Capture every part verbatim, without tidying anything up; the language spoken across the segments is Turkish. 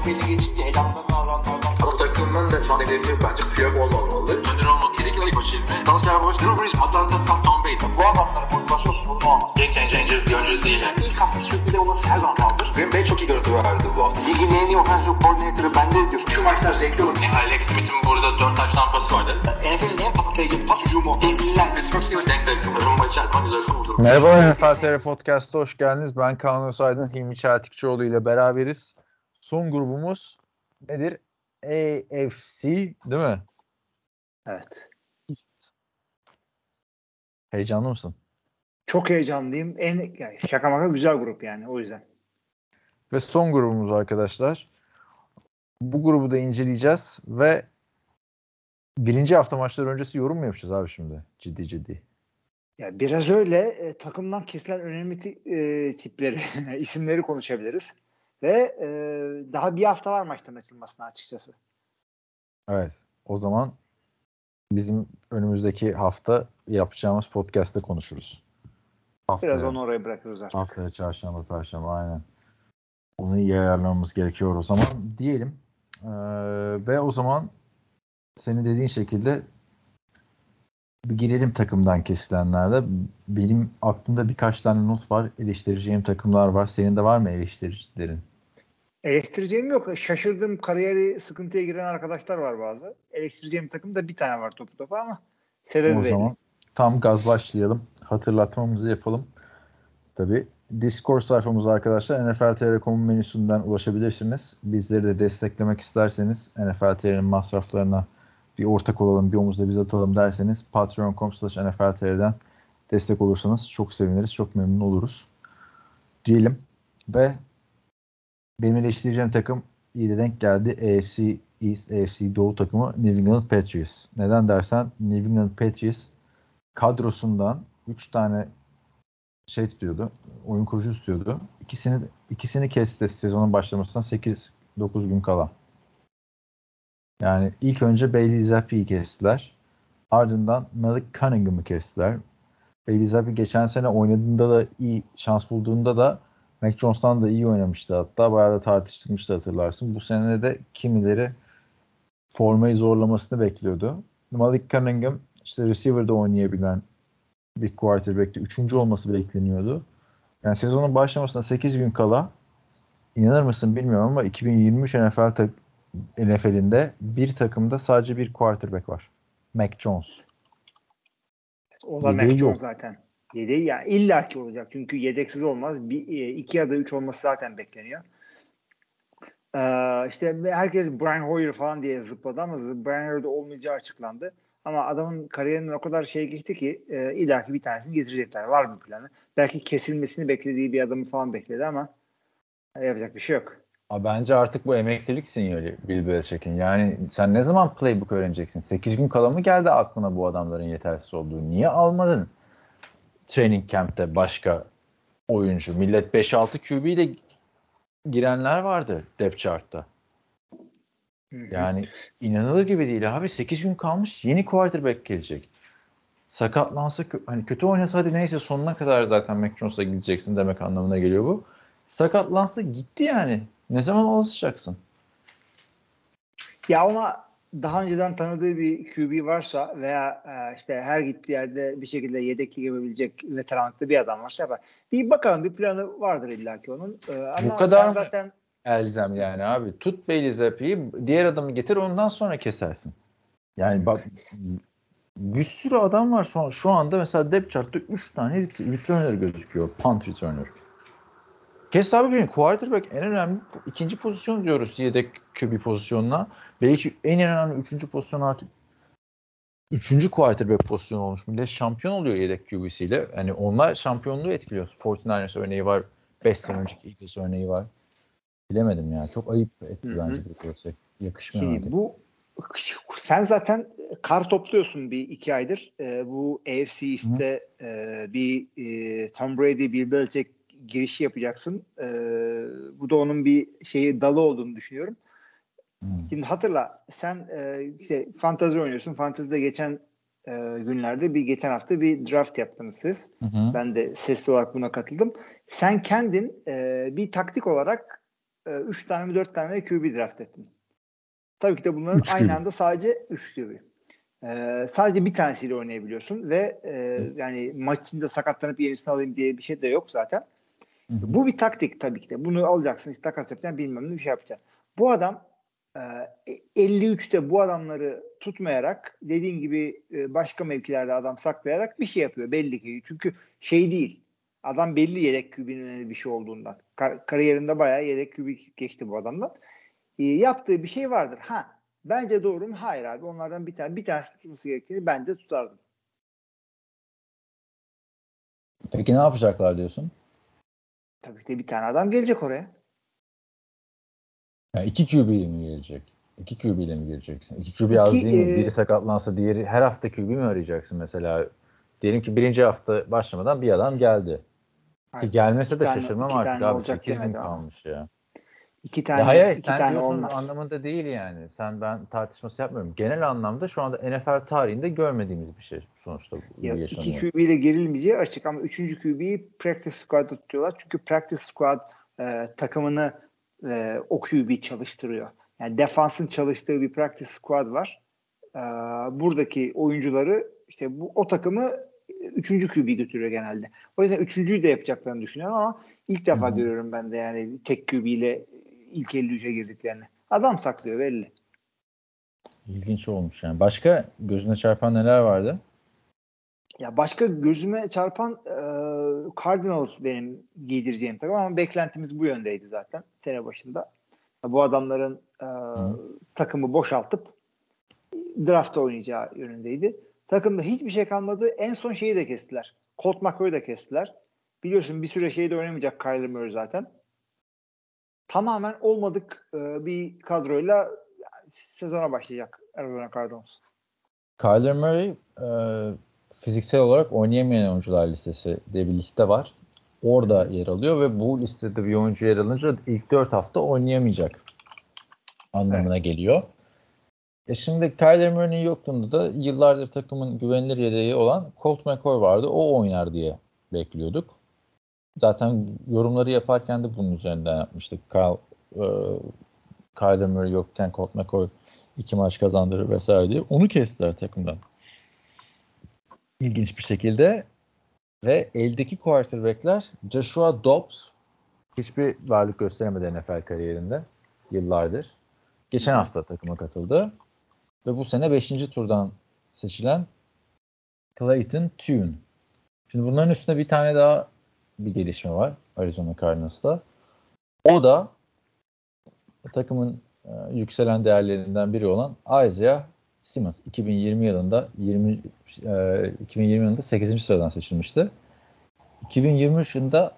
belli geçince elanlarını alanlardan. Ama takımın da şu an hedefi bence Piyok olmamalı. Önder olmak kesinlikle ilk başı ilmi. Dalsya Boş, Drew Brees, Atlanta, Tom Brady. Bu adamların motivasyon sorunu olmaz. Game changer bir oyuncu değil. Yani ilk hafta sürpriz olması her zaman kaldır. Green Bay çok iyi görüntü verdi bu hafta. Ligin en iyi offensive coordinator'ı bende diyor. Şu maçlar zevkli olur. Yani Alex Smith'in burada dört taş tampası vardı. N F L'in en patlayıcı pas hücumu. Devliler. Pittsburgh Steelers denk denk. Rumba içerisinde güzel kuruldu. Merhaba N F L T R Podcast'a hoş geldiniz. Ben Kaan Özaydın, Hilmi Çeltikçioğlu ile beraberiz. Son grubumuz nedir? A F C değil mi? Evet. Heyecanlı mısın? Çok heyecanlıyım. En yani şaka maka güzel grup yani o yüzden. Ve son grubumuz arkadaşlar. Bu grubu da inceleyeceğiz ve birinci hafta maçları öncesi yorum mu yapacağız abi şimdi? Ciddi ciddi. Ya biraz öyle e, takımdan kesilen önemli ti, e, tipleri, isimleri konuşabiliriz. Ve e, daha bir hafta var maçtan açılmasına açıkçası. Evet. O zaman bizim önümüzdeki hafta yapacağımız podcast'te konuşuruz. Haftaya, Biraz onu oraya bırakıyoruz artık. Haftaya çarşamba, perşembe aynen. Onu iyi ayarlamamız gerekiyor o zaman diyelim. Ee, ve o zaman senin dediğin şekilde bir girelim takımdan kesilenlerde. Benim aklımda birkaç tane not var. Eleştireceğim takımlar var. Senin de var mı eleştiricilerin? Eleştireceğim yok. Şaşırdığım kariyeri sıkıntıya giren arkadaşlar var bazı. Eleştireceğim takım da bir tane var topu topu ama sebebi O belli. zaman tam gaz başlayalım. Hatırlatmamızı yapalım. Tabii Discord sayfamız arkadaşlar N F L T R nokta com menüsünden ulaşabilirsiniz. Bizleri de desteklemek isterseniz N F L T R'nin masraflarına bir ortak olalım, bir omuzda biz atalım derseniz patreon nokta com slash N F L T R'den destek olursanız çok seviniriz, çok memnun oluruz diyelim. Ve benim eleştireceğim takım iyi de denk geldi. A F C East, A F C Doğu takımı New England Patriots. Neden dersen New England Patriots kadrosundan üç tane şey tutuyordu. Oyun kurucu tutuyordu. İkisini ikisini kesti sezonun başlamasından sekiz dokuz gün kala. Yani ilk önce Bailey Zappi'yi kestiler. Ardından Malik Cunningham'ı kestiler. Bailey Zappi geçen sene oynadığında da iyi şans bulduğunda da Mac Jones'tan da iyi oynamıştı hatta. Bayağı da tartışılmıştı hatırlarsın. Bu sene de kimileri formayı zorlamasını bekliyordu. Malik Cunningham işte receiver'da oynayabilen bir quarterback'ti. Üçüncü olması bekleniyordu. Yani sezonun başlamasına sekiz gün kala inanır mısın bilmiyorum ama iki bin yirmi üç N F L tak- N F L'inde bir takımda sadece bir quarterback var. Mac Jones. O da Mac Jones zaten. Yedeği yani illaki olacak. Çünkü yedeksiz olmaz. Bir, iki ya da üç olması zaten bekleniyor. Ee, işte herkes Brian Hoyer falan diye zıpladı ama Brian Hoyer'da olmayacağı açıklandı. Ama adamın kariyerinden o kadar şey geçti ki e, illaki bir tanesini getirecekler. Var bir planı. Belki kesilmesini beklediği bir adamı falan bekledi ama yapacak bir şey yok. Abi bence artık bu emeklilik sinyali Bill Belichick'in. Yani sen ne zaman playbook öğreneceksin? sekiz gün kala mı geldi aklına bu adamların yetersiz olduğu? Niye almadın training camp'te başka oyuncu? Millet beş altı Q B ile girenler vardı depth chart'ta. Yani inanılır gibi değil abi. sekiz gün kalmış. Yeni quarterback gelecek. Sakatlansa hani kötü oynasa hadi neyse sonuna kadar zaten Mac Jones'la gideceksin demek anlamına geliyor bu. Sakatlansa gitti yani. Ne zaman alışacaksın? Ya ama daha önceden tanıdığı bir Q B varsa veya e, işte her gittiği yerde bir şekilde yedekli yapabilecek veteranlıkta bir adam varsa yapar. Bir bakalım bir planı vardır illaki onun. E, ama bu kadar zaten elzem yani abi. Tut Bailey Zappi'yi, diğer adamı getir ondan sonra kesersin. Yani bak bir sürü adam var şu, an, şu anda mesela depth chart'ta üç tane returner gözüküyor. Punt returner. Kes abi benim quarterback en önemli ikinci pozisyon diyoruz yedek Q B pozisyonuna. Belki en önemli üçüncü pozisyon artık üçüncü quarterback pozisyonu olmuş. Millet şampiyon oluyor yedek Q B'siyle. Yani onlar şampiyonluğu etkiliyor. kırk dokuz örneği var. beş sene önceki Eagles örneği var. Bilemedim ya. Çok ayıp etti bence bu prosek. Yakışmıyor Şimdi artık. bu sen zaten kar topluyorsun bir iki aydır. Ee, bu A F C East'te e, bir e, Tom Brady, Bill Belichick girişi yapacaksın. E, bu da onun bir şeyi dalı olduğunu düşünüyorum. Hı. Şimdi hatırla sen e, işte fantazi oynuyorsun. Fantazide geçen e, günlerde bir geçen hafta bir draft yaptınız siz. Hı hı. Ben de sesli olarak buna katıldım. Sen kendin e, bir taktik olarak üç tane mi dört tane mi Q B draft ettin. Tabii ki de bunların üç aynı Q B. anda sadece üç Q B. Ee, sadece bir tanesiyle oynayabiliyorsun ve e, yani maç içinde sakatlanıp yenisini alayım diye bir şey de yok zaten. Hı hı. Bu bir taktik tabii ki de. Bunu alacaksın, işte takas yapacaksın, bilmem ne bir şey yapacaksın. Bu adam e, elli üçte bu adamları tutmayarak, dediğin gibi e, başka mevkilerde adam saklayarak bir şey yapıyor belli ki. Çünkü şey değil. Adam belli yedek Q B'nin önemli bir şey olduğundan. Kar- kariyerinde bayağı yedek Q B geçti bu adamdan. E, yaptığı bir şey vardır. Ha, bence doğru mu? Hayır abi. Onlardan bir tane bir tanesi tutması gerektiğini ben de tutardım. Peki ne yapacaklar diyorsun? Tabii ki de bir tane adam gelecek oraya. Yani iki Q B ile mi gelecek? iki Q B ile mi geleceksin? iki Q B az İki, değil mi? e, Biri sakatlansa diğeri her hafta Q B mi arayacaksın mesela? Diyelim ki birinci hafta başlamadan bir adam geldi. Ki hayır, iki gelmese de tane şaşırmam iki artık tane abi. olacak sekiz gün demedi ama. kalmış ya. İki Ya hayır, tane hayır iki sen tane diyorsun olmaz. anlamında değil yani. Sen ben tartışması yapmıyorum. Genel anlamda şu anda N F L tarihinde görmediğimiz bir şey sonuçta bu Ya iki yaşanıyor. Q B ile gerilmeyeceği açık ama üçüncü Q B'yi practice squad'da tutuyorlar. Çünkü practice squad e, takımını e, o Q B çalıştırıyor. Yani defansın çalıştığı bir practice squad var. E, buradaki oyuncuları işte bu o takımı üçüncü Q B götürüyor genelde. O yüzden üçüncüyü de yapacaklarını düşünüyorum ama ilk Hı defa hı. görüyorum ben de yani tek Q B ile ilk elli üçe girdiklerini. Adam saklıyor belli. İlginç olmuş yani. Başka gözüne çarpan neler vardı? Ya başka gözüme çarpan e, Cardinals benim giydireceğim takım ama beklentimiz bu yöndeydi zaten sene başında. Bu adamların e, Hı. takımı boşaltıp draftta oynayacağı yönündeydi. Takımda hiçbir şey kalmadı. En son şeyi de kestiler. Colt McCoy'u da kestiler. Biliyorsun bir süre şeyde oynamayacak Kyler Murray zaten. Tamamen olmadık e, bir kadroyla sezona başlayacak Arizona Cardinals. Kyler Murray e, fiziksel olarak oynayamayan oyuncular listesi diye bir liste var. Orada yer alıyor ve bu listede bir oyuncu yer alınca ilk dört hafta oynayamayacak anlamına Evet. geliyor. E şimdi Kyler Murray'nin yokluğunda da yıllardır takımın güvenilir yedeği olan Colt McCoy vardı. O oynar diye bekliyorduk. Zaten yorumları yaparken de bunun üzerinden yapmıştık. Kyle, e, Kyler Murray yokken Colt McCoy iki maç kazandırır vesaire diye. Onu kestiler takımdan. İlginç bir şekilde. Ve eldeki quarterback'ler Joshua Dobbs hiçbir varlık gösteremedi N F L kariyerinde yıllardır. Geçen Hı hı. hafta takıma katıldı. Ve bu sene beşinci turdan seçilen Clayton Tune. Şimdi bunların üstünde bir tane daha bir gelişme var Arizona Cardinals'ta. O da takımın e, yükselen değerlerinden biri olan Isaiah Simmons. iki bin yirmi yılında yirmi e, iki bin yirmi yılında sekizinci sıradan seçilmişti. iki bin yirmi üç yılında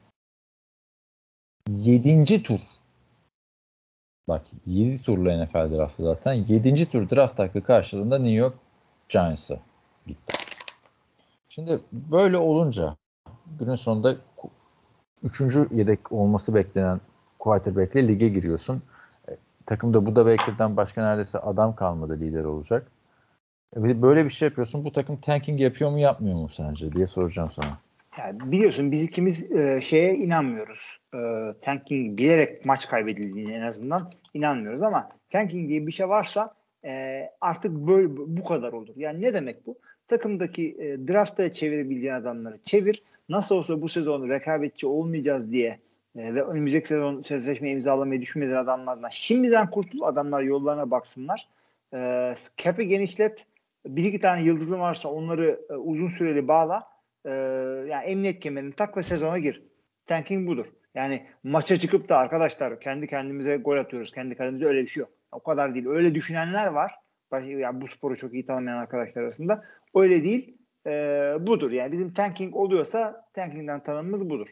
yedinci tur. Bak yedi turlu N F L draftı zaten. yedinci tur draft hakkı karşılığında New York Giants'a gitti. Şimdi böyle olunca günün sonunda üçüncü yedek olması beklenen quarterback'le lige giriyorsun. E, takımda bu da Baker'dan başka neredeyse adam kalmadı lider olacak. E, böyle bir şey yapıyorsun. Bu takım tanking yapıyor mu yapmıyor mu sence diye soracağım sana. Yani biliyorsun biz ikimiz e, şeye inanmıyoruz. E, tanking bilerek maç kaybedildiğine en azından inanmıyoruz ama tanking diye bir şey varsa e, artık böyle bu kadar olur. Yani ne demek bu? Takımdaki e, draftta çevirebileceğin adamları çevir. Nasıl olsa bu sezon rekabetçi olmayacağız diye e, ve önümüzdeki sezon sözleşme imzalamayı düşünmediğin adamlardan şimdiden kurtul. Adamlar yollarına baksınlar. E, cap'i genişlet. Bir iki tane yıldızın varsa onları e, uzun süreli bağla. Ee, yani emniyet kemerini tak ve sezona gir. Tanking budur. Yani maça çıkıp da arkadaşlar kendi kendimize gol atıyoruz. Kendi kalemize, öyle bir şey yok. O kadar değil. Öyle düşünenler var. Yani bu sporu çok iyi tanımayan arkadaşlar arasında. Öyle değil. Ee, budur. Yani bizim tanking oluyorsa tankingden tanımımız budur.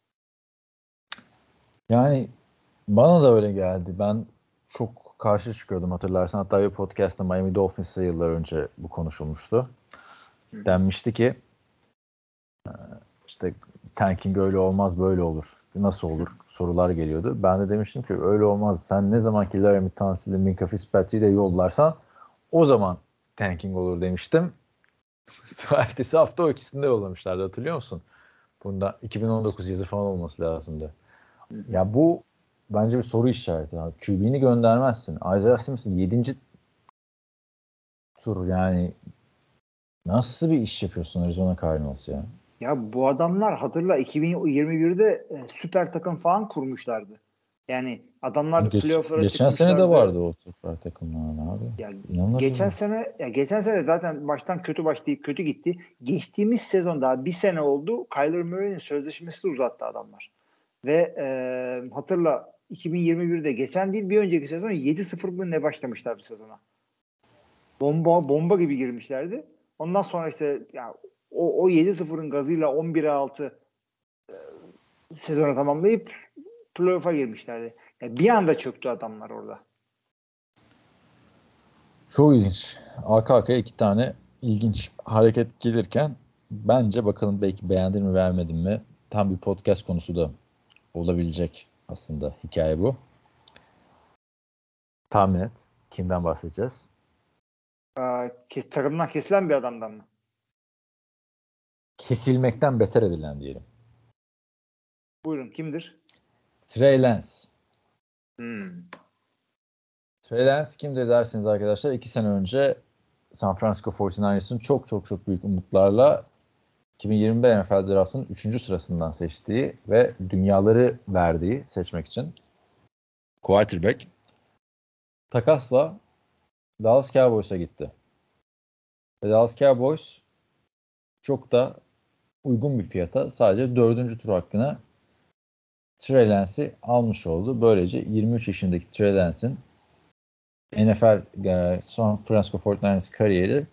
Yani bana da öyle geldi. Ben çok karşı çıkıyordum hatırlarsan. Hatta bir podcast'ta Miami Dolphins'te yıllar önce bu konuşulmuştu. Hı. Denmişti ki işte tanking öyle olmaz böyle olur. Nasıl olur? Sorular geliyordu. Ben de demiştim ki öyle olmaz. Sen ne zaman ki Laramie Tunsil'le Minkah Fitzpatrick'i de yollarsan o zaman tanking olur demiştim. Ertesi hafta o ikisini de yollamışlardı, hatırlıyor musun? Bunda iki bin on dokuz yazı falan olması lazımdı. Hı hı. Ya bu bence bir soru işareti. Q B'ni göndermezsin. Isaiah Simmons'ın yedinci tur yani nasıl bir iş yapıyorsun Arizona Cardinals ya? Ya bu adamlar hatırla iki bin yirmi birde e, süper takım falan kurmuşlardı. Yani adamlar Geç, playoff'lara geçen çıkmışlardı. sene de vardı o süper takımlar abi. Ya İnanılır geçen mı? sene ya geçen sene zaten baştan kötü başlayıp kötü gitti. Geçtiğimiz sezon daha bir sene oldu. Kyler Murray'nin sözleşmesi uzattı adamlar. Ve e, hatırla iki bin yirmi birde geçen değil bir önceki sezon yedi sıfır mı ne başlamışlar bir sezona. Bomba bomba gibi girmişlerdi. Ondan sonra işte ya o, o yedi sıfırın gazıyla on bire altı e, sezonu tamamlayıp playoff'a girmişlerdi. Yani bir anda çöktü adamlar orada. Çok ilginç. Arka arkaya iki tane ilginç hareket gelirken bence bakalım belki beğendin mi beğenmedin mi? Tam bir podcast konusu da olabilecek aslında hikaye bu. Tahmin et. Kimden bahsedeceğiz? Aa, kes, takımdan kesilen bir adamdan mı? Kesilmekten beter edilen diyelim. Buyurun kimdir? Trey Lance. Hmm. Trey Lance kimdir dersiniz arkadaşlar? İki sene önce San Francisco kırk dokuzların çok çok çok büyük umutlarla iki bin yirmi bir N F L Draft'ın üçüncü sırasından seçtiği ve dünyaları verdiği seçmek için quarterback takasla Dallas Cowboys'a gitti. Ve Dallas Cowboys çok da uygun bir fiyata sadece dördüncü tur hakkına Trey Lance'i almış oldu. Böylece yirmi üç yaşındaki Trey Lance'in N F L e, San Francisco kırk dokuzlar kariyeri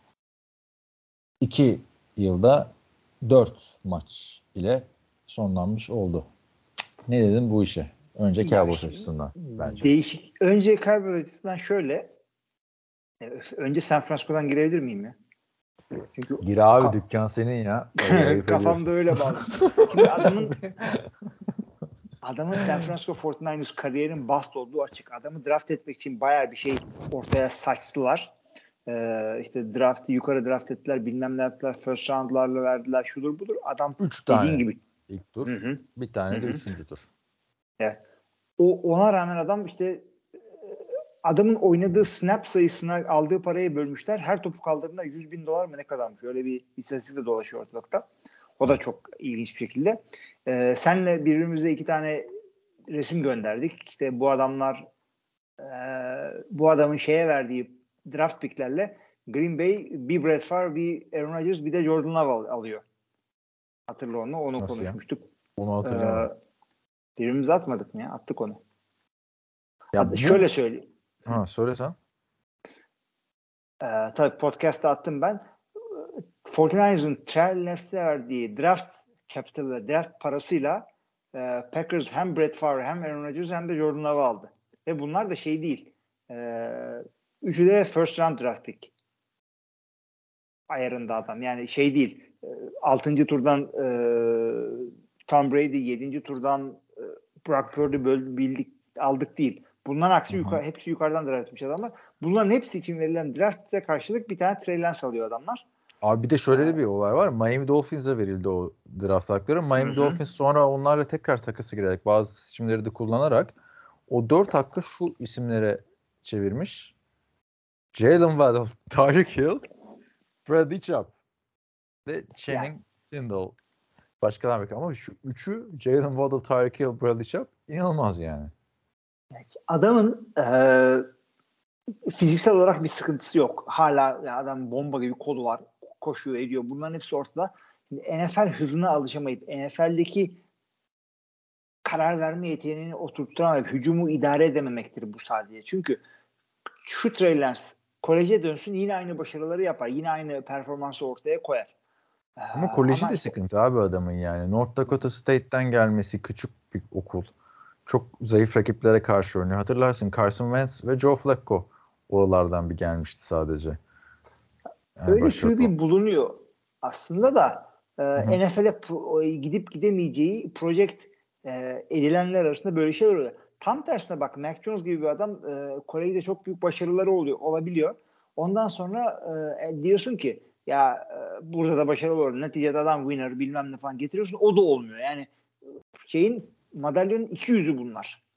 iki yılda dört maç ile sonlanmış oldu. Ne dedim bu işe? Önce Cowboys açısından bence. Değişik. Önce Cowboys açısından şöyle. Önce San Francisco'dan girebilir miyim ya? Çünkü Gir abi ka- dükkan senin ya. kafamda öyle bağlı. Şimdi adamın adamın San Francisco kırk dokuzlar kariyerin bast olduğu açık. Adamı draft etmek için bayağı bir şey ortaya saçtılar. Ee, işte draftı yukarı draft ettiler, bilmem ne yaptılar, first roundlarla verdiler, şudur budur. Adam üç dediğin tane gibi. ilk tur. Hı hı. Bir tane Hı de hı. üçüncü tur. Evet. O, ona rağmen adam işte adamın oynadığı snap sayısına aldığı parayı bölmüşler. Her topu kaldırdığında yüz bin dolar mı ne kadarmış? Öyle bir istatistik de dolaşıyor ortalıkta. O da çok ilginç bir şekilde. Ee, senle birbirimize iki tane resim gönderdik. İşte bu adamlar e, bu adamın şeye verdiği draft picklerle Green Bay bir Brett Favre, bir Aaron Rodgers, bir de Jordan Love alıyor. Hatırla onu. Onu Nasıl konuşmuştuk. Ya? Onu hatırlayamadım. Ee, birbirimize atmadık mı ya? Attık onu. Ya Hadi bu... şöyle söyleyeyim. Ha, söyle sen. Ee, tabii podcast'ta attım ben. kırk dokuzların Trey Lance'e verdiği draft capital'ı, draft parasıyla e, Packers hem Brett Favre hem Aaron Rodgers hem de Jordan Love aldı. Ve bunlar da şey değil. E, üçü de first round draft pick ayarında adam. Yani şey değil. E, altıncı turdan e, Tom Brady, yedinci turdan e, Brock Purdy böl, bildik, aldık değil. Bunların aksi yukarı, hepsi yukarıdan draft etmiş adamlar. Bunların hepsi için verilen draft'e karşılık bir tane Trey Lance alıyor adamlar. Abi bir de şöyle de bir olay var. Miami Dolphins'e verildi o draft hakları. Miami Hı-hı. Dolphins sonra onlarla tekrar takası girerek bazı seçimleri de kullanarak o dört hakkı şu isimlere çevirmiş. Jalen Waddle, Tyreek Hill, Bradley Chubb ve Channing Tindall. Başkadan bakıyor ama şu üçü Jalen Waddle, Tyreek Hill, Bradley Chubb inanılmaz yani. Adamın e, fiziksel olarak bir sıkıntısı yok. Hala yani adam bomba gibi kolu var. Koşuyor, ediyor. Bunların hepsi ortada. Şimdi N F L hızına alışamayıp N F L'deki karar verme yeteneğini oturtturamayıp hücumu idare edememektir bu sadece. Çünkü şu Trey Lance koleje dönsün yine aynı başarıları yapar. Yine aynı performansı ortaya koyar. Ama koleji Ama de işte, sıkıntı abi adamın yani. North Dakota State'ten gelmesi küçük bir okul. Çok zayıf rakiplere karşı oynuyor. Hatırlarsın Carson Wentz ve Joe Flacco oralardan bir gelmişti sadece. Yani öyle başarılı. Q B bulunuyor aslında da e, N F L'e pro- gidip gidemeyeceği project e, edilenler arasında böyle şeyler oluyor. Tam tersine bak Mac Jones gibi bir adam e, kolejde çok büyük başarıları oluyor, olabiliyor. Ondan sonra e, diyorsun ki ya e, burada da başarılı olur. Neticede adam winner bilmem ne falan getiriyorsun. O da olmuyor. Yani şeyin madalyonun iki yüzü bunlar.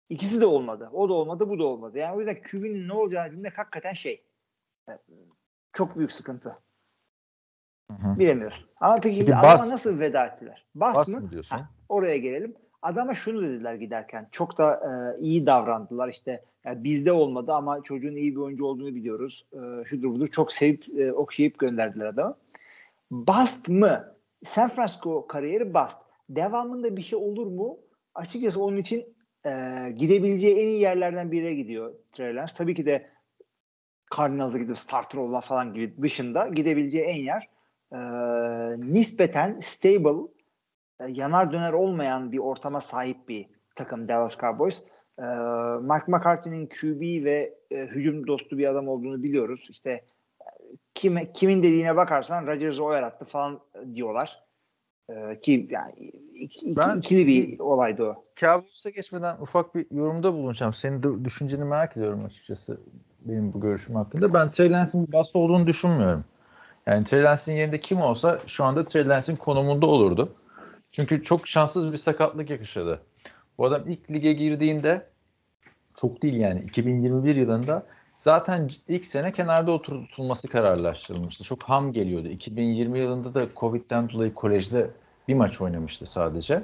İkisi de olmadı. O da olmadı, bu da olmadı. Yani o yüzden Q B'nin ne olacağını bilmek hakikaten şey. Çok büyük sıkıntı. Hı-hı. Bilemiyorsun. Ama peki, peki adama Bas, nasıl veda ettiler? Bas, Bas mı? mı diyorsun? Ha, oraya gelelim. Adama şunu dediler giderken. Çok da e, iyi davrandılar. İşte yani bizde olmadı ama çocuğun iyi bir oyuncu olduğunu biliyoruz. E, şudur budur. Çok sevip e, okuyup gönderdiler adamı. Bast mı? San Francisco kariyeri bast. Devamında bir şey olur mu? Açıkçası onun için e, gidebileceği en iyi yerlerden birine gidiyor Trey Lance. Tabii ki de Cardinals'a gidip starter olma falan gibi dışında gidebileceği en yer e, nispeten stable, e, yanar döner olmayan bir ortama sahip bir takım Dallas Cowboys. E, Mike McCarthy'nin Q B ve e, hücum dostu bir adam olduğunu biliyoruz. İşte kime, kimin dediğine bakarsan Rodgers'ı o yarattı falan diyorlar. E, ki yani iki, Ben ikili bir, bir olaydı o. Cowboys'a geçmeden ufak bir yorumda bulunacağım. Senin de düşünceni merak ediyorum açıkçası benim bu görüşüm hakkında. Ben Trey Lance'in bir bast olduğunu düşünmüyorum. Yani Trey Lance'in yerinde kim olsa şu anda Trey Lance'in konumunda olurdu. Çünkü çok şanssız bir sakatlık yaşadı. Bu adam ilk lige girdiğinde çok değil yani iki bin yirmi bir yılında zaten ilk sene kenarda oturtulması kararlaştırılmıştı. Çok ham geliyordu. iki bin yirmi yılında da Covid'den dolayı kolejde bir maç oynamıştı sadece.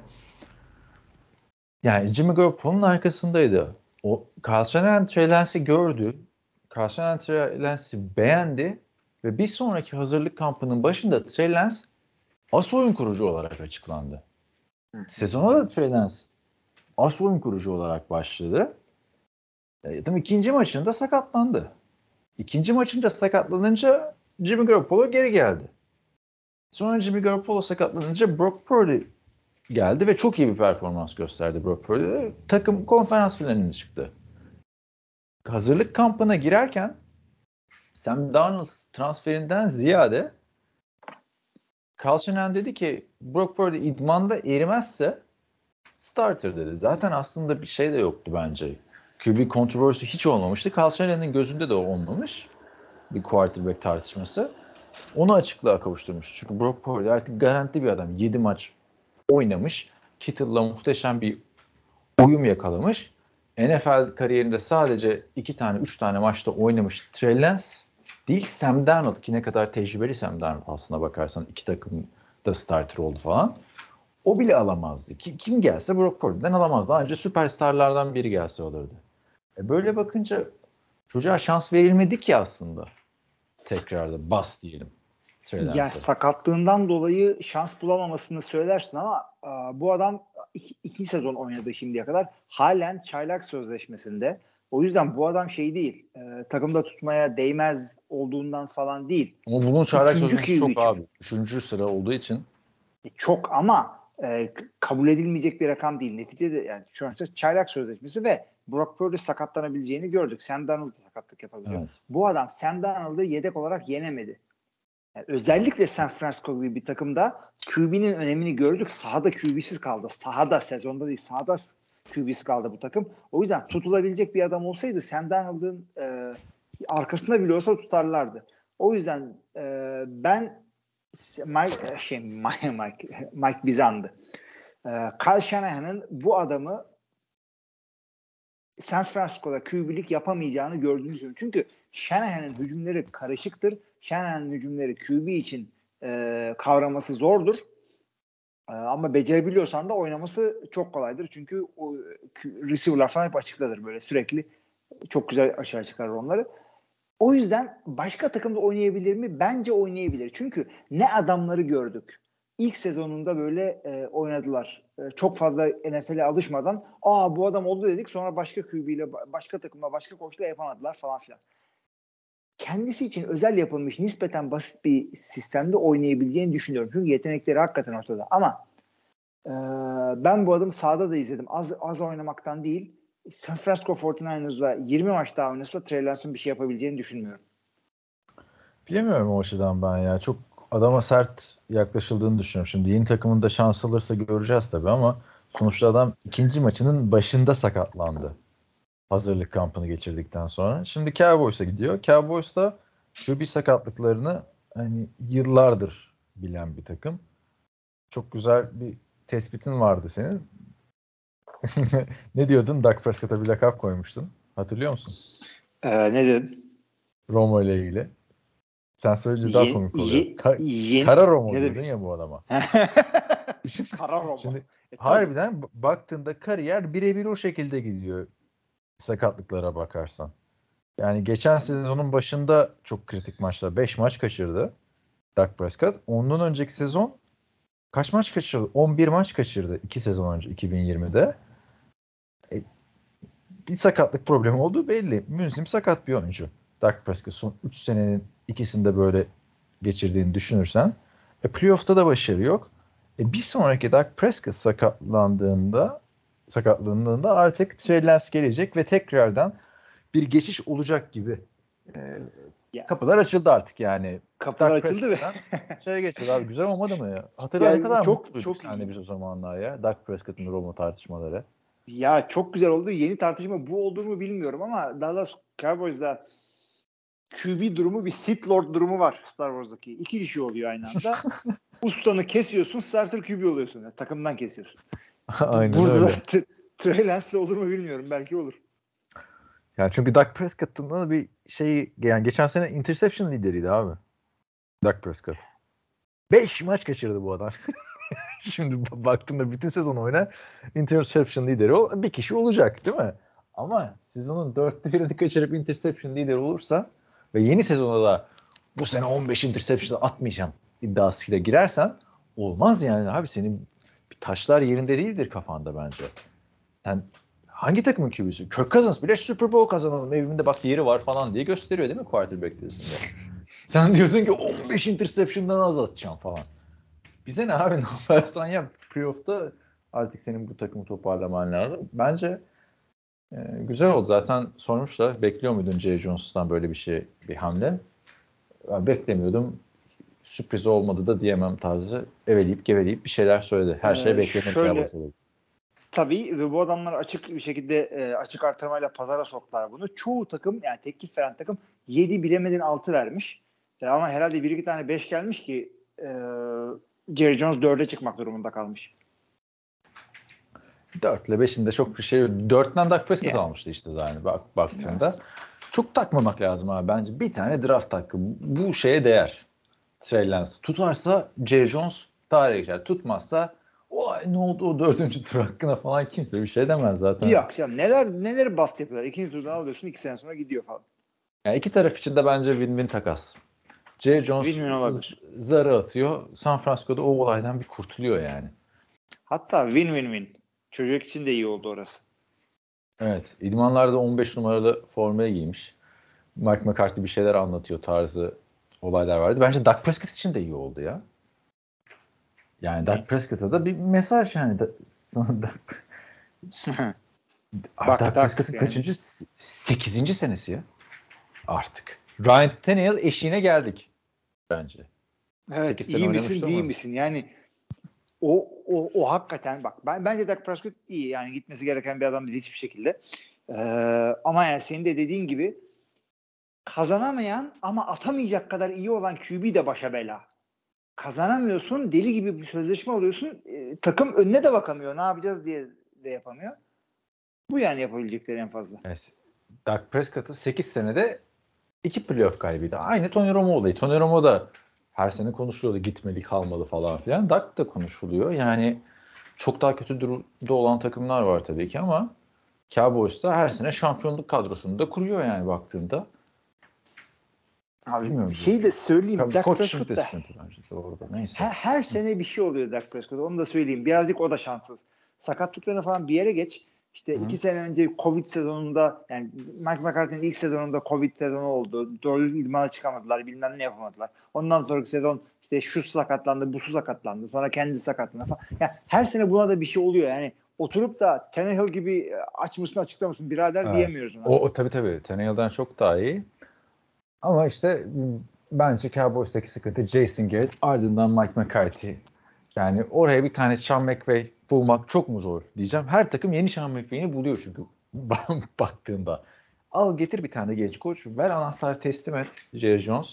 Yani Jimmy Garoppolo'nun arkasındaydı. O Kyle Shanahan Trey Lance'i gördü. Kyle Shanahan Trey Lance'i beğendi ve bir sonraki hazırlık kampının başında Trey Lance as oyun kurucu olarak açıklandı. Sezona da Trey Lance as oyun kurucu olarak başladı. E, tam ikinci maçında sakatlandı. İkinci maçında sakatlanınca Jimmy Garoppolo geri geldi. Sonra Jimmy Garoppolo sakatlanınca Brock Purdy geldi ve çok iyi bir performans gösterdi Brock Purdy. Takım konferans finaline çıktı. Hazırlık kampına girerken Sam Darnold transferinden ziyade Kyle Shanahan dedi ki Brock Purdy idmanda erimezse starter dedi. Zaten aslında bir şey de yoktu bence. Q B kontroversi hiç olmamıştı. Kyle Shanahan'ın gözünde de olmamış bir quarterback tartışması. Onu açıklığa kavuşturmuş. Çünkü Brock Purdy artık garanti bir adam. yedi maç oynamış. Kittle'la muhteşem bir uyum yakalamış. N F L kariyerinde sadece iki tane, üç tane maçta oynamış Trey Lance değil, Sam Darnold ki ne kadar tecrübeli Sam Darnold aslına bakarsan iki takımda starter oldu falan. O bile alamazdı. Kim, kim gelse Brock Purdy'den alamazdı. Ancak süperstarlardan biri gelse alırdı. E böyle bakınca çocuğa şans verilmedi ki aslında. Tekrarda bas diyelim. Ya sakatlığından dolayı şans bulamamasını söylersin ama a, bu adam iki, iki sezon oynadı şimdiye kadar. Halen çaylak sözleşmesinde. O yüzden bu adam şey değil. E, takımda tutmaya değmez olduğundan falan değil. Ama bunun çaylak Üçüncü sözleşmesi çok Q B. abi. Üçüncü sıra olduğu için. E, çok ama e, kabul edilmeyecek bir rakam değil. Neticede yani şu an çaylak sözleşmesi ve Brock Purdy sakatlanabileceğini gördük. Sam Darnold sakatlık yapabiliyor. Evet. Bu adam Sam Darnold'ı yedek olarak yenemedi. Yani özellikle San Francisco gibi bir takımda Q B'nin önemini gördük. Sahada Q B'siz kaldı. Sahada, sezonda değil, sahada Q B'siz kaldı bu takım. O yüzden tutulabilecek bir adam olsaydı Sam Darnold'ın e, arkasında bile olsa tutarlardı. O yüzden e, ben Mike, şey, Mike, Mike, Mike Bizan'dı. E, Kyle Shanahan'ın bu adamı San Francisco'da Q B'lik yapamayacağını gördüğünü düşünüyorum. Çünkü Shanahan'ın hücumları karışıktır. Shanahan'ın hücumları Q B için e, kavraması zordur. E, ama becerebiliyorsan da oynaması çok kolaydır. Çünkü o receiver'lar falan hep açıktadır böyle sürekli. Çok güzel aşağı çıkarır onları. O yüzden başka takımda oynayabilir mi? Bence oynayabilir. Çünkü ne adamları gördük. İlk sezonunda böyle e, oynadılar. E, çok fazla N F L'e alışmadan aa bu adam oldu dedik. Sonra başka Q B ile, başka takımla, başka koçla yapamadılar falan filan. Kendisi için özel yapılmış nispeten basit bir sistemde oynayabileceğini düşünüyorum. Çünkü yetenekleri hakikaten ortada. Ama e, ben bu adamı sahada da izledim. Az, az oynamaktan değil. San Francisco kırk dokuzlar'la yirmi maç daha oynasa Trey Lance'ın bir şey yapabileceğini düşünmüyorum. Bilemiyorum o açıdan ben ya. Çok adama sert yaklaşıldığını düşünüyorum. Şimdi yeni takımında şans alırsa göreceğiz tabii ama sonuçta adam ikinci maçının başında sakatlandı. Hazırlık kampını geçirdikten sonra. Şimdi Cowboys'a gidiyor. Cowboys da Q B sakatlıklarını hani yıllardır bilen bir takım. Çok güzel bir tespitin vardı senin. Ne diyordun? Dak Prescott'a bir lakap koymuştun. Hatırlıyor musun? Ee, ne dedin? Romo ile ilgili. Sen söyleyince daha Ye- komik oluyor. ye- Ka- ye- Kara Romo ne diyordun demek? ya bu adama. Kara Roma. Şimdi E, tabii. harbiden b- baktığında kariyer birebir o şekilde gidiyor. Sakatlıklara bakarsan. Yani geçen sezonun başında çok kritik maçlar. beş maç kaçırdı Dak Prescott. Ondan önceki sezon kaç maç kaçırdı? on bir maç kaçırdı. iki sezon önce iki bin yirmide. E, bir sakatlık problemi olduğu belli. Münzim sakat bir oyuncu. Dak Prescott son üç senenin ikisinde böyle geçirdiğini düşünürsen. E, playoff'ta da başarı yok. E, bir sonraki Dak Prescott sakatlandığında sakatlandığında artık Trey Lance gelecek ve tekrardan bir geçiş olacak gibi. E, Ya. kapılar açıldı artık yani. Kapılar Dak açıldı ve şeye geçiyor abi, güzel olmadı mı ya? Hatırla Yani ne kadar çok- mutluyduk çok senle iyi. biz o zamanlar ya. Dak Prescott'ın Romo tartışmaları. ya çok güzel oldu. Yeni tartışma bu olur mu bilmiyorum ama Dallas Cowboys'da Q B durumu bir Sith Lord durumu var Star Wars'daki. İki kişi oluyor aynı anda. Ustanı kesiyorsun, starter Q B oluyorsun. Yani takımdan kesiyorsun. Aynen Burada öyle. da T- Trey Lance'le olur mu bilmiyorum. Belki olur. Yani çünkü Dak Prescott'ın da bir şey, yani geçen sene interception lideriydi abi. Dak Prescott. beş maç kaçırdı bu adam. Şimdi baktığında bütün sezon oynar, interception lideri o bir kişi olacak değil mi? Ama sezonun dörtte birini kaçırıp interception lideri olursa ve yeni sezona da bu sene on beş interception atmayacağım iddiasıyla girersen olmaz yani abi, senin taşlar yerinde değildir kafanda bence. Sen hangi takımın Q B'si? Kirk Cousins bile Super Bowl kazanalım evimde bak yeri var falan diye gösteriyor değil mi quarterback testinde? Sen diyorsun ki on beş interception'dan az atacağım falan. Bize ne abi, ne yaparsan yap. Playoff'ta artık senin bu takımı toparlaman lazım. Bence e, güzel oldu. Zaten sormuşlar, bekliyor muydun Jerry Jones'tan böyle bir şey, bir hamle? Ben beklemiyordum. Sürpriz olmadı da diyemem tarzı. Eveleyip geveleyip bir şeyler söyledi. Her şey Ee, beklemek şöyle- lazım. Tabii ve bu adamlar açık bir şekilde e, açık artırmayla pazara soktular bunu. Çoğu takım yani teklif veren takım yedi bilemedin altı vermiş. E, ama herhalde bir iki tane beş gelmiş ki e, Jerry Jones dörde çıkmak durumunda kalmış. dört ile beşinde çok bir şey yok. dörtten Dak Prescott Yani. almıştı işte yani bak, baktığında. Evet. Çok takmamak lazım abi bence. Bir tane draft hakkı. Bu şeye değer. Trey Lance. Tutarsa Jerry Jones tarihe geçer. Tutmazsa olay ne oldu o dördüncü tur hakkına falan kimse bir şey demez zaten. Yok canım neler neler bast yapıyorlar. İkinci turdan alıyorsun iki sene sonra gidiyor falan. Yani iki taraf için de bence win-win takas. Jerry Jones Win-win olabilir. z- zarı atıyor. San Francisco'da o olaydan bir kurtuluyor yani. Hatta win win win. Çocuk için de iyi oldu orası. Evet. İdmanlarda on beş numaralı formayı giymiş. Mike McCarthy bir şeyler anlatıyor tarzı olaylar vardı. Bence Dak Prescott için de iyi oldu ya. Yani Dak Prescott'a da bir mesaj yani. Da, sana da, Bak, Dak tak Prescott'ın yani. kaçıncı? sekizinci senesi ya. Artık. Ryan Tannehill eşiğine geldik bence. Evet sekiz sene iyi misin oynamıştı değil ama. misin? Yani o, o, o hakikaten bak ben bence Dak Prescott iyi yani gitmesi gereken bir adam değil hiçbir şekilde. Ee, ama yani senin de dediğin gibi kazanamayan ama atamayacak kadar iyi olan Q B de başa bela. Kazanamıyorsun deli gibi bir sözleşme alıyorsun e, takım önüne de bakamıyor ne yapacağız diye de yapamıyor. Bu yani yapabilecekleri en fazla. Evet. Dak Prescott'ı sekiz senede iki playoff kaybıydı. Aynı Tony Romo olayı. Tony Romo da her sene konuşuluyordu. Gitmeli kalmalı falan filan. Dak da konuşuluyor. Yani çok daha kötü durumda olan takımlar var tabii ki ama Cowboys'ta her sene şampiyonluk kadrosunu da kuruyor yani baktığında. Abi Bilmiyorum. bir şey de söyleyeyim. Tabii Dak koçluk da Prescott'ta sıkıntı bence de orada. Neyse. her, her sene bir şey oluyor Dak Prescott'ta. Onu da söyleyeyim. Birazcık o da şanssız. Sakatlıklarına falan bir yere geç. İşte Hı. iki sene önce Covid sezonunda yani Mike McCarthy'nin ilk sezonunda Covid sezonu oldu. Doğru idmana çıkamadılar. Bilmem ne yapamadılar. Ondan sonraki sezon işte şu sakatlandı, bu su sakatlandı. Sonra kendi sakatlandı falan. Yani her sene buna da bir şey oluyor. Yani oturup da Tannehill gibi aç mısın açıklamasın birader Evet. diyemiyoruz ona. O, o tabii tabii. Tannehill'den çok daha iyi. Ama işte bence Cowboys'taki sıkıntı Jason Garrett, ardından Mike McCarthy. Yani oraya bir tane Sean McVay bulmak çok mu zor diyeceğim. Her takım yeni Sean McVay'ini buluyor çünkü baktığında. Al getir bir tane genç koç, ver anahtarı teslim et Jerry Jones.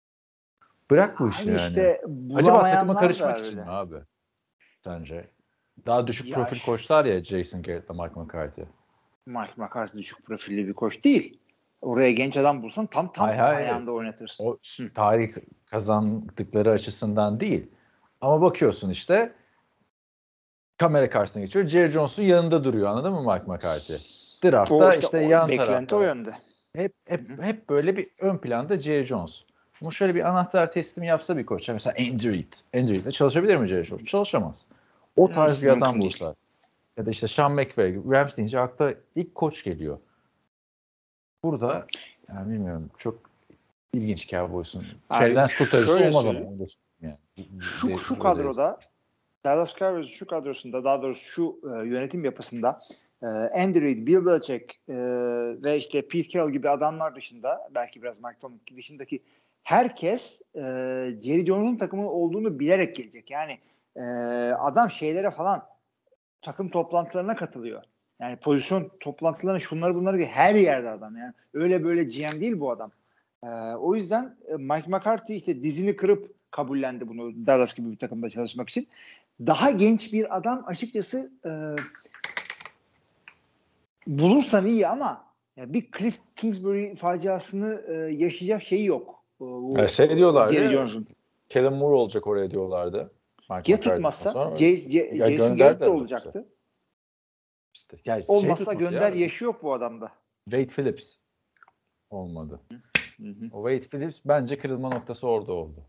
Bırak bu işi Abi yani. işte Acaba takıma bulamayanlar karışmak da için mi öyle. abi? Sence? Daha düşük Yaş. profil koçlar ya Jason Garrett'la Mike McCarthy. Mike McCarthy düşük profilli bir koç değil. Oraya genç adam bulsan tam tam Hayır, hayır. ayağında oynatırsın. O tarih kazandıkları açısından değil. Ama bakıyorsun işte kamera karşısına geçiyor. Jerry Jones'un yanında duruyor. Anladın mı Mike McCarthy? Draft'ta O işte, işte o, yan beklenti tarafta. o yönde. Hep hep hep böyle bir ön planda Jerry Jones. Ama şöyle bir anahtar teslimi yapsa bir koç. Mesela Andy Reid. Andy Reid'le çalışabilir mi Jerry Jones? Çalışamaz. O tarz Hı, bir adam mümkün bulsa. Ya da işte Sean McVay. Rams deyince akla ilk koç geliyor. Burada yani bilmiyorum çok ilginç Cowboys'un. Trey Lance kurtarıcısı olmaz ama. Yani. Şu, şu kadroda Dallas Cowboys'un şu kadrosunda daha doğrusu şu e, yönetim yapısında e, Andy Reid, Bill Belichick e, ve işte Pete Carroll gibi adamlar dışında belki biraz Mike Tomlin dışındaki herkes e, Jerry Jones'un takımı olduğunu bilerek gelecek. Yani e, adam şeylere falan takım toplantılarına katılıyor. Yani pozisyon toplantılarına şunları bunları her yerde adam. Yani öyle böyle G M değil bu adam. E, o yüzden Mike McCarthy işte dizini kırıp kabullendi bunu Dallas gibi bir takımda çalışmak için. Daha genç bir adam açıkçası e, bulursan iyi ama yani bir Cliff Kingsbury faciasını e, yaşayacak şeyi yok. O, yani şey diyorlardı. Jerry Jones'un. Kellen Moore olacak oraya diyorlardı. Mike Ya tutmazsa sonra, J- J- ya Jason Garrett de olacaktı. İşte, yani olmazsa şey gönder ya, yaşı yok bu adamda. Wade Phillips olmadı. Hı hı. O Wade Phillips bence kırılma noktası orada oldu.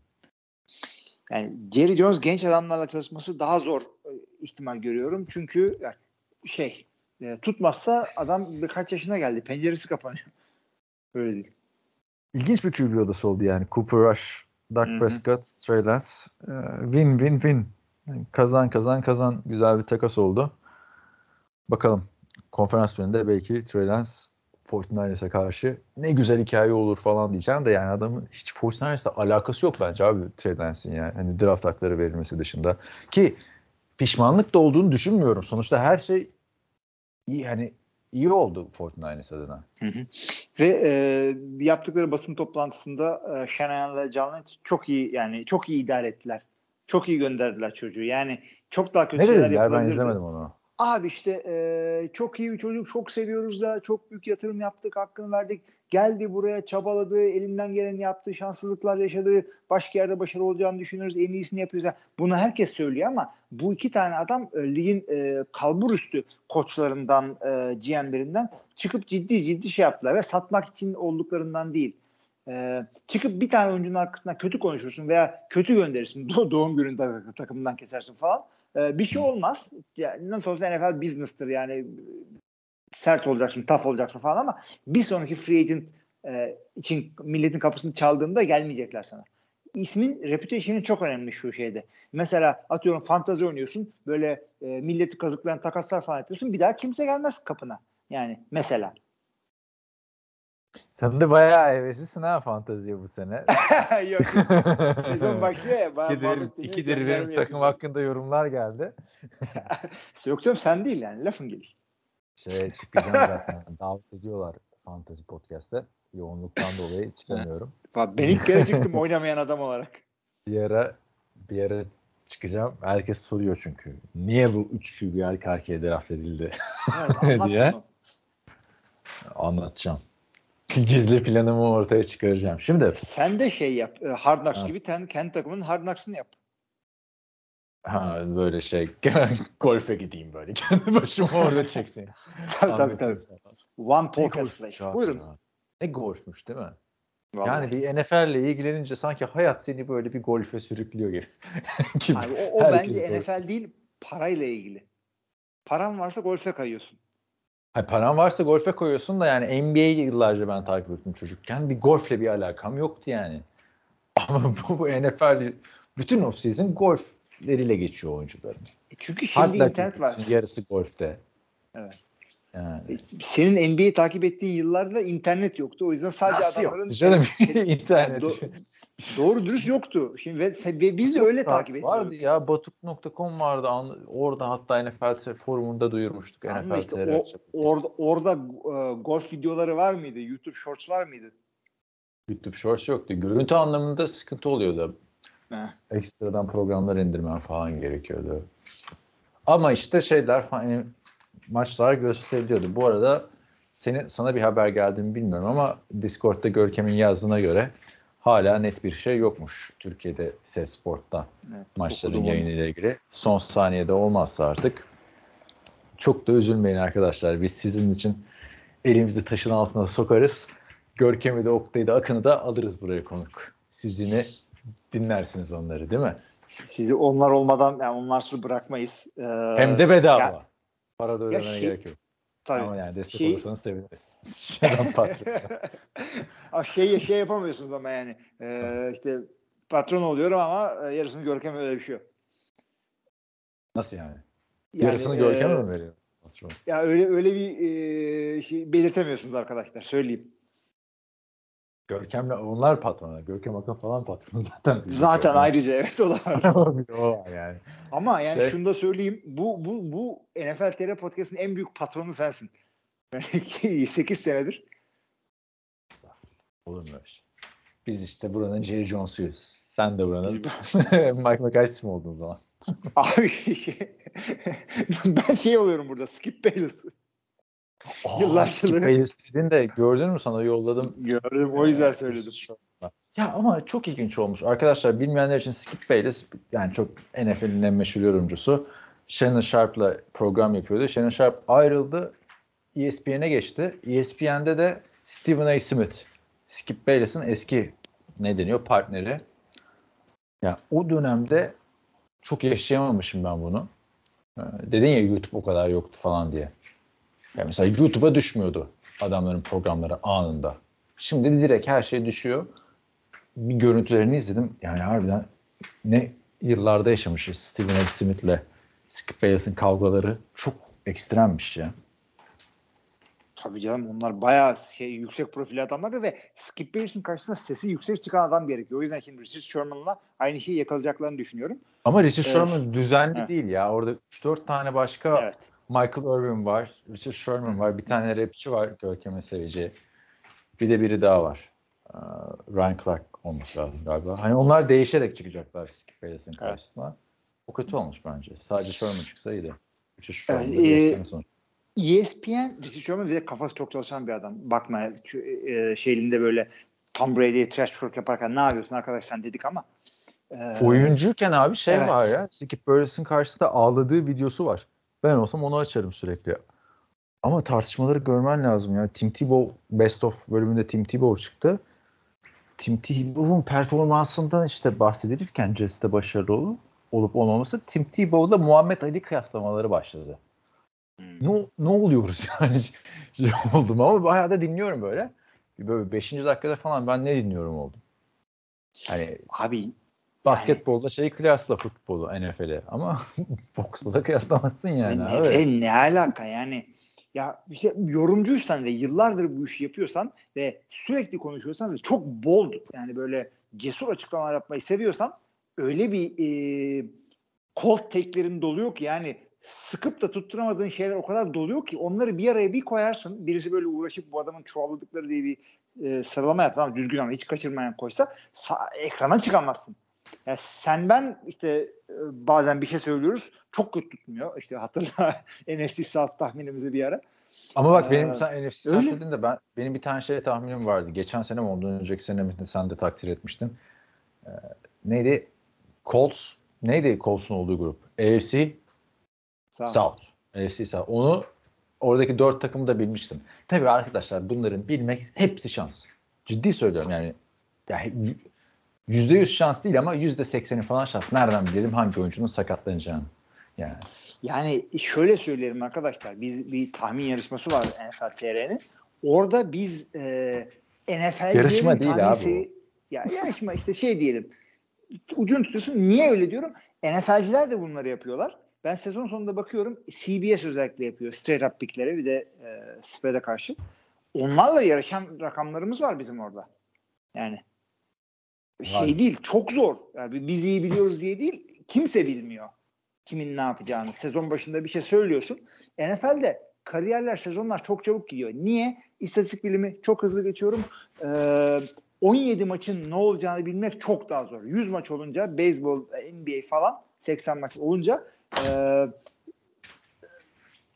Yani Jerry Jones genç adamlarla çalışması daha zor e, ihtimal görüyorum. Çünkü yani şey e, tutmazsa adam birkaç yaşına geldi. Penceresi kapanıyor. Öyle değil. İlginç bir Q B odası oldu yani. Cooper Rush, Dak Hı hı. Prescott, Trey Lance. E, win win win. Yani kazan kazan kazan güzel bir takas oldu. Bakalım konferans finalinde belki Trey Lance kırk dokuz'a karşı ne güzel hikaye olur falan diyeceğim de yani adamın hiç kırk dokuz'la alakası yok bence abi Trey Lance'in yani. Hani draft hakları verilmesi dışında. Ki pişmanlık da olduğunu düşünmüyorum. Sonuçta her şey iyi hani iyi oldu kırk dokuz adına. Hı hı. Ve e, yaptıkları basın toplantısında e, Shanahan'la John Lynch çok iyi yani çok iyi idare ettiler. Çok iyi gönderdiler çocuğu. Yani çok daha kötü Ne şeyler dediler ben yapılabilirdi. izlemedim onu. Abi işte e, çok iyi bir çocuk, çok seviyoruz da çok büyük yatırım yaptık, hakkını verdik. Geldi buraya çabaladı, elinden geleni yaptı, şanssızlıklar yaşadı. Başka yerde başarılı olacağını düşünüyoruz, en iyisini yapıyoruz. Yani bunu herkes söylüyor ama bu iki tane adam e, ligin e, kalbur üstü koçlarından, e, G M'lerinden çıkıp ciddi ciddi şey yaptılar ve satmak için olduklarından değil. E, çıkıp bir tane oyuncunun arkasından kötü konuşursun veya kötü gönderirsin, doğum gününde takımından kesersin falan. Bir şey olmaz. Yani nasıl olsa N F L business'tır yani sert olacaksın, tough olacaksın falan ama bir sonraki free agent e, için milletin kapısını çaldığında gelmeyecekler sana. İsmin, reputation'ın çok önemli şu şeyde. Mesela atıyorum fantazi oynuyorsun, böyle e, milleti kazıklayan takaslar falan yapıyorsun. Bir daha kimse gelmez kapına. Yani mesela. Sen de bayağı heveslisin ha fanteziye bu sene. Yok. Sezon başlıyor ya. İkidir, ikidir benim takım hakkında yorumlar geldi. Yok canım sen değil yani. Lafın gelir. Şey çıkacağım zaten. Davet ediyorlar Fantasy Podcast'te. Yoğunluktan dolayı çıkamıyorum. Ben ilk kere çıktım oynamayan adam olarak. Bir ara bir ara çıkacağım. Herkes soruyor çünkü. Niye bu üç Q B arka arkaya draft edildi? Evet, anlat diye. bunu. Anlatacağım. Gizli planımı ortaya çıkaracağım. Şimdi sen de şey yap. Hard Knocks gibi kendi, kendi takımının Hard Knocks'ını yap. Ha, böyle şey golfe gideyim böyle. Kendi başıma orada çeksin. tabii tabii tabii. One podcast place. Buyurun. Ya. Ne golfmüş değil mi? Vallahi. Yani bir N F L ile ilgilenince sanki hayat seni böyle bir golfe sürüklüyor gibi. gibi. Abi, o o bence golf. N F L değil, parayla ilgili. Paran varsa golfe kayıyorsun. Hayır, paran varsa golfe koyuyorsun da yani N B A'yi yıllarca ben takip ettim çocukken. Bir golfle bir alakam yoktu yani. Ama bu, bu N F L bütün off-season golfleriyle geçiyor oyuncuların. E çünkü şimdi Hard internet var. Yarısı golfte. Evet. Yani. Senin N B A'yi takip ettiğin yıllarda internet yoktu. O yüzden sadece Nasıl adamların yoktu canım internet. Yani do- doğru dürüst yoktu. Şimdi ve, ve biz de öyle takip ettik. Vardı ya batuk nokta com vardı. Orada hatta N F L forumunda duyurmuştuk. N F L işte o, orada orada uh, golf videoları var mıydı? YouTube Shorts var mıydı? YouTube Shorts yoktu. Görüntü anlamında sıkıntı oluyordu. Heh. Ekstradan programlar indirmen falan gerekiyordu. Ama işte şeyler hani maçlar gösteriliyordu. Bu arada seni, sana bir haber geldiğini bilmiyorum ama Discord'da Görkem'in yazdığına göre hala net bir şey yokmuş Türkiye'de Ses Sport'ta Evet, maçların yayınıyla ilgili. Son saniyede olmazsa artık çok da üzülmeyin arkadaşlar. Biz sizin için elimizi taşın altına sokarız. Görkem'i de Oktay'ı da Akın'ı da alırız buraya konuk. Siz yine dinlersiniz onları değil mi? Sizi onlar olmadan yani onlarsız bırakmayız. Ee, Hem de bedava. Ya, Para da ödemene şey, gerek yok. Tabii. Ama yani destek şey, olursanız seviniriz. Şeyden patron. şey, şey yapamıyorsunuz ama yani. Ee, işte patron oluyorum ama yarısını Görkem, öyle bir şey yok. Nasıl yani? Yani, Yarısını Görkem'e e, mi veriyor? Patron. Ya öyle öyle bir e, şey belirtemiyorsunuz arkadaşlar, söyleyeyim. Görkem'le onlar patrona. Görkem Akın falan patron zaten. Zaten ayrıca evet, o da var. O var yani. Ama yani Şey, şunu da söyleyeyim. Bu bu bu N F L T R Podcast'ın en büyük patronu sensin. sekiz senedir. olur mu öyle şey? Biz işte buranın Jerry Jones'uyuz. Sen de buranın Mike McCarthy mi oldun o zaman? Abi şey, ben şey oluyorum burada. Skip Bayless. Yıllarca dedin de gördün mü, sana yolladım. Gördüm, o yüzden söyledim. Ya ama çok ilginç olmuş. Arkadaşlar bilmeyenler için Skip Bayless yani çok N F L'in en meşhur yorumcusu. Shannon Sharp'la program yapıyordu. Shannon Sharp ayrıldı. E S P N'e geçti. E S P N'de de Stephen A. Smith. Skip Bayless'ın eski ne deniyor partneri. Ya yani o dönemde çok yaşayamamışım ben bunu. Ee, dedin ya YouTube o kadar yoktu falan diye. Yani mesela YouTube'a düşmüyordu adamların programları anında. Şimdi direkt her şey düşüyor. Bir görüntülerini izledim. Yani harbiden ne yıllarda yaşamışız Stephen A. Smith'le Skip Bayless'in kavgaları. Çok ekstremmiş ya. Tabii canım, onlar bayağı şey, yüksek profil adamlar ve Skip Bayless'in karşısında sesi yüksek çıkan adam gerekiyor. O yüzden şimdi Richard Sherman'la aynı şeyi yakalayacaklarını düşünüyorum. Ama Richard ee, Sherman düzenli evet. değil ya. Orada üç dört tane başka evet. Michael Irvin var. Richard Sherman var. Bir tane rapçi var Görkem'e seveceği. Bir de biri daha var. Ryan Clark olması lazım galiba. Hani onlar değişerek çıkacaklar Skip Bayless'in karşısına. Evet. O kötü olmuş bence. Sadece Sherman çıksa iyiydi. Richard Sherman'da ee, E S P N, Richard Sherman bir de kafası çok çalışan bir adam. Bakma e, şeyinde böyle Tom Brady'ye trash talk yaparken ne yapıyorsun arkadaş sen dedik ama. E, Oyuncuyken abi şey evet. var ya. Skip Bayless'in karşısında ağladığı videosu var. Ben olsam onu açarım sürekli. Ama tartışmaları görmen lazım ya. Tim Tebow Best of bölümünde Tim Tebow çıktı. Tim Tebow'un performansından işte bahsedilirken Jets'te başarılı olup olmaması, Tim Tebow'da Muhammed Ali kıyaslamaları başladı. Hmm. Ne, ne oluyoruz yani? Şey oldum ama bayağı da dinliyorum böyle. Böyle beşinci dakikada falan ben ne dinliyorum oldum. Hani abi basketbolda yani, şeyi kıyasla futbolu N F L'e ama boksla da kıyaslamazsın yani. Ne, ne, ne alaka yani? Ya işte yorumcuysan ve yıllardır bu işi yapıyorsan ve sürekli konuşuyorsan ve çok bold, yani böyle cesur açıklamalar yapmayı seviyorsan, öyle bir e, cold take'lerin doluyor ki, yani sıkıp da tutturamadığın şeyler o kadar doluyor ki onları bir araya bir koyarsın. Birisi böyle uğraşıp bu adamın çuvalladıkları diye bir e, sıralama yapar ama düzgün ama hiç kaçırmayan koysa sa- ekrana çıkamazsın. Yani sen ben işte e, bazen bir şey söylüyoruz, çok kötü tutmuyor. İşte hatırla N F C South tahminimizi bir ara. Ama bak ee, benim sen N F C South dedin de ben benim bir tane şey tahminim vardı. Geçen sene mi ondan önceki sene mi sen de takdir etmiştin. Ee, neydi? Colts. Neydi Colts'un olduğu grup? A F C South. South. A F C South. Onu oradaki dört takımı da bilmiştim. Tabii arkadaşlar bunların bilmek hepsi şans. Ciddi söylüyorum yani. Yani yüzde yüz şans değil ama yüzde sekseni falan şans. Nereden bilelim hangi oyuncunun sakatlanacağını. Yani. Yani şöyle söylerim arkadaşlar. Biz bir tahmin yarışması var N F L T R'nin. Orada biz e, N F L'lerin yarışma değil tahmisi, abi o. Ya yarışma işte şey diyelim. Ucunu tutuyorsun. Niye öyle diyorum? N F L'ciler de bunları yapıyorlar. Ben sezon sonunda bakıyorum. C B S özellikle yapıyor. Straight up pick'lere bir de e, spread'e karşı. Onlarla yarışan rakamlarımız var bizim orada. Yani şey var. Değil. Çok zor. Yani biz iyi biliyoruz diye değil. Kimse bilmiyor kimin ne yapacağını. Sezon başında bir şey söylüyorsun. N F L'de kariyerler, sezonlar çok çabuk gidiyor. Niye? İstatistik bilimi çok hızlı geçiyorum. Ee, on yedi maçın ne olacağını bilmek çok daha zor. yüz maç olunca, beyzbol, N B A falan seksen maç olunca e,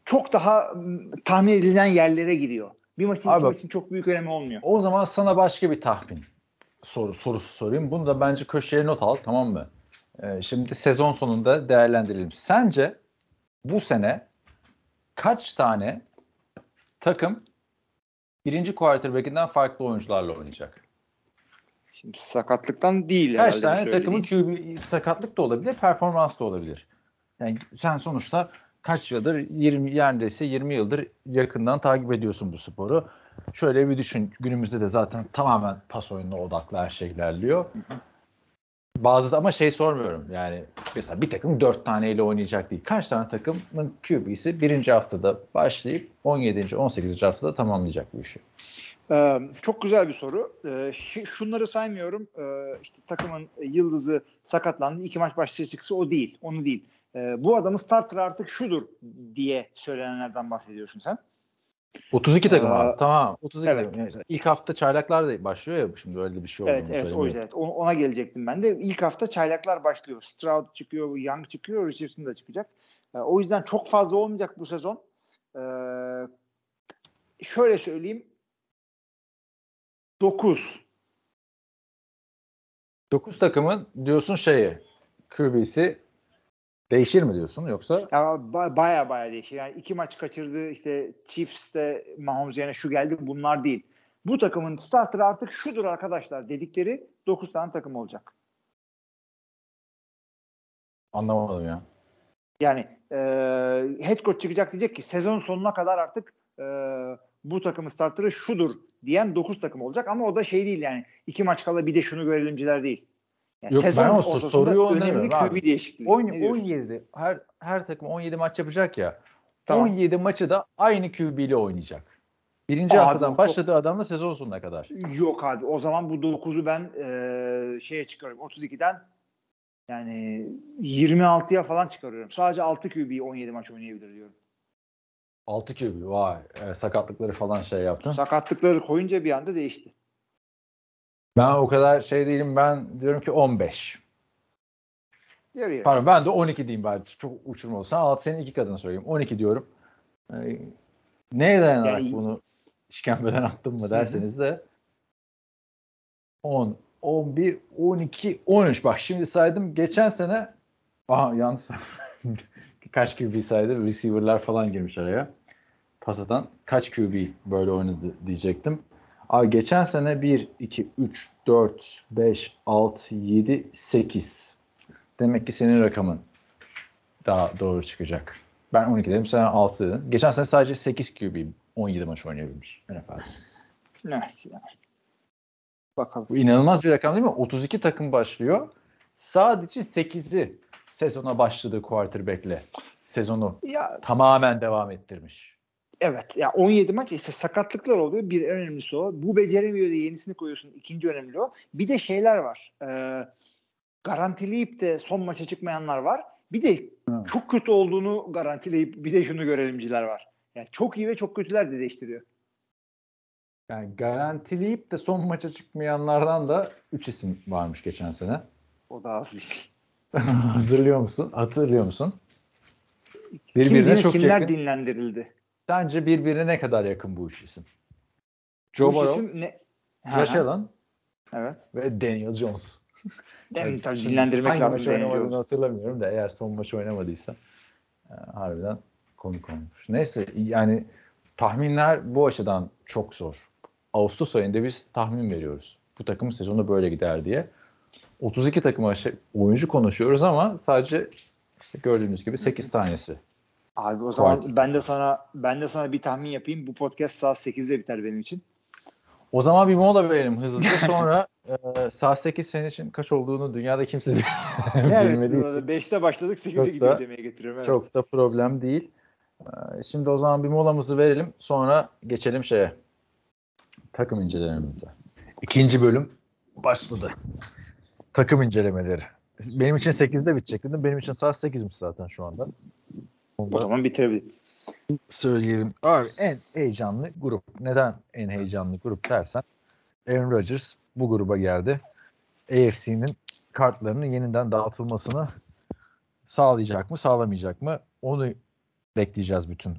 çok daha m, tahmin edilen yerlere giriyor. Bir maçın Abi iki bak, maçın çok büyük önemi olmuyor. O zaman sana başka bir tahmin soru sorusu sorayım. Bunu da bence köşeye not al, tamam mı? Ee, şimdi sezon sonunda değerlendirelim. Sence bu sene kaç tane takım birinci quarterback'inden farklı oyuncularla oynayacak? Şimdi sakatlıktan değil Kaç herhalde tane bu takımın söylediğin. Q B sakatlık da olabilir, performans da olabilir. Yani sen sonuçta kaç yıldır, yirmi neredeyse yirmi yıldır yakından takip ediyorsun bu sporu. Şöyle bir düşün. Günümüzde de zaten tamamen pas oyununa odaklı her şey ilerliyor. Bazı da ama şey sormuyorum. Yani mesela bir takım dört taneyle oynayacak değil. Kaç tane takımın Q B'si birinci haftada başlayıp on yedinci on sekizinci haftada tamamlayacak bu işi? Ee, çok güzel bir soru. Ee, ş- şunları saymıyorum. Ee, işte takımın yıldızı sakatlandı. İki maç başlıca çıksa o değil. Onu değil. Ee, bu adamın starter artık şudur diye söylenenlerden bahsediyorsun sen. otuz iki takım Ee, abi. Tamam. otuz iki evet. takım. Yani ilk hafta çaylaklar da başlıyor ya, şimdi öyle bir şey olduğunu Evet, evet, o söylemiyorum. yüzden. Evet. Ona, ona gelecektim ben de. İlk hafta çaylaklar başlıyor. Stroud çıkıyor, Young çıkıyor, Richardson da çıkacak. Ee, o yüzden çok fazla olmayacak bu sezon. Ee, şöyle söyleyeyim. dokuz. dokuz takımın diyorsun şeyi, Q B'si değişir mi diyorsun yoksa? Ya ba- baya baya değişir. Yani iki maç kaçırdı, işte Chiefs'te Mahomes yerine şu geldi, bunlar değil. Bu takımın starter artık şudur arkadaşlar dedikleri dokuz tane takım olacak. Anlamadım ya. Yani e, head coach çıkacak, diyecek ki sezon sonuna kadar artık e, bu takımın starterı şudur diyen dokuz takım olacak, ama o da şey değil yani iki maç kala bir de şunu görelimciler değil. Yani Yok, sezon ben o ortasında soruyu önemli oynamıyorum Q abi. B değişikliği. on, Ne diyorsun? on yedi her her takım on yedi maç yapacak ya. Tamam. on yedi maçı da aynı Q B ile oynayacak. Birinci Abi, haftadan çok- başladığı adamla sezon sonuna kadar. Yok abi, o zaman bu dokuzu ben e, şeye çıkarıyorum, otuz ikiden yani yirmi altıya falan çıkarıyorum. Sadece altı Q B on yedi maç oynayabilir diyorum. altı Q B, vay. E, sakatlıkları falan şey yaptın. Sakatlıkları koyunca bir anda değişti. Ben o kadar şey değilim, ben diyorum ki on beş. Yarı yarı. Pardon, ben de on iki diyeyim bari. Çok uçurma olsa. altı senin iki kadını söyleyeyim. on iki diyorum. E, neye dayanarak Yani- bunu işkembeden attım mı derseniz de on, on bir, on iki, on üç. Bak şimdi saydım. Geçen sene aha yalnız kaç Q B saydım. Receiver'lar falan girmiş araya. Pas atan kaç Q B böyle oynadı diyecektim. Abi geçen sene bir, iki, üç, dört, beş, altı, yedi, sekiz. Demek ki senin rakamın daha doğru çıkacak. Ben on iki dedim, sen altı dedin. Geçen sene sadece sekiz Q B on yedi maç oynayabilmiş. Evet yani. Bakalım. Bu inanılmaz bir rakam değil mi? otuz iki takım başlıyor. Sadece sekizi sezona başladığı quarterback'le sezonu Ya tamamen devam ettirmiş. evet ya, on yedi maç işte sakatlıklar oluyor. Bir en önemlisi o. Bu beceremiyor diye yenisini koyuyorsun. İkinci önemli o. Bir de şeyler var. Ee, garantileyip de son maça çıkmayanlar var. Bir de Hı. çok kötü olduğunu garantileyip bir de şunu görelimciler var. Yani çok iyi ve çok kötüler de değiştiriyor. Yani garantileyip de son maça çıkmayanlardan da üç isim varmış geçen sene. O da az değil. Hazırlıyor musun? Hatırlıyor musun? Kim Birbirine bilir çok kimler yakın. dinlendirildi. Sence birbirine ne kadar yakın bu üç isim? Joe Bu Burrow, isim ne? Josh Allen Evet. ve Daniel Jones. Yani, Evet, tabii şimdi dinlendirmek hangi lazım maç Daniel oynamadığını Jones. hatırlamıyorum da eğer son maç oynamadıysa e, harbiden komik olmuş. Neyse, yani tahminler bu açıdan çok zor. Ağustos ayında biz tahmin veriyoruz. Bu takım sezonu böyle gider diye. otuz iki takım oyuncu konuşuyoruz ama sadece işte gördüğünüz gibi sekiz tanesi. Abi o zaman Quarter. ben de sana ben de sana bir tahmin yapayım. Bu podcast saat sekizde biter benim için. O zaman bir mola verelim hızlıca. Sonra e, saat sekiz senin için kaç olduğunu dünyada kimse bilmediği Evet, için beşte başladık sekize Çok gidiyor da- demeye getiriyorum. Evet. çok da problem değil. E, şimdi o zaman bir molamızı verelim. Sonra geçelim şeye. Takım incelemelerimize. İkinci bölüm başladı. Takım incelemeleri. Benim için sekizde bitecek dedim. Benim için saat sekizmiş zaten şu anda. Onu O da zaman bitirebilirim. söyleyelim. Abi en heyecanlı grup. Neden en heyecanlı grup dersen, Aaron Rodgers bu gruba geldi. A F C'nin kartlarının yeniden dağıtılmasını sağlayacak mı, sağlamayacak mı? Onu bekleyeceğiz bütün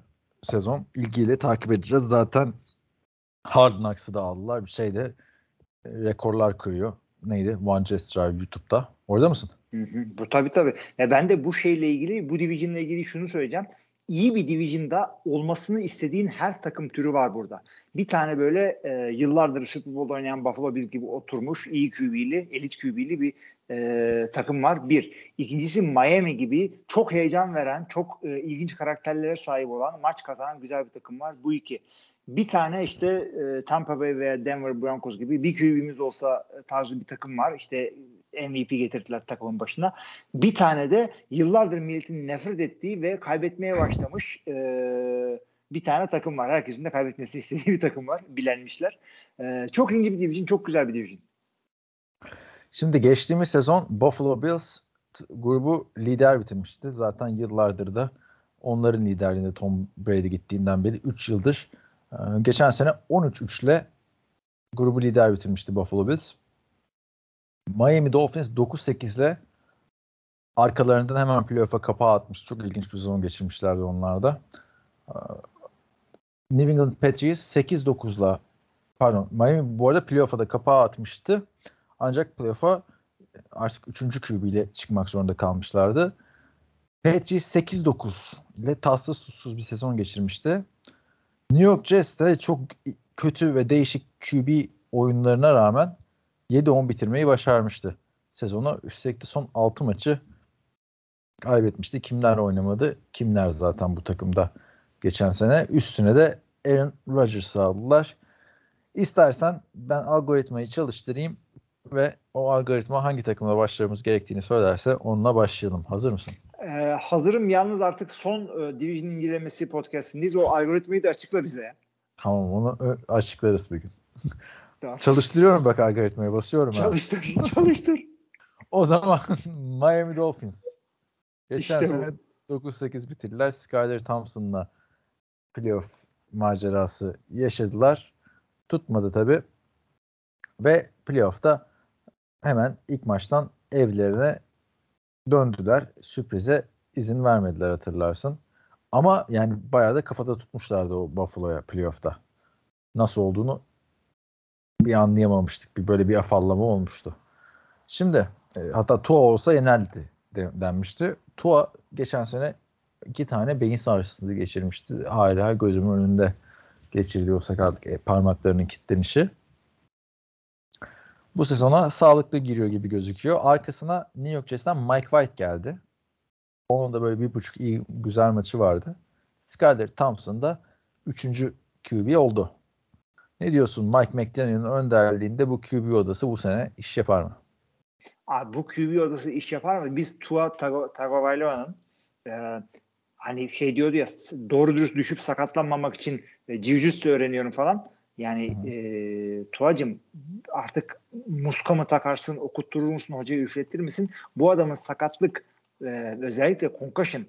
sezon ilgiyle takip edeceğiz. Zaten Hard Knocks'ı da aldılar. Bir şey de e, rekorlar kırıyor. Neydi? One Just Drive YouTube'da. Orada mısın? Hı hı. Bu tabii tabii. Ya ben de bu şeyle ilgili, bu division'la ilgili şunu söyleyeceğim. İyi bir division'da olmasını istediğin her takım türü var burada. Bir tane böyle e, yıllardır Super Bowl oynayan Buffalo Bills gibi oturmuş iyi Q B'li, elit Q B'li bir e, takım var. Bir. İkincisi Miami gibi çok heyecan veren, çok e, ilginç karakterlere sahip olan, maç kazanan güzel bir takım var. Bu iki. Bir tane işte e, Tampa Bay veya Denver Broncos gibi bir Q B'miz olsa e, tarzı bir takım var. İşte M V P getirdiler takımın başına. Bir tane de yıllardır milletin nefret ettiği ve kaybetmeye başlamış e, bir tane takım var. Herkesin de kaybetmesi istediği bir takım var. Bilenmişler. E, çok ilginç bir division. Çok güzel bir division. Şimdi geçtiğimiz sezon Buffalo Bills t- grubu lider bitirmişti. Zaten yıllardır da onların liderliğinde Tom Brady gittiğinden beri üç yıldır. Ee, geçen sene on üç üç ile grubu lider bitirmişti Buffalo Bills. Miami Dolphins dokuz sekiz ile arkalarından hemen playoff'a kapağı atmış. Çok ilginç bir sezon geçirmişlerdi onlar da. Ee, New England Patriots sekiz dokuzla pardon Miami bu arada playoff'a da kapağı atmıştı. Ancak playoff'a artık üçüncü Q B ile çıkmak zorunda kalmışlardı. Patriots sekiz dokuz ile tatsız tutsuz bir sezon geçirmişti. New York Jets de çok kötü ve değişik Q B oyunlarına rağmen yedi on bitirmeyi başarmıştı sezonu. Üstelik de son altı maçı kaybetmişti. Kimler oynamadı? Kimler zaten bu takımda geçen sene. Üstüne de Aaron Rodgers'ı aldılar. İstersen ben algoritmayı çalıştırayım ve o algoritma hangi takımla başlamamız gerektiğini söylerse onunla başlayalım. Hazır mısın? Ee, hazırım. Yalnız artık son e, division incelemesi podcastindeyiz. O algoritmayı da açıkla bize ya. Tamam, onu ö- açıklarız bir gün. Tamam. Çalıştırıyorum bak, algoritmaya basıyorum. Çalıştır, çalıştır. O zaman Miami Dolphins. Geçen İşte sene dokuz sekiz bitirdiler. Skyler Thompson'la playoff macerası yaşadılar. Tutmadı tabii. Ve playoff'ta hemen ilk maçtan evlerine döndüler. Sürprize izin vermediler, hatırlarsın. Ama yani bayağı da kafada tutmuşlardı o Buffalo'ya playoff'ta. Nasıl olduğunu bir anlayamamıştık. Bir böyle bir afallama olmuştu. Şimdi e, hatta Tua olsa yenerdi de, denmişti. Tua geçen sene iki tane beyin sarsıntısı geçirmişti. Hala gözümün önünde geçirdiği o sakatlık, e, parmaklarının kilitlenişi. Bu sezona sağlıklı giriyor gibi gözüküyor. Arkasına New York Jets'ten Mike White geldi. Onun da böyle bir buçuk iyi güzel maçı vardı. Skyler Thompson da üçüncü Q B oldu. Ne diyorsun, Mike McDaniel'ın önderliğinde bu Q B odası bu sene iş yapar mı? Abi bu Q B odası iş yapar mı? Biz Tua Tagovailoa'nın e, hani şey diyordu ya, doğru dürüst düşüp sakatlanmamak için e, jiu-jitsu öğreniyorum falan. Yani e, Tuacım artık muska mı takarsın, okutturur musun, hocayı üfletir misin? Bu adamın sakatlık e, özellikle concussion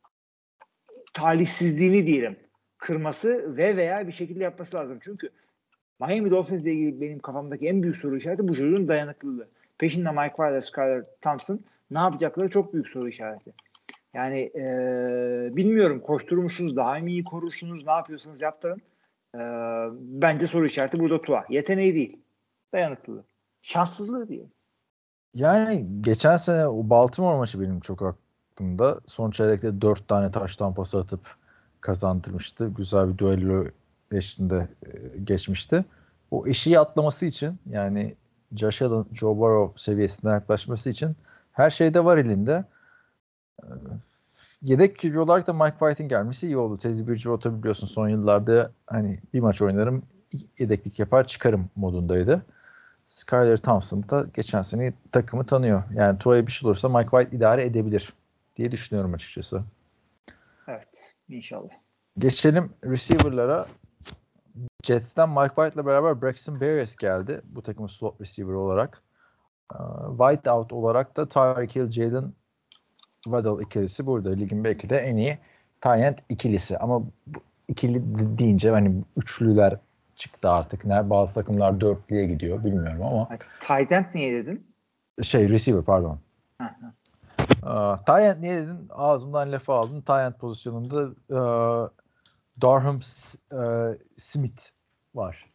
talihsizliğini diyelim kırması ve veya bir şekilde yapması lazım. Çünkü Miami Dolphins ile ilgili benim kafamdaki en büyük soru işareti bu çocuğun dayanıklılığı. Peşinde Mike White, Skyler Thompson ne yapacakları çok büyük soru işareti. Yani e, bilmiyorum, koşturmuşsunuz, daha mı iyi korursunuz, ne yapıyorsunuz yaptırın. E, bence soru işareti burada Tua. Yeteneği değil, dayanıklılığı. Şanssızlığı değil. Yani geçen sene o Baltimore maçı benim çok aklımda. Son çeyrekte dört tane taş tampası atıp kazandırmıştı. Güzel bir duello eşliğinde e, geçmişti. O eşiği atlaması için, yani Josh Allen, Joe Burrow seviyesine yaklaşması için her şeyde var elinde. E, yedek Q B olarak da Mike White'in gelmesi iyi oldu. Teddy Bridgewater biliyorsun son yıllarda hani bir maç oynarım, yedeklik yapar çıkarım modundaydı. Skyler Thompson da geçen sene takımı tanıyor. Yani Tua'ya bir şey olursa Mike White idare edebilir diye düşünüyorum açıkçası. Evet, inşallah. Geçelim receiver'lara. Jets'ten Mike White'la beraber Braxton Berrios geldi. Bu takımın slot receiver olarak. White out olarak da Tyreek Hill, Jalen Waddle ikilisi burada. Ligin belki de en iyi tight end ikilisi. Ama bu ikili deyince hani üçlüler çıktı artık. Bazı takımlar dörtlüye gidiyor. Bilmiyorum ama. Tight end niye dedin? Şey receiver pardon. Hı hı. Uh, tight end niye dedin? Ağzımdan lafı aldın. Tight end pozisyonunda uh, Durham e, Smith var.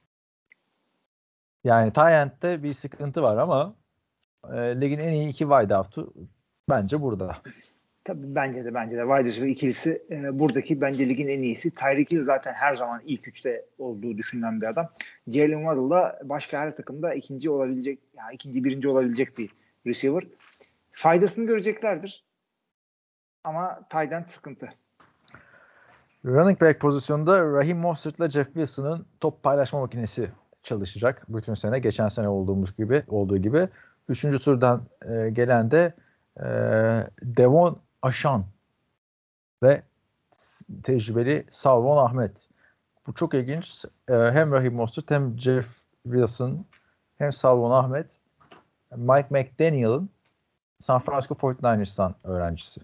Yani tight end'de bir sıkıntı var ama e, ligin en iyi iki wideout'u bence burada. Tabii bence de bence de wide receiver ikilisi e, buradaki bence ligin en iyisi. Tyreek Hill zaten her zaman ilk üçte olduğu düşünülen bir adam. Jalen Waddle da başka her takımda ikinci olabilecek, yani ikinci birinci olabilecek bir receiver. Faydasını göreceklerdir. Ama tight end sıkıntı. Running back pozisyonunda Raheem Mostert ile Jeff Wilson'ın top paylaşma makinesi çalışacak. Bütün sene, geçen sene olduğumuz gibi olduğu gibi. Üçüncü turdan e, gelen de e, Devon Aşan ve tecrübeli Salvon Ahmet. Bu çok ilginç. E, hem Raheem Mostert hem Jeff Wilson hem Salvon Ahmet Mike McDaniel'ın San Francisco kırk dokuzlardan öğrencisi.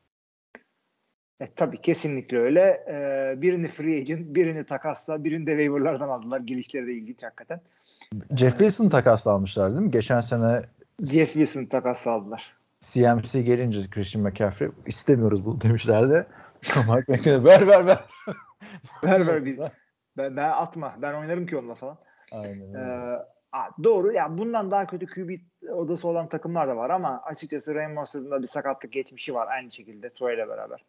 E, tabii kesinlikle öyle. E, birini free agent, birini takasla, birini de waiver'lardan aldılar. Gelişleri de ilginç hakikaten. Jeff Wilson'ı takasla almışlar değil mi? Geçen sene Jeff Wilson'ı takasla aldılar. C M C gelince Christian McCaffrey istemiyoruz bunu demişlerdi. Mike McDaniel ver ver ver. ver ver biz. Ben, ben atma. Ben oynarım ki onunla falan. Aynen öyle. Ee, doğru. Yani bundan daha kötü Q B odası olan takımlar da var ama açıkçası Raheem Mostert'ın da bir sakatlık geçmişi var aynı şekilde Tua ile beraber.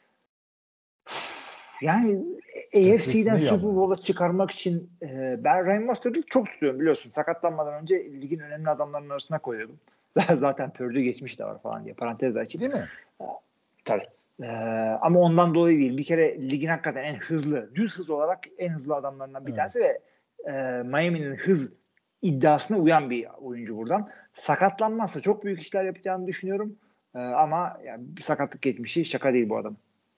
Yani A F C'den Super Bowl'a çıkarmak için e, ben Raheem Mostert'ı çok tutuyorum biliyorsun. Sakatlanmadan önce ligin önemli adamlarının arasına koyuyordum. Zaten Purdue geçmiş de var falan diye parantez de açayım. Değil mi? Ee, tabii. Ee, ama ondan dolayı değil. Bir kere ligin hakikaten en hızlı, düz hız olarak en hızlı adamlarından bir tanesi evet. ve e, Miami'nin hız iddiasına uyan bir oyuncu buradan. Sakatlanmazsa çok büyük işler yapacağını düşünüyorum. Ee, ama yani, sakatlık geçmişi şaka değil bu adam.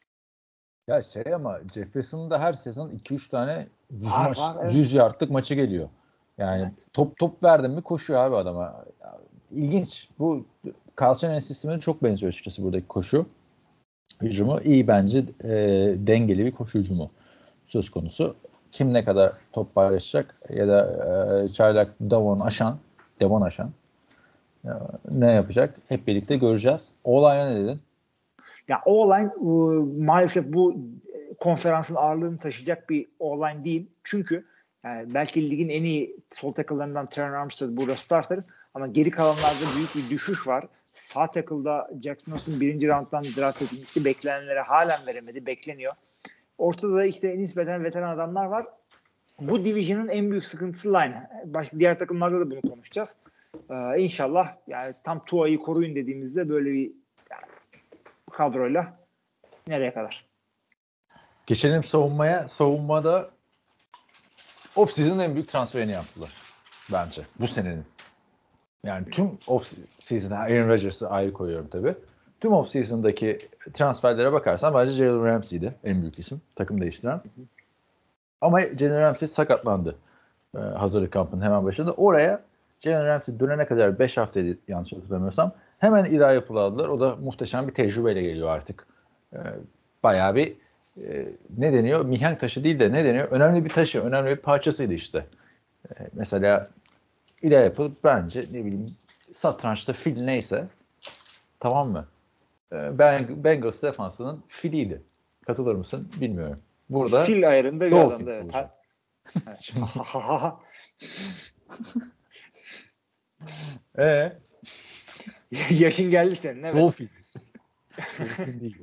Ya şey ama Jeff Wilson'ın da her sezon iki üç tane yüz, var, maç, var, evet. yüz yardlık maçı geliyor. Yani evet. top top verdin mi koşuyor abi adama. İlginç. Bu Carson sistemine çok benziyor açıkçası buradaki koşu hücumu. İyi bence e, dengeli bir koşu hücumu söz konusu. Kim ne kadar top paylaşacak ya da e, çaylak Devon Aşan Devon Aşan e, ne yapacak? Hep birlikte göreceğiz. Olay'a ne dedin? Ya O-line maalesef bu konferansın ağırlığını taşıyacak bir O-line değil. Çünkü yani belki ligin en iyi sol tackle'larından Terran Armstead burada starter ama geri kalanlarda büyük bir düşüş var. Sağ tackle'da Jackson Olsen birinci rounddan draft edilmişti. Beklenenlere halen veremedi. Bekleniyor. Ortada da işte nispeten veteran adamlar var. Bu division'ın en büyük sıkıntısı line. Başka diğer takımlarda da bunu konuşacağız. Ee, inşallah yani tam Tua'yı koruyun dediğimizde böyle bir yani, kadroyla nereye kadar? Geçelim savunmaya. Savunmada off-season'ın en büyük transferini yaptılar. Bence. Bu senenin. Yani tüm off-season'da Aaron Rodgers'ı ayrı koyuyorum tabii. Tüm off-season'daki transferlere bakarsan bence Jalen Ramsey'di en büyük isim. Takım değiştiren. Ama Jalen Ramsey sakatlandı. Ee, hazırlık kampının hemen başında. Oraya Jalen Ramsey dönene kadar beş haftaydı yanlış hatırlamıyorsam. Hemen İlay Apple aldılar. O da muhteşem bir tecrübeyle geliyor artık. Ee, bayağı bir e, ne deniyor? Mihenk taşı değil de ne deniyor? Önemli bir taşı, önemli bir parçasıydı işte. Ee, mesela İlay Apple bence ne bileyim satrançta fil neyse tamam mı? Ee, Bengals defansının filiydi. Katılır mısın? Bilmiyorum. Burada fil ayarında bir adamdı. Evet. Eee? Yaşın geldi senin evet. Dolphin. Dolphin değil.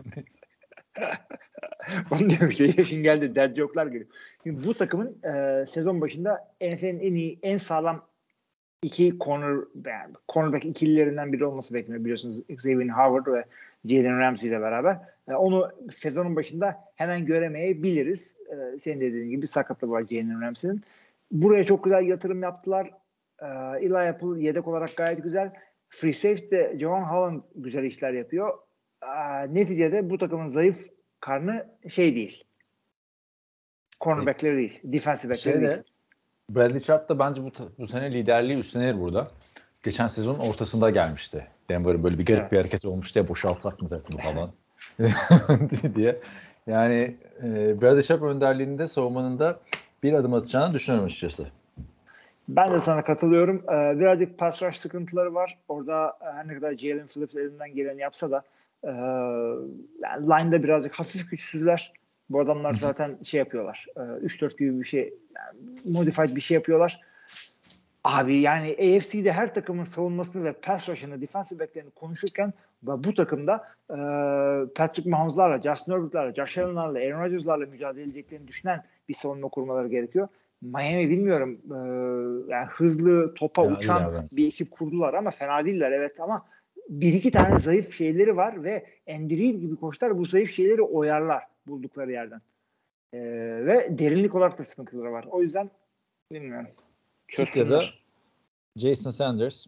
Onu diyorum işte yaşın geldi. Dead joke'lar geliyor. Şimdi bu takımın e, sezon başında N F L'in en iyi, en sağlam iki corner, yani cornerback ikililerinden biri olması bekleniyor. Biliyorsunuz Xavier Howard ve Jalen Ramsey ile beraber. E, onu sezonun başında hemen göremeyebiliriz. E, senin dediğin gibi sakatlığı var Jalen Ramsey'nin. Buraya çok güzel yatırım yaptılar. E, Eli Apple yedek olarak gayet güzel. Free safety'de Javon Holland güzel işler yapıyor. E, neticede bu takımın zayıf karnı şey değil. Cornerback'leri değil. Defensive back'leri Şeyde, değil. Bradley Chubb da bence bu, bu sene liderliği üstlenir burada. Geçen sezonun ortasında gelmişti. Denver'ın böyle bir garip evet. bir hareket olmuştu ya boşaltsak mı takımı falan diye. Yani e, Bradley Chubb önderliğinde savunmanın bir adım atacağını düşünüyorum açıkçası. Ben de sana katılıyorum. Ee, birazcık pass rush sıkıntıları var. Orada her ne kadar Jalen Phillips elinden geleni yapsa da e, yani line'da birazcık hafif güçsüzler. Bu adamlar zaten şey yapıyorlar. üç dört gibi bir şey, yani modified bir şey yapıyorlar. Abi yani A F C'de her takımın savunmasını ve pass rush'ını, defensive back'lerini konuşurken bu takımda e, Patrick Mahomes'larla, Justin Herbert'larla, Josh Allen'larla, Aaron Rodgers'larla mücadele edeceklerini düşünen bir savunma kurmaları gerekiyor. Miami bilmiyorum e, yani hızlı, topa ya uçan bir ekip kurdular ama fena değiller evet, ama bir iki tane zayıf şeyleri var ve Andy Reid gibi koçlar bu zayıf şeyleri oyarlar buldukları yerden. E, ve derinlik olarak da sıkıntıları var. O yüzden bilmiyorum. Çözsünler. Jason Sanders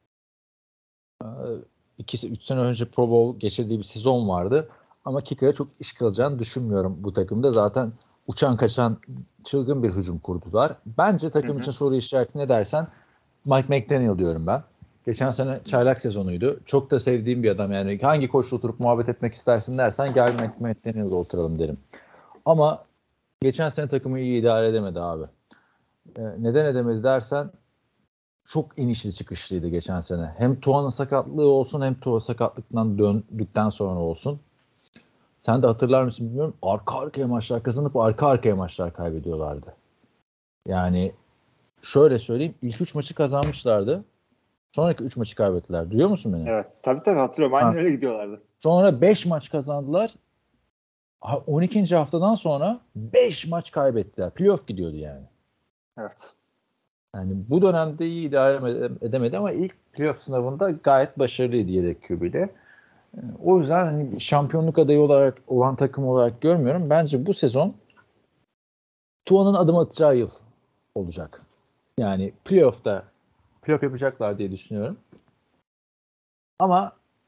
ikisi üç sene önce Pro Bowl geçirdiği bir sezon vardı. Ama kicker'a çok iş kalacağını düşünmüyorum bu takımda. Zaten uçan kaçan çılgın bir hücum kurdular. Bence takım hı hı. için soru işareti ne dersen Mike McDaniel diyorum ben. Geçen sene çaylak sezonuydu. Çok da sevdiğim bir adam yani. Hangi koçla oturup muhabbet etmek istersin dersen gel Mike McDaniel'da oturalım derim. Ama geçen sene takımı iyi idare edemedi abi. Ee, neden edemedi dersen çok inişli çıkışlıydı geçen sene. Hem Tua'nın sakatlığı olsun hem Tua sakatlıktan döndükten sonra olsun. Sen de hatırlar mısın bilmiyorum. Arka arkaya maçlar kazanıp arka arkaya maçlar kaybediyorlardı. Yani şöyle söyleyeyim. İlk üç maçı kazanmışlardı. Sonraki üç maçı kaybettiler. Duyuyor musun beni? Evet. Tabii tabii hatırlıyorum. Aynen ha. öyle gidiyorlardı. Sonra beş maç kazandılar. on ikinci haftadan sonra beş maç kaybettiler. Playoff gidiyordu yani. Evet. Yani bu dönemde iyi idare edemedi ama ilk playoff sınavında gayet başarılıydı yedek Q B'de. O yüzden hani şampiyonluk adayı olarak olan takım olarak görmüyorum. Bence bu sezon Tua'nın adım atacağı yıl olacak. Yani playoff'ta playoff yapacaklar diye düşünüyorum. Ama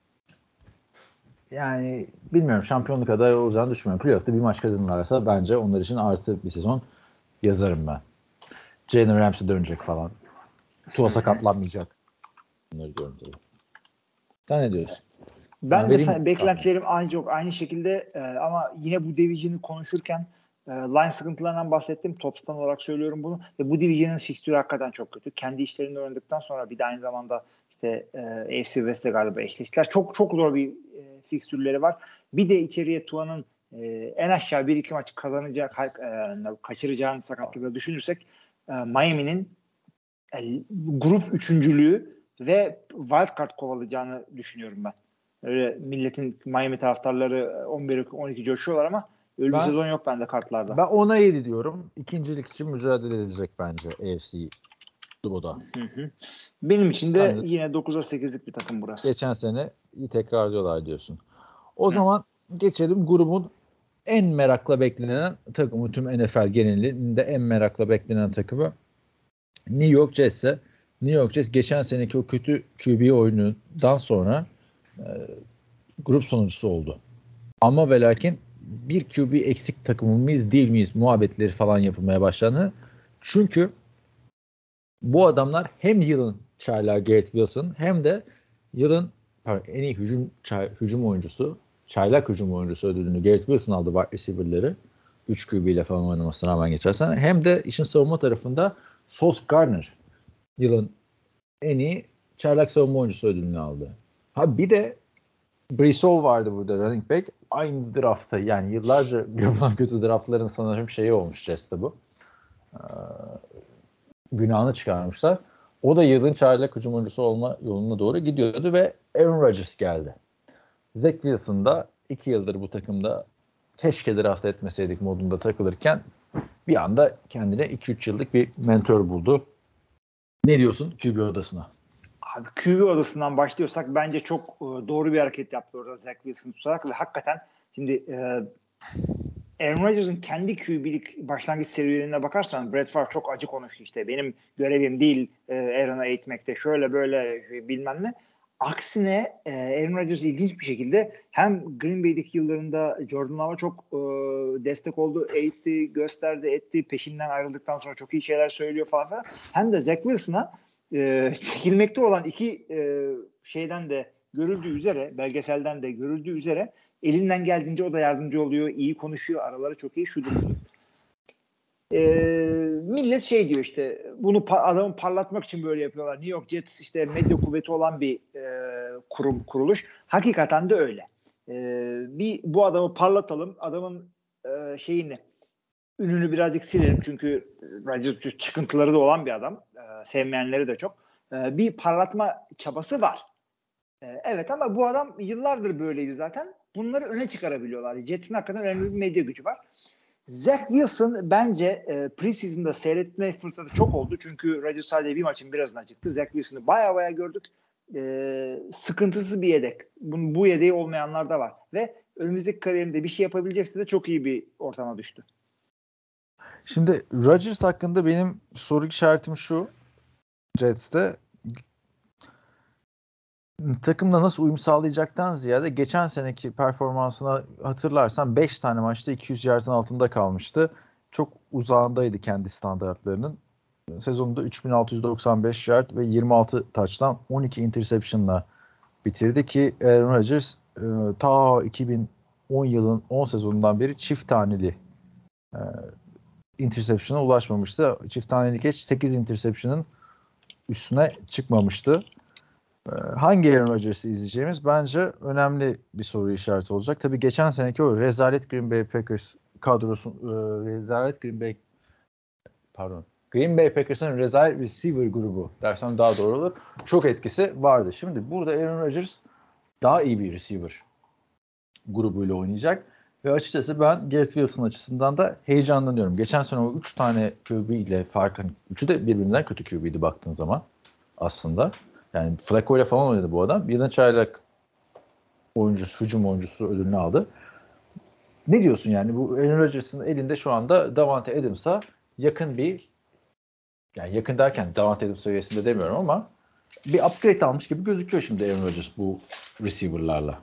yani bilmiyorum, şampiyonluk adayı olacağını düşünmüyorum. Playoff'ta bir maç kazanırlarsa bence onlar için artı bir sezon yazarım ben. Jalen Ramsey dönecek falan. Tua sakatlanmayacak. Bunları diyorum tabii. Sen ne diyorsun? Ben de sen, beklentilerim aynı çok aynı şekilde e, ama yine bu division'ı konuşurken e, line sıkıntılarından bahsettim. Tops'tan olarak söylüyorum bunu. Ve bu division'ın fikstürü hakikaten çok kötü. Kendi işlerini öğrendikten sonra bir de aynı zamanda işte e, A F C West'le galiba eşleştiler. Çok çok zor bir e, fikstürleri var. Bir de içeriye Tua'nın e, en aşağı bir iki maç kazanacak, e, kaçıracağını sakatlıkla düşünürsek e, Miami'nin e, grup üçüncülüğü ve wildcard kovalayacağını düşünüyorum ben. Öyle milletin Miami taraftarları on bir on iki coşuyorlar ama öyle bir sezon yok bende kartlarda. Ben ona yedi diyorum. İkincilik için mücadele edecek bence A F C Dubo'da. Benim için de yani, yine dokuza sekizlik bir takım burası. Geçen sene iyi tekrarlıyorlar diyorsun. O Hı. zaman geçelim grubun en merakla beklenen takımı, tüm N F L genelinde en merakla beklenen takımı New York Jets'e. New York Jets geçen seneki o kötü Q B oyunundan sonra e, grup sonuncusu oldu. Ama ve lakin bir Q B eksik takımımız değil miyiz muhabbetleri falan yapılmaya başlandı. Çünkü bu adamlar hem yılın çaylağı Garrett Wilson hem de yılın pardon, en iyi hücum çay, hücum oyuncusu, çaylak hücum oyuncusu ödülünü Garrett Wilson aldı wide receiver'ları. üç Q B ile falan oynamasına rağmen geçersen. Hem de işin savunma tarafında Sauce Gardner yılın en iyi çaylak savunma oyuncusu ödülünü aldı. Ha bir de Breece Hall vardı burada running back. Aynı draftta yani yıllarca yapılan kötü draftların sanırım şeyi olmuş Jets'te bu. Ee, günahını çıkarmışlar. O da yılın çaylak hücum oyuncusu olma yoluna doğru gidiyordu ve Aaron Rodgers geldi. Zach Wilson da iki yıldır bu takımda keşke draft etmeseydik modunda takılırken bir anda kendine iki üç yıllık bir mentor buldu. Ne diyorsun Q B odasına? Abi Q B odasından başlıyorsak bence çok doğru bir hareket yaptı orada Zach Wilson tutarak ve hakikaten şimdi e, Aaron Rodgers'ın kendi Q B'lik başlangıç serilerine bakarsan Brett Favre çok acı konuştu işte. Benim görevim değil e, Aaron'a eğitmekte şöyle böyle bilmem ne. Aksine e, Aaron Rodgers ilginç bir şekilde hem Green Bay'deki yıllarında Jordan Love'a çok e, destek oldu, eğitti, gösterdi, etti. Peşinden ayrıldıktan sonra çok iyi şeyler söylüyor falan falan. Hem de Zach Wilson'a e, çekilmekte olan iki e, şeyden de görüldüğü üzere, belgeselden de görüldüğü üzere elinden geldiğince o da yardımcı oluyor, iyi konuşuyor, araları çok iyi, şudur budur. E, millet şey diyor işte, bunu pa- adamı parlatmak için böyle yapıyorlar. New York Jets işte medya kuvveti olan bir e, kurum, kuruluş. Hakikaten de öyle. E, bir bu adamı parlatalım, adamın e, şeyini ününü birazcık silelim çünkü Rodgers çıkıntıları da olan bir adam. E, sevmeyenleri de çok. E, bir parlatma çabası var. E, evet ama bu adam yıllardır böyleydi zaten. Bunları öne çıkarabiliyorlar. Jets'in hakikaten önemli bir medya gücü var. Zach Wilson bence e, preseason'da seyretme fırsatı çok oldu. Çünkü Rodgers sadece bir maçın birazına çıktı. Zach Wilson'ı baya baya gördük. E, sıkıntısız bir yedek. Bu, bu yedeği olmayanlar da var. Ve önümüzdeki kariyerinde bir şey yapabilecekse de çok iyi bir ortama düştü. Şimdi Rodgers hakkında benim soru işaretim şu. Jets'te takımla nasıl uyum sağlayacaktan ziyade geçen seneki performansına hatırlarsan beş tane maçta iki yüz yardın altında kalmıştı. Çok uzağındaydı kendi standartlarının. Sezonunda üç bin altı yüz doksan beş yard ve yirmi altı touchdown on iki interception'la bitirdi ki Aaron Rodgers e, ta iki bin on yılın on sezonundan beri çift taneli e, interception'a ulaşmamıştı. Çift taneli geç sekiz interception'ın üstüne çıkmamıştı. Hangi Aaron Rodgers'ı izleyeceğimiz bence önemli bir soru işareti olacak. Tabii geçen seneki o rezalet Green Bay Packers kadrosu e, rezalet Green Bay pardon Green Bay Packers'ın rezalet receiver grubu dersem daha doğru olur. Çok etkisi vardı. Şimdi burada Aaron Rodgers daha iyi bir receiver grubuyla oynayacak ve açıkçası ben Garrett Wilson açısından da heyecanlanıyorum. Geçen sene o üç tane Q B ile farkın üçü de birbirinden kötü Q B'ydi baktığın zaman aslında. Yani Flacco ile falan oynadı bu adam. Yılın çaylak oyuncusu, hücum oyuncusu ödülünü aldı. Ne diyorsun yani? Bu Aaron Rodgers'ın elinde şu anda Davante Adams'a yakın bir, yani yakın derken Davante Adams seviyesinde demiyorum ama bir upgrade almış gibi gözüküyor şimdi Aaron Rodgers bu receiver'larla.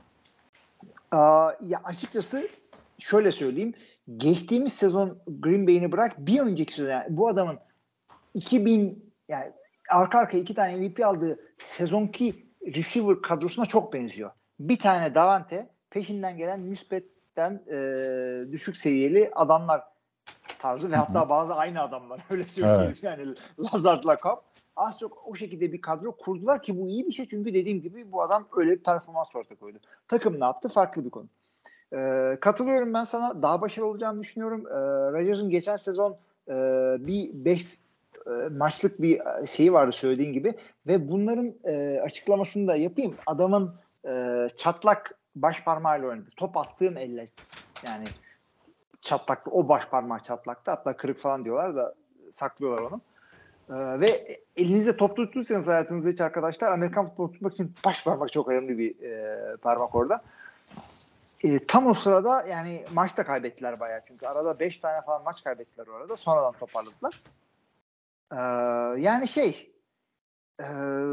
Aa, ya açıkçası şöyle söyleyeyim. Geçtiğimiz sezon Green Bay'ini bırak bir önceki sezon yani bu adamın iki bin yani arka arka iki tane M V P aldığı sezonki receiver kadrosuna çok benziyor. Bir tane Davante, peşinden gelen nispetten e, düşük seviyeli adamlar tarzı ve hatta bazı aynı adamlar öyle söyleyeyim. Evet. Yani Lazard'la Cobb. Az çok o şekilde bir kadro kurdular ki bu iyi bir şey çünkü dediğim gibi bu adam öyle bir performans ortaya koydu. Takım ne yaptı? Farklı bir konu. Ee, katılıyorum ben sana. Daha başarılı olacağını düşünüyorum. Ee, Rodgers'ın geçen sezon e, bir beş e, maçlık bir şeyi vardı söylediğin gibi ve bunların e, açıklamasını da yapayım. Adamın e, çatlak baş parmağıyla oynadı. Top attığın elle yani çatlaklı o baş parmağı çatlaktı. Hatta kırık falan diyorlar da saklıyorlar onu. Ee, ve elinizde top tutursanız hayatınızda hiç arkadaşlar Amerikan futbolu tutmak için baş parmak çok önemli bir e, parmak orada. E, tam o sırada yani maçta kaybettiler bayağı çünkü arada beş tane falan maç kaybettiler orada. Sonradan toparladılar. Ee, yani şey e,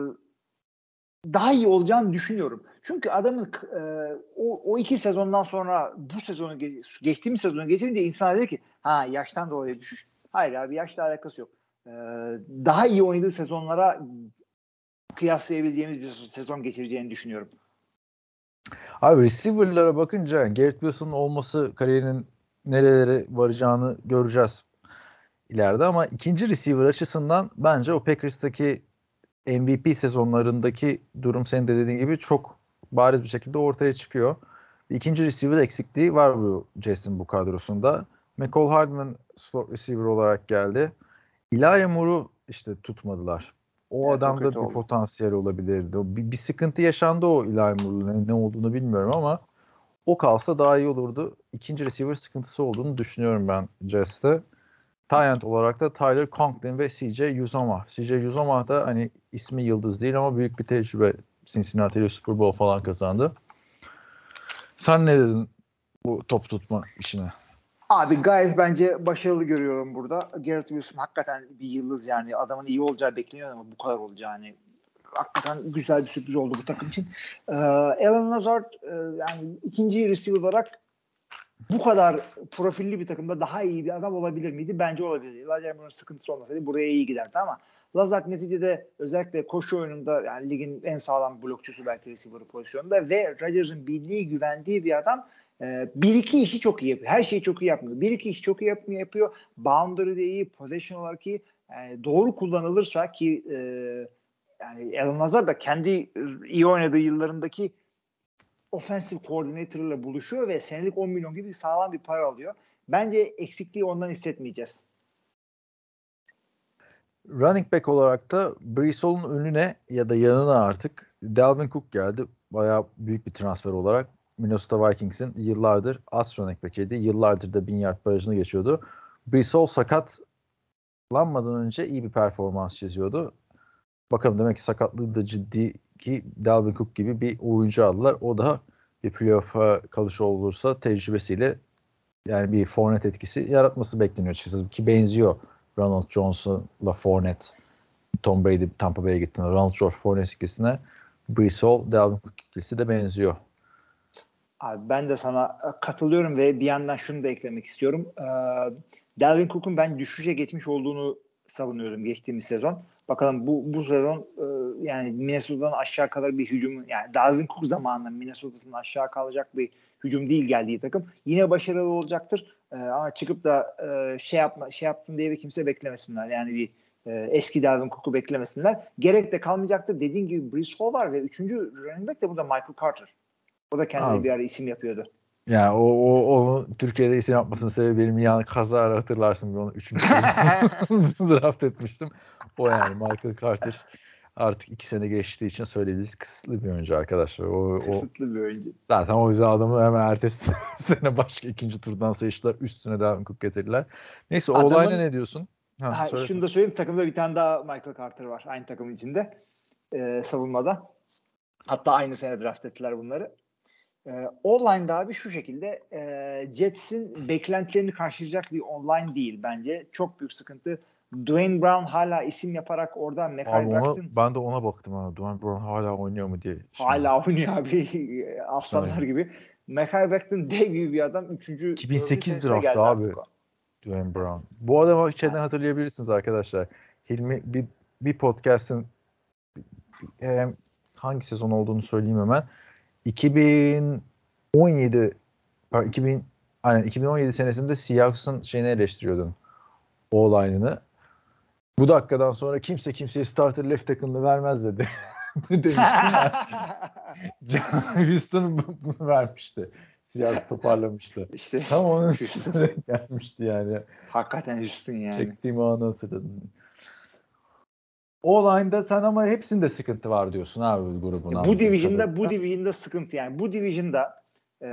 daha iyi olacağını düşünüyorum. Çünkü adamın e, o, o iki sezondan sonra bu sezonu geçtiğimiz sezonu geçince insan dedi ki ha yaştan dolayı düşüş. Hayır abi yaşla alakası yok. Ee, daha iyi oynadığı sezonlara kıyaslayabileceğimiz bir sezon geçireceğini düşünüyorum. Abi receiver'lara bakınca Garrett Wilson'ın olması kariyerinin nerelere varacağını göreceğiz ileride ama ikinci receiver açısından bence o Packers'taki M V P sezonlarındaki durum senin de dediğin gibi çok bariz bir şekilde ortaya çıkıyor. İkinci receiver eksikliği var bu Jets'in bu kadrosunda. McCall Hardman slot receiver olarak geldi. Elijah Moore'u işte tutmadılar. O evet, adamda bir oldu. Potansiyel olabilirdi. Bir, bir sıkıntı yaşandı o Elijah Moore'un. Ne, ne olduğunu bilmiyorum ama o kalsa daha iyi olurdu. İkinci receiver sıkıntısı olduğunu düşünüyorum ben Jets'te. Tight olarak da Tyler Conklin ve C J Uzomah. C J Uzomah da hani ismi yıldız değil ama büyük bir tecrübe. Cincinnati'yle Super Bowl falan kazandı. Sen ne dedin bu top tutma işine? Abi gayet bence başarılı görüyorum burada. Garrett Wilson hakikaten bir yıldız yani. Adamın iyi olacağı bekleniyor ama bu kadar olacağını hakikaten güzel bir sürpriz oldu bu takım için. Ee, Alan Lazard e, yani ikinci receiver olarak bu kadar profilli bir takımda daha iyi bir adam olabilir miydi? Bence olabilir. Lazard'ın sıkıntısı olmasaydı buraya iyi giderdi ama Lazard neticede özellikle koşu oyununda yani ligin en sağlam blokçusu belki receiver pozisyonunda ve Rodgers'ın bildiği, güvendiği bir adam. Ee, bir iki işi çok iyi yapıyor. Her şeyi çok iyi yapmıyor. Bir iki işi çok iyi yapmıyor. yapıyor. Boundary de iyi, possession olarak iyi. Yani doğru kullanılırsa ki e, yani Alan Lazard da kendi iyi oynadığı yıllarındaki offensive coordinator ile buluşuyor ve senelik on milyon gibi sağlam bir para alıyor. bence eksikliği ondan hissetmeyeceğiz. Running back olarak da Breece Hall'un önüne ya da yanına artık Dalvin Cook geldi. Bayağı büyük bir transfer olarak. Minnesota Vikings'in yıllardır as running back'iydi. Yıllardır da bin yard barajını geçiyordu. Breece Hall sakatlanmadan önce iyi bir performans çiziyordu. Bakalım, demek ki sakatlığı da ciddi ki Dalvin Cook gibi bir oyuncu aldılar. O da bir playoff'a kalış olursa tecrübesiyle yani bir Fournette etkisi yaratması bekleniyor açıkçası. Ki benziyor Ronald Jones'la Fournette. Tom Brady Tampa Bay'e gittiğinde Ronald Jones Fournette ikisine Breece Hall, Dalvin Cook ikisi de benziyor. Abi ben de sana katılıyorum ve bir yandan şunu da eklemek istiyorum. Ee, Dalvin Cook'un ben düşüşe geçmiş olduğunu savunuyorum geçtiğimiz sezon. Bakalım bu bu sezon e, yani Minnesota'dan aşağı kalır bir hücum, yani Dalvin Cook zamanında Minnesota'sının aşağı kalacak bir hücum değil geldiği takım. Yine başarılı olacaktır. E, ama çıkıp da e, şey yapma şey yaptın diye bir kimse beklemesinler. Yani bir e, eski Dalvin Cook'u beklemesinler. Gerek de kalmayacaktır. Dediğin gibi Breece Hall var ve üçüncü running back de burada Michael Carter. O da kendine Abi, bir ara isim yapıyordu. Yani o, o onu Türkiye'de isim yapmasının sebebi benim yani kazara hatırlarsın. Bir onu üçüncü draft etmiştim. O yani Michael Carter artık iki sene geçtiği için söyleyebiliriz kısıtlı bir oyuncu arkadaşlar. O, Kısıtlı o, bir oyuncu. Zaten o yüzden adamı hemen ertesi sene başka ikinci turdan seçtiler. Üstüne Dalvin Cook getirdiler. Neyse o olayla ne diyorsun? Ha, ha, şunu da söyleyeyim, takımda bir tane daha Michael Carter var. Aynı takımın içinde. Ee, savunmada. Hatta aynı sene draft ettiler bunları. Ee, online'da abi şu şekilde e, Jets'in beklentilerini karşılayacak bir online değil bence. Çok büyük sıkıntı. Dwayne Brown hala isim yaparak orada Mekhi Becton. Ben de ona baktım. Ha. Dwayne Brown hala oynuyor mu diye. Şimdi. Hala oynuyor abi. Aslanlar Aynen. gibi. Mekhi Becton dev gibi bir adam. Üçüncü, iki bin sekiz draftı abi. Dwayne Brown. Bu adamı şeyden yani. Hatırlayabilirsiniz arkadaşlar. Hilmi bir, bir podcast'ın hem hangi sezon olduğunu söyleyeyim hemen. iki bin on yedi iki bin aynen iki bin on yedi senesinde Seahawks'ın şeyini eleştiriyordum. O-line'ını. Bu dakikadan sonra kimse kimseye starter left tackle'ını vermez dedi. Demiştim ya. Houston bunu vermişti. Seahawks toparlamıştı. İşte tam onun üstüne gelmişti yani. Hakikaten Houston yani. Çektiğim anı hatırladım. O-line'da sen ama hepsinde sıkıntı var diyorsun abi bu grubun. Bu division'da bu division'da sıkıntı yani. Bu division'da e,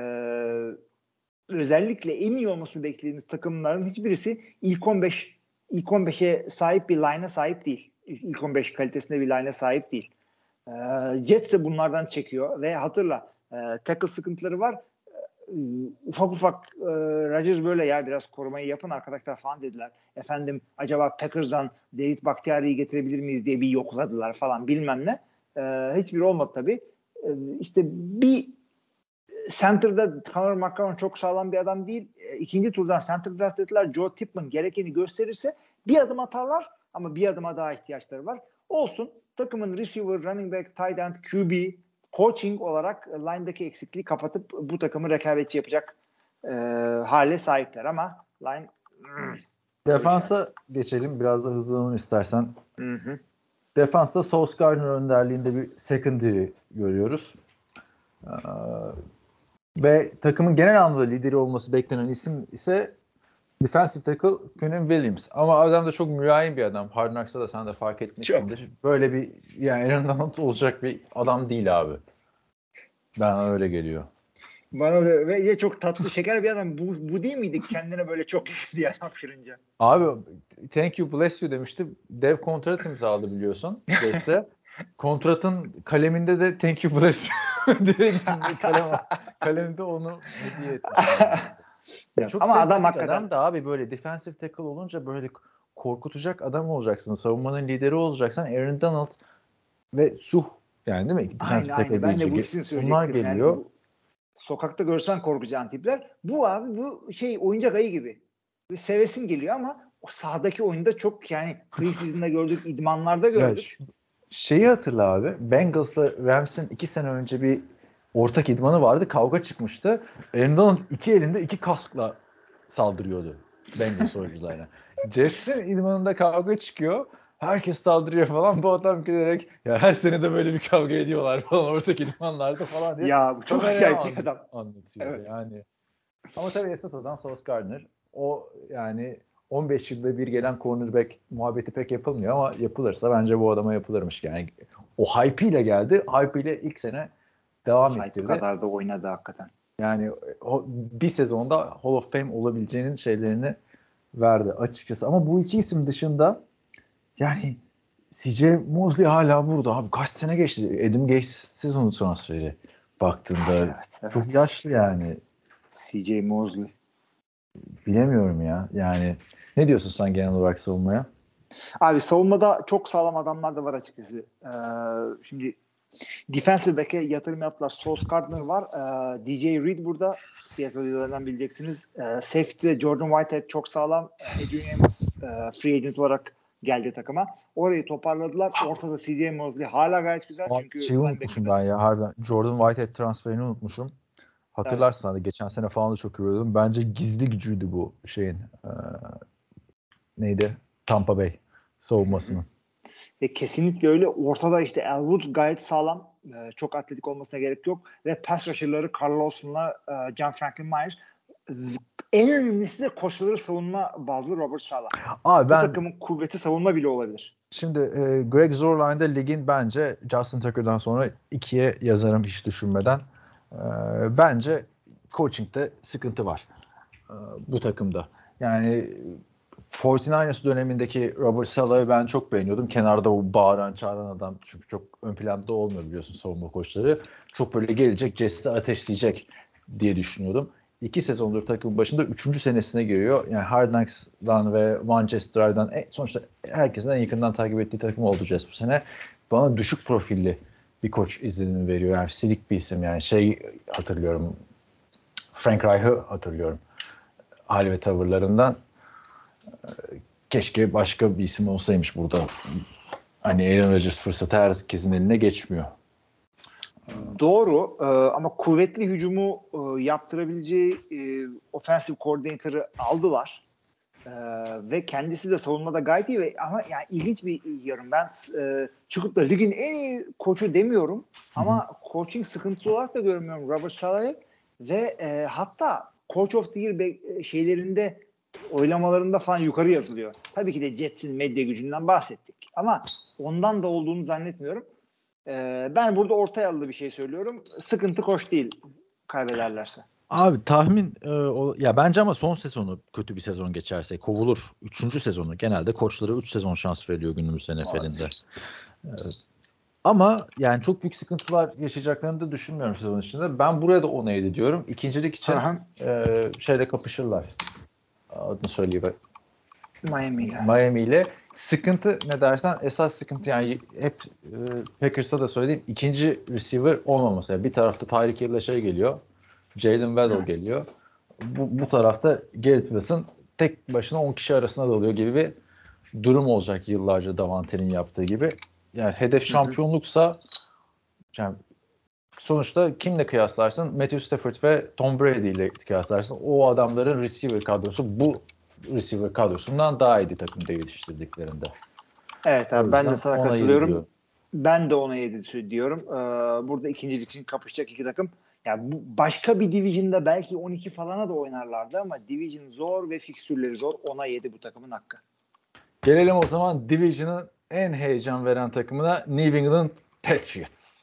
özellikle en iyi olmasını beklediğimiz takımların hiçbirisi ilk on beş ilk on beşe sahip bir line'a sahip değil. İlk on beş kalitesinde bir line'a sahip değil. E, Jets de bunlardan çekiyor ve hatırla e, tackle sıkıntıları var. E, ufak ufak e, Rodgers böyle ya biraz korumayı yapın arkadaşlar falan dediler. Efendim acaba Packers'dan David Bakhtiari'yi getirebilir miyiz diye bir yokladılar falan bilmem ne. E, hiçbir olmadı tabii. E, işte bir center'da Connor McGovern çok sağlam bir adam değil. E, ikinci turdan center draft ettiler. Joe Tippmann gerekeni gösterirse bir adım atarlar ama bir adıma daha ihtiyaçları var. Olsun. Takımın receiver, running back, tight end, Q B, coaching olarak line'daki eksikliği kapatıp bu takımı rekabetçi yapacak e, hale sahipler ama line mm, defansa yani. Geçelim. Biraz da hızlanalım istersen. Hı hı. Defansta Sauce Gardner önderliğinde bir secondary görüyoruz. Ee, ve takımın genel anlamda lideri olması beklenen isim ise defensive tackle Quinnen Williams. Ama adam da çok mülayim bir adam. Hard Knocks'ta da sen de fark etmişsindir. Çok. Böyle bir yani Aaron Donald olacak bir adam değil abi. Bana öyle geliyor. Bana da ve çok tatlı şeker bir adam. Bu, bu değil miydi kendine böyle çok güçlü diye hapşırınca? Abi thank you bless you demişti. Dev kontrat imzaladı biliyorsun. Jets'te. Kontratın kaleminde de thank you bless you direkt kalem, kalemde onu hediye etmiş. Ya çok ama adam hakikaten adam da abi böyle defensive tackle olunca böyle korkutacak adam olacaksın. Savunmanın lideri olacaksan Aaron Donald ve Suh yani değil mi? Aynen aynen. Ben de bu ikisini söyleyecektim. Onlar geliyor. Yani bu, sokakta görsen korkacağın tipler. Bu abi bu şey oyuncak ayı gibi. Bir sevesin geliyor ama o sahadaki oyunda çok yani preseason'da gördük, idmanlarda gördük. Ya, şeyi hatırla abi. Bengals'la Rams'in iki sene önce bir ortak idmanı vardı. Kavga çıkmıştı. Aaron Donald iki elinde iki kaskla saldırıyordu Bengals oyuncularına. Jets'in idmanında kavga çıkıyor. Herkes saldırıyor falan. Bu adam giderek ya her sene de böyle bir kavga ediyorlar falan ortak idmanlarda falan diye. Ya bu çok acayip bir adam. Anlatıyor evet. yani. Ama tabii esas adam Sauce Gardner. o yani on beş yılda bir gelen cornerback muhabbeti pek yapılmıyor ama yapılırsa bence bu adama yapılırmış. Yani o hype ile geldi. Hype ile ilk sene devam Hype ettirdi. kadar da oynadı hakikaten. Yani o, bir sezonda Hall of Fame olabileceğinin şeylerini verdi açıkçası. Ama bu iki isim dışında yani C J Mosley hala burada. Abi kaç sene geçti? Adam Gase sezonu transferi baktığında. Evet, evet. Çok yaşlı yani. C J Mosley. Bilemiyorum ya. Yani ne diyorsun sen genel olarak savunmaya? Abi savunmada çok sağlam adamlar da var açıkçası. Ee, şimdi defensive back'e yatırım yaptılar. Sauce Gardner var. Ee, D J Reed burada. Seattle'dan bileceksiniz. Ee, safety'de Jordan Whitehead çok sağlam. Adrian Amos e, free agent olarak geldi takıma. Orayı toparladılar. Ortada C J Mosley hala gayet güzel. Abi, Çünkü şeyi unutmuşum ben ya harbiden. Jordan Whitehead transferini unutmuşum. Hatırlarsın evet. Hani geçen sene falan da çok övüyordum. Bence gizli gücüydü bu şeyin. E, neydi? Tampa Bay savunmasının. Ve kesinlikle öyle. Ortada işte Elwood gayet sağlam. Ee, çok atletik olmasına gerek yok. Ve pass rusher'ları Carl Lawson'la e, John Franklin Myers. En önemlisi de koşuları savunma bazlı Robert Saleh. Abi ben, bu takımın kuvveti savunma bile olabilir. Şimdi e, Greg Zuerlein'de ligin bence Justin Tucker'dan sonra ikiye yazarım hiç düşünmeden. E, bence coaching'de sıkıntı var e, bu takımda. Yani kırk dokuzers dönemindeki Robert Saleh'i ben çok beğeniyordum. Kenarda o bağıran çağıran adam çünkü çok ön planda olmuyor biliyorsun savunma koçları. Çok böyle gelecek, Jesse'i ateşleyecek diye düşünüyordum. İki sezondur takımın başında üçüncü senesine giriyor. Yani Hard Knocks'dan ve Manchester'dan e, sonuçta herkesin en yakından takip ettiği takım oldu Jess bu sene. Bana düşük profilli bir koç izlenimi veriyor. Yani silik bir isim yani şey hatırlıyorum. Frank Reich'ı hatırlıyorum. Hali ve tavırlarından. Keşke başka bir isim olsaymış burada. Hani Aaron Rodgers fırsatı herkesin eline geçmiyor. Doğru ee, ama kuvvetli hücumu e, yaptırabileceği e, offensive coordinator'ı aldılar. Ee, ve kendisi de savunmada gayet iyi ve ama yani ilginç bir yorum. Ben e, çıkıp da ligin en iyi koçu demiyorum ama coaching sıkıntısı olarak da görmüyorum Robert Saleh'i ve e, hatta Coach of the Year be- şeylerinde oylamalarında falan yukarı yazılıyor. Tabii ki de Jets'in medya gücünden bahsettik ama ondan da olduğunu zannetmiyorum. Ee, ben burada orta yollu bir şey söylüyorum. Sıkıntı koç değil kaybederlerse. Abi tahmin e, o, ya bence ama son sezonu kötü bir sezon geçerse kovulur. Üçüncü sezonu genelde koçlara üç sezon şans veriliyor günümüz N F L'inde. E, ama yani çok büyük sıkıntılar yaşayacaklarını da düşünmüyorum sezon içinde. Ben buraya da onay ediyorum. İkincilik için e, şeyle kapışırlar. Adını söyleyeyim. Miami ile. Miami ile. Sıkıntı ne dersen esas sıkıntı yani hep e, Packers'a da söylediğim ikinci receiver olmaması. Yani bir tarafta Tyreek Hill'le şey geliyor. Jalen Waddle geliyor. Bu, bu tarafta Garrett Wilson tek başına on kişi arasına dalıyor gibi bir durum olacak yıllarca Davante'nin yaptığı gibi. Yani hedef şampiyonluksa yani sonuçta kimle kıyaslarsın? Matthew Stafford ve Tom Brady ile kıyaslarsın. O adamların receiver kadrosu bu receiver kadrosundan daha iyiydi takımda yetiştirdiklerinde. Evet abi ben de sana katılıyorum. Diyorum. Ben de ona yedi diyorum. Ee, burada ikincilik için kapışacak iki takım. Yani bu başka bir division'da belki on iki falana da oynarlardı ama division zor ve fikstürleri zor. Ona yedi bu takımın hakkı. Gelelim o zaman division'ın en heyecan veren takımına New England Patriots.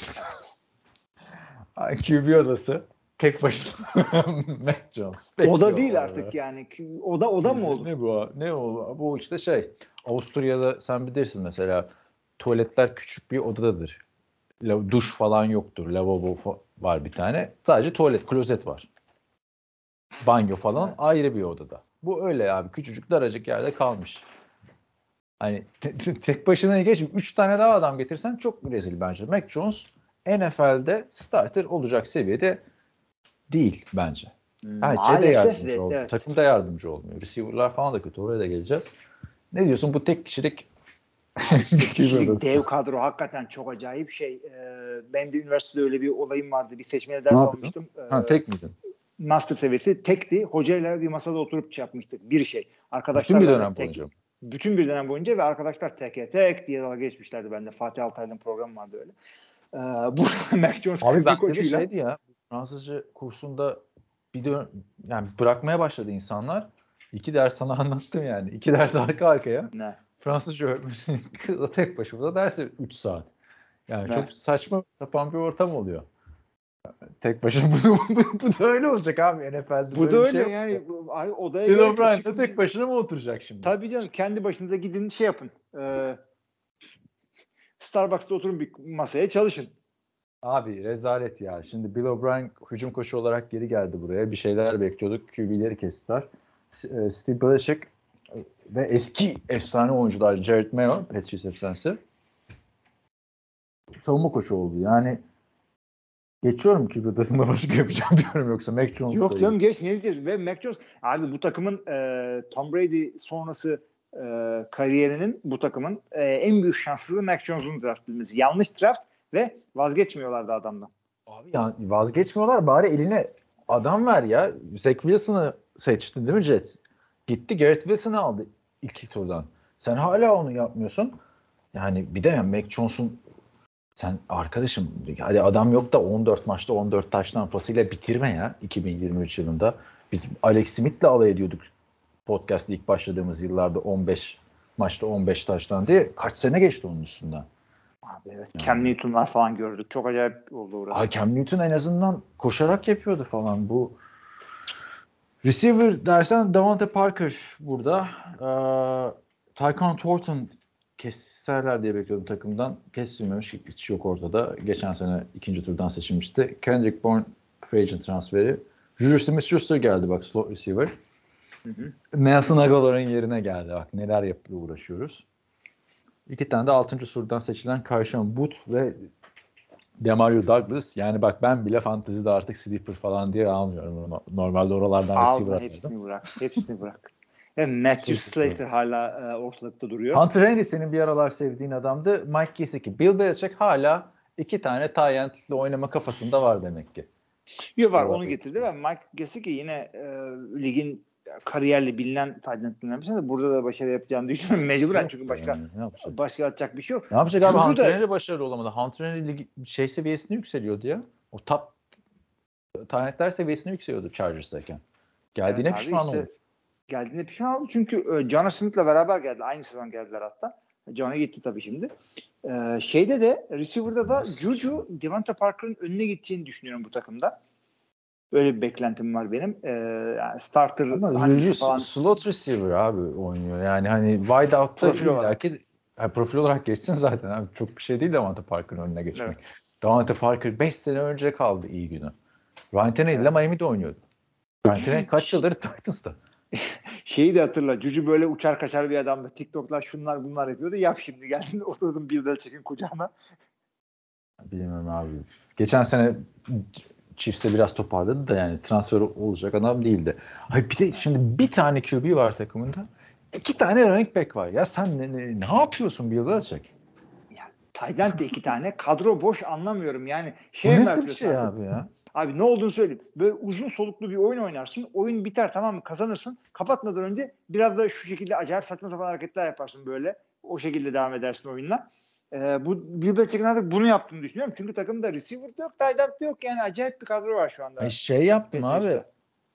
Q B odası tek başına Mac Jones. Peki o da değil o artık yani. O da o da mı olur? Ne bu? Ne o? Bu işte şey. Avusturya'da sen bilirsin mesela tuvaletler küçük bir odadadır. Duş falan yoktur. Lavabo var bir tane. Sadece tuvalet, klozet var. Banyo falan evet. Ayrı bir odada. Bu öyle abi. Küçücük daracık yerde kalmış. Hani te- te- tek başına geç. Üç tane daha adam getirsen çok rezil bence. Mac Jones N F L'de starter olacak seviyede değil bence. Her şeyde yardımcı evet, olmuyor. Evet. Takımda yardımcı olmuyor. Receiver'lar falan da kötü. Oraya da geleceğiz. Ne diyorsun bu tek kişilik kişilik dev kadro hakikaten çok acayip şey. Ee, ben de üniversitede öyle bir olayım vardı. Bir seçmeli ders almıştım. Ee, ha, tek miydin? Master seviyesi tekti. Hocayla bir masada oturup şey yapmıştık. Bir şey. Arkadaşlar bütün bir dönem tek, boyunca. Bütün bir dönem boyunca ve arkadaşlar teke tek diye dalga geçmişlerdi bende. Fatih Altaylı'nın programı vardı öyle. Ee, bu Mac Jones abi ben de şeydi ya Fransızca kursunda bir dön yani bırakmaya başladı insanlar. İki ders sana anlattım yani. İki ders arka arkaya. Ne? Fransızca öğretmeni kızla tek başıma derse üç saat. Yani Ne? çok saçma sapan bir ortam oluyor. Tek başına bu, bu, bu da öyle olacak abi N F L'de. Bu da öyle şey yani. Ay, odaya Bill gerek yok. O'Brien de Çıkın tek bir- başına mı oturacak şimdi? Tabii canım. Kendi başınıza gidin şey yapın. Ee, Starbucks'ta oturun bir masaya çalışın. Abi rezalet ya. Şimdi Bill O'Brien hücum koçu olarak geri geldi buraya. Bir şeyler bekliyorduk. Q B'leri kestiler. S- Steve Belichick ve eski efsane oyuncular Jared Mayo, Patriots efsanesi savunma koçu oldu. Yani geçiyorum Q B odasında başka yapacağım diyorum yoksa Mac Jones'la. Yok canım geç ne diyeceğiz? Ve Mac Jones abi bu takımın e, Tom Brady sonrası e, kariyerinin bu takımın e, en büyük şanssızlığı Mac Jones'un draft edilmesi. Yanlış draft ve vazgeçmiyorlardı adamdan. Abi yani vazgeçmiyorlar bari eline adam ver ya. Zach Wilson'ı seçti değil mi Jets? Gitti Garrett Wilson'ı aldı ilk turdan. Sen hala onu yapmıyorsun. Yani bir de yani Mac Jones'un sen arkadaşım hadi adam yok da on dört maçta on dört taştan pasıyla bitirme ya iki bin yirmi üç yılında. Biz Alex Smith'le alay ediyorduk podcast'ta ilk başladığımız yıllarda on beş maçta on beş taştan diye. Kaç sene geçti onun üstünden. Abi evet. Yani. Cam Newton'lar falan gördük. Çok acayip oldu orası. Ha, Cam Newton en azından koşarak yapıyordu falan. Bu receiver dersen Davante Parker burada. Ee, Tyquan Thornton keserler diye bekliyordum takımdan. Kesilmemiş. Hiç yok ortada. Geçen sene ikinci turdan seçilmişti. Kendrick Bourne free agent transferi. Juju Smith-Schuster geldi bak slot receiver. Nelson Aguilar'ın yerine geldi. Bak neler yapıyor uğraşıyoruz. İki tane de altıncı surdan seçilen Kayshawn Booth ve Demario Douglas. Yani bak ben bile fantezide artık sleeper falan diye almıyorum. Normalde oralardan receiver Alma atardım. hepsini bırak. Hepsini bırak. Yani Matthew Slater hala e, ortalıkta duruyor. Hunter Henry senin bir aralar sevdiğin adamdı. Mike Gesicki. Bill Belichick hala iki tane tight end'le oynama kafasında var demek ki. Yok var Evet. onu getirdi ve Mike Gesicki yine e, ligin kariyerli bilinen tight end'lerinden birisi de burada da başarı yapacağını düşünüyorum. Mecburen çünkü başka Yani, ne yapacak? başka atacak bir şey yok. Ne yapacak abi? Juju Hunter da- Henry başarılı olamadı. Hunter Henry ligi, şey seviyesine yükseliyordu ya. O top talentler seviyesine yükseliyordu Chargers'tayken. Geldiğine Evet abi, pişman işte oldu. Geldiğinde pişman oldu çünkü e, Jonah Smith'le beraber geldi. Aynı sezon geldiler hatta. Jonah gitti tabii şimdi. E, şeyde de receiver'da da Juju Devonta Parker'ın önüne gideceğini düşünüyorum bu takımda. Öyle bir beklentim var benim. E, yani starter Ama hangisi Juju falan. slot receiver abi oynuyor. Yani hani wide out'ta Profil olarak. illaki yani profil olarak geçsin zaten abi. Çok bir şey değil Devonta Parker'ın önüne geçmek. Evet. Devonta Parker beş sene önce kaldı iyi günü. Ryan Tannehill ile Miami'de oynuyordu. Ryan Tannehill kaç yıldır Titans'ta. Şeyi de hatırla. Juju böyle uçar kaçar bir adamdı. TikTok'lar şunlar bunlar yapıyordu. Yap şimdi geldin oturdum Bill Belichick'in kucağına. Bilmiyorum abi. Geçen sene Chiefs'te biraz toparladı da yani transfer olacak adam değildi. Hayır bir de şimdi bir tane Q B var takımında. İki tane running back var. Ya sen ne, ne, ne yapıyorsun Bill Belichick? Tayland de iki tane. Kadro boş anlamıyorum. Yani Bu şey mi nasıl bir yapıyorsun şey artık? abi ya? Abi ne olduğunu söyleyeyim. Böyle uzun soluklu bir oyun oynarsın. Oyun biter tamam mı? Kazanırsın. Kapatmadan önce biraz da şu şekilde acayip saçma sapan hareketler yaparsın böyle. O şekilde devam edersin oyunla. Ee, bu Bill Belichick'in artık bunu yaptığını düşünüyorum. Çünkü takımda receiver de yok, tight end de yok. Yani acayip bir kadro var şu anda. E şey yaptım abi. Patriots'ta.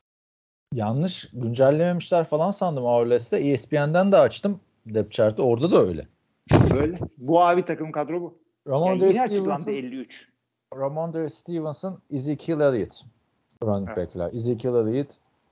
Yanlış güncellememişler falan sandım Hourless'te. E S P N'den de açtım depth chart'ı. Orada da öyle. Böyle. Bu abi takım kadro bu. Ramondre Yani yine açıklandı Stevenson, elli üç. Ramondre Stevenson, Ezekiel Elliott. Running Evet. back'ler. Ezekiel Elliott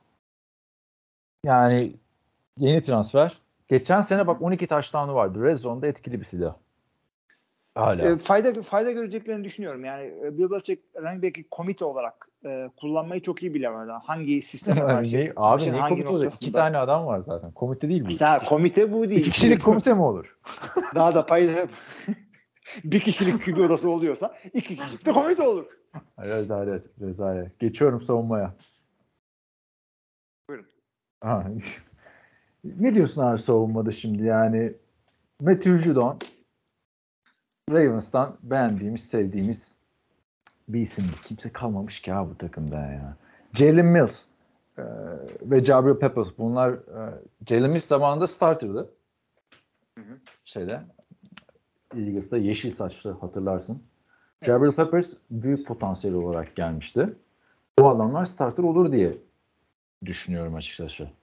yani yeni transfer. Geçen sene bak on iki touchdown'u vardı. Red Zone'da etkili bir silah. Hala. E, fayda fayda göreceklerini düşünüyorum. Yani e, Bill Belichick running back'i komite olarak e, kullanmayı çok iyi bilemedi. Hangi sisteme karşı? ne, abi maçın ne hangi komite olacak? noktasında? İki tane adam var zaten. Komite değil bu. İşte ha, komite bu değil. İki kişilik komite mi olur? Daha da payda bir kişilik kübü odası oluyorsa iki kişilik de komite olur. Rezalet, rezalet. Geçiyorum savunmaya. Buyurun. Ha. Ne diyorsun abi savunmada şimdi yani? Matthew Judon Ravens'tan beğendiğimiz, sevdiğimiz bir isim. Kimse kalmamış ki abi bu takımda ya. Jalen Mills e, ve Jabril Peppers. Bunlar e, Jalen Mills zamanında starter'dı. Hı hı. Şeyde Eagles'da yeşil saçlı hatırlarsın. Evet. Jabril Peppers büyük potansiyel olarak gelmişti. Bu adamlar starter olur diye düşünüyorum açıkçası.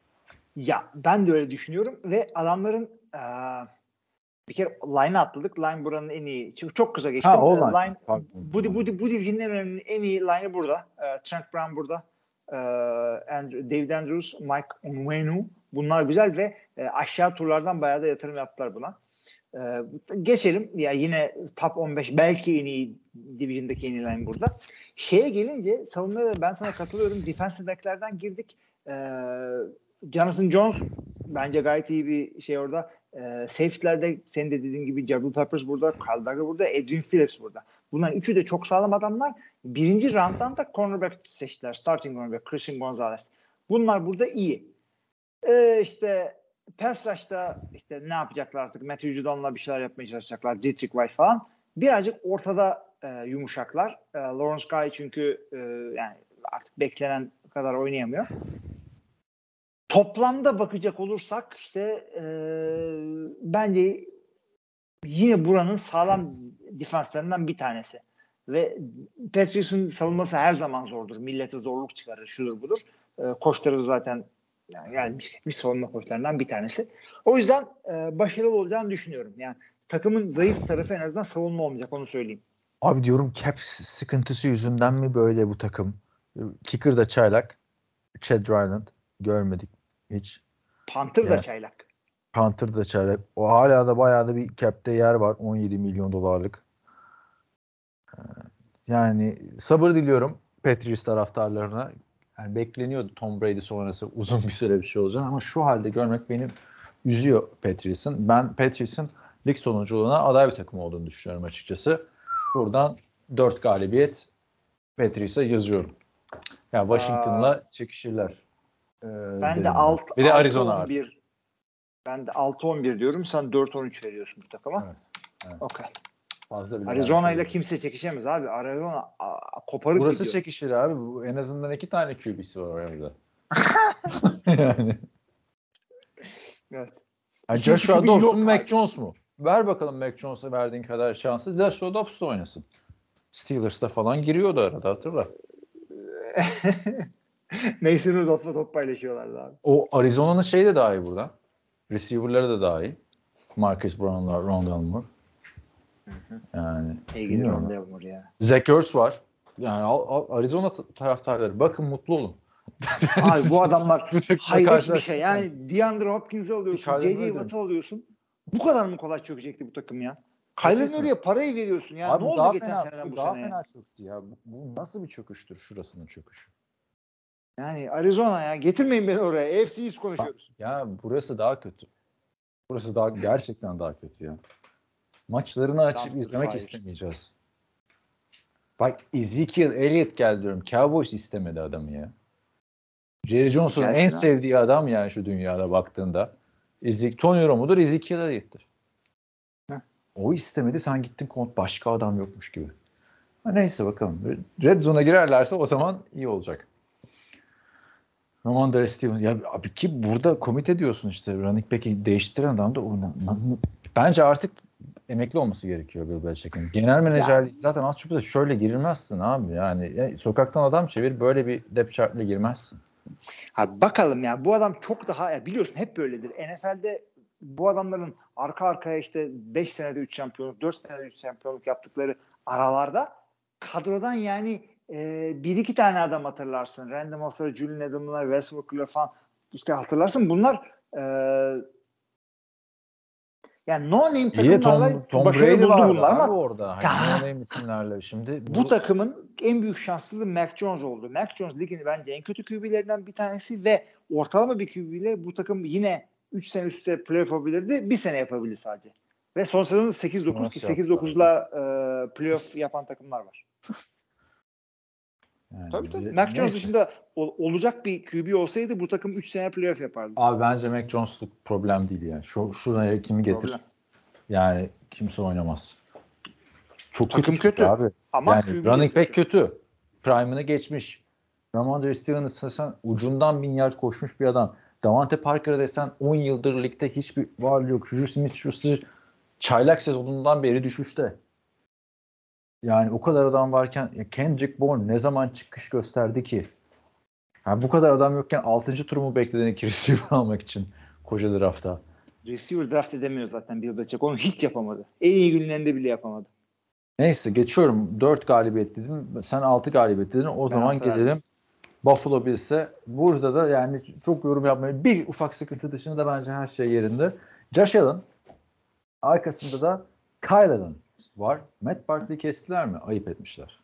Ya ben de öyle düşünüyorum ve adamların ee, bir kere line'a atladık. Line buranın en iyi. Çok, çok kısa geçtim. Ha, o line. line Pardon. bu, bu, bu, bu division'ın en önemli, en iyi line'ı burada. Ee, Trent Brown burada. Ee, Andrew, David Andrews, Mike Onwenu. Bunlar güzel ve e, aşağı turlardan bayağı da yatırım yaptılar buna. Ee, geçelim. Ya yine top on beş belki en iyi division'daki en iyi line burada. Şeye gelince savunmaya da ben sana katılıyorum. Defensive back'lerden girdik. Ee, Jonathan Jones bence gayet iyi bir şey orada. Ee, safety'lerde senin de dediğin gibi Jabril Peppers burada, Kyle Duggar burada, Adrian Phillips burada. Bunların üçü de çok sağlam adamlar. Birinci round'dan da cornerback seçtiler. Starting cornerback Christian Gonzalez. Bunlar burada iyi. Ee, işte pass rush'ta işte ne yapacaklar artık? Matthew Judon'la bir şeyler yapmaya çalışacaklar. Dietrich Weiss falan. Birazcık ortada e, yumuşaklar. E, Lawrence Guy çünkü e, yani artık beklenen kadar oynayamıyor. Toplamda bakacak olursak işte e, bence yine buranın sağlam defanslerinden bir tanesi. Ve Patriots'un savunması her zaman zordur. Millete zorluk çıkarır. Şudur budur. E, koçları zaten yani gelmiş geçmiş savunma koçlarından bir tanesi. O yüzden e, başarılı olacağını düşünüyorum. Yani takımın zayıf tarafı en azından savunma olmayacak. Onu söyleyeyim. Abi diyorum cap sıkıntısı yüzünden mi böyle bu takım? Kicker da çaylak. Chad Ryland. Görmedik hiç. Panther yani, da çaylak. Panther da çaylak. O hala da bayağı da bir cap'te yer var. on yedi milyon dolarlık. Yani sabır diliyorum Patriots taraftarlarına. Yani bekleniyordu Tom Brady sonrası uzun bir süre bir şey olacak ama şu halde görmek beni üzüyor Patriots'ın. Ben Patriots'ın lig sonunculuğuna aday bir takım olduğunu düşünüyorum açıkçası. Buradan dört galibiyet Patriots'a yazıyorum. Yani Washington'la çekişirler. Ee, ben de altı bir de Arizona artık. Ben de altı on bir diyorum. Sen dört on üç veriyorsun bu takıma. Evet. evet. Okay. Fazla bile Arizona ile kimse çekişemez abi. Arizona a, koparıp Burası gidiyor. çekişir abi. Bu, en azından iki tane Q B'si var orada. yani. Evet. Yani Joshua Dobbs mu Mac Jones mu? Ver bakalım Mac Jones'a verdiğin kadar şansı. Joshua Dobbs da oynasın. Steelers'ta falan giriyordu arada, hatırla. Mason Rudolph'la top paylaşıyorlardı abi. O Arizona'nın şeyi de daha iyi burada. Receiver'ları da daha iyi. Marcus Brown'lar, Rondale Moore. Yani bilmiyorum. Ya. Zach Ertz var. Yani Arizona taraftarları bakın mutlu olun. Abi bu adamlar hayret bir şey. Yani DeAndre Hopkins'i alıyorsun, J J Watt'ı alıyorsun. Bu kadar mı kolay çökecekti bu takım ya? Kyler Murray'e parayı veriyorsun ya. Abi ne oldu geçen fena, seneden bu, bu daha sene? Daha fena çöktü ya. Bu, bu nasıl bir çöküştür şurasının çöküşü? Yani Arizona ya. Getirmeyin beni oraya. A F C East konuşuyoruz. Ya burası daha kötü. Burası daha gerçekten daha kötü ya. Maçlarını açıp Dumpster izlemek fire. istemeyeceğiz. Bak Ezekiel Elliott geldi diyorum. Cowboys istemedi adamı ya. Jerry Jones'un en ha. sevdiği adam yani şu dünyada baktığında. Ezekiel, Tony Romo'dur, Ezekiel Elliott'tir. O istemedi, sen gittin kont başka adam yokmuş gibi. Ha, neyse bakalım. Red Zone'a girerlerse o zaman iyi olacak. Ramondre Stevenson. Ya abi ki burada komite diyorsun işte. Running back'i değiştiren adam da oynan. Bence artık emekli olması gerekiyor Bill Belichick'in. Genel menajerliği zaten az çok da şöyle girilmezsin abi. Yani ya, sokaktan adam çevir böyle bir depth chart'la girmezsin. Abi bakalım ya bu adam çok daha ya biliyorsun hep böyledir. N F L'de bu adamların arka arkaya işte beş senede üç şampiyonluk, dört senede üç şampiyonluk yaptıkları aralarda kadrodan yani e, bir iki tane adam hatırlarsın. Randy Moss'lar, Julian Edelman'lar, Wes Welker'lar falan işte hatırlarsın. Bunlar e, yani no name takımlarla Tom, Tom başarı buldu bunlar ama orada. Hani no name isimlerle şimdi bu, bu takımın en büyük şanssızlığı Mac Jones oldu. Mac Jones ligin bence en kötü Q B'lerinden bir tanesi ve ortalama bir Q B ile bu takım yine üç sene üstte playoff yapabilirdi. Bir sene yapabilir sadece. Ve son sezonda sekiz dokuz ki sekiz dokuzla e, playoff yapan takımlar var. Yani tabii tabii. Mac Jones dışında ol, olacak bir Q B olsaydı bu takım üç sene playoff yapardı. Abi bence Mac Jones'luk problem değil yani. Şu şuraya kimi getir. Problem. Yani kimse oynamaz. Çok takım kötü. kötü. Abi. Ama yani running back kötü. Prime'ını geçmiş. Ramondre Stevenson sen ucundan bin yard koşmuş bir adam. Davante Parker'a desen on yıldır ligde hiçbir varlığı yok. Juju Smith-Schuster çaylak sezonundan beri düşüşte. Yani o kadar adam varken Kendrick Bourne ne zaman çıkış gösterdi ki? Ha, bu kadar adam yokken altıncı turumu bekledin iki receiver almak için koca draftta. Receiver draft edemiyor zaten Bill Belichick. Onu hiç yapamadı. En iyi günlerinde bile yapamadı. Neyse geçiyorum. dört galibiyet dedim. Sen altı galibiyet dedin. O Ben zaman gelelim Buffalo Bills'e. Burada da yani çok yorum yapmayı bir ufak sıkıntı dışında da bence her şey yerinde. Josh Allen, arkasında da Kyle Allen var. Matt Barkley kestiler mi? Ayıp etmişler.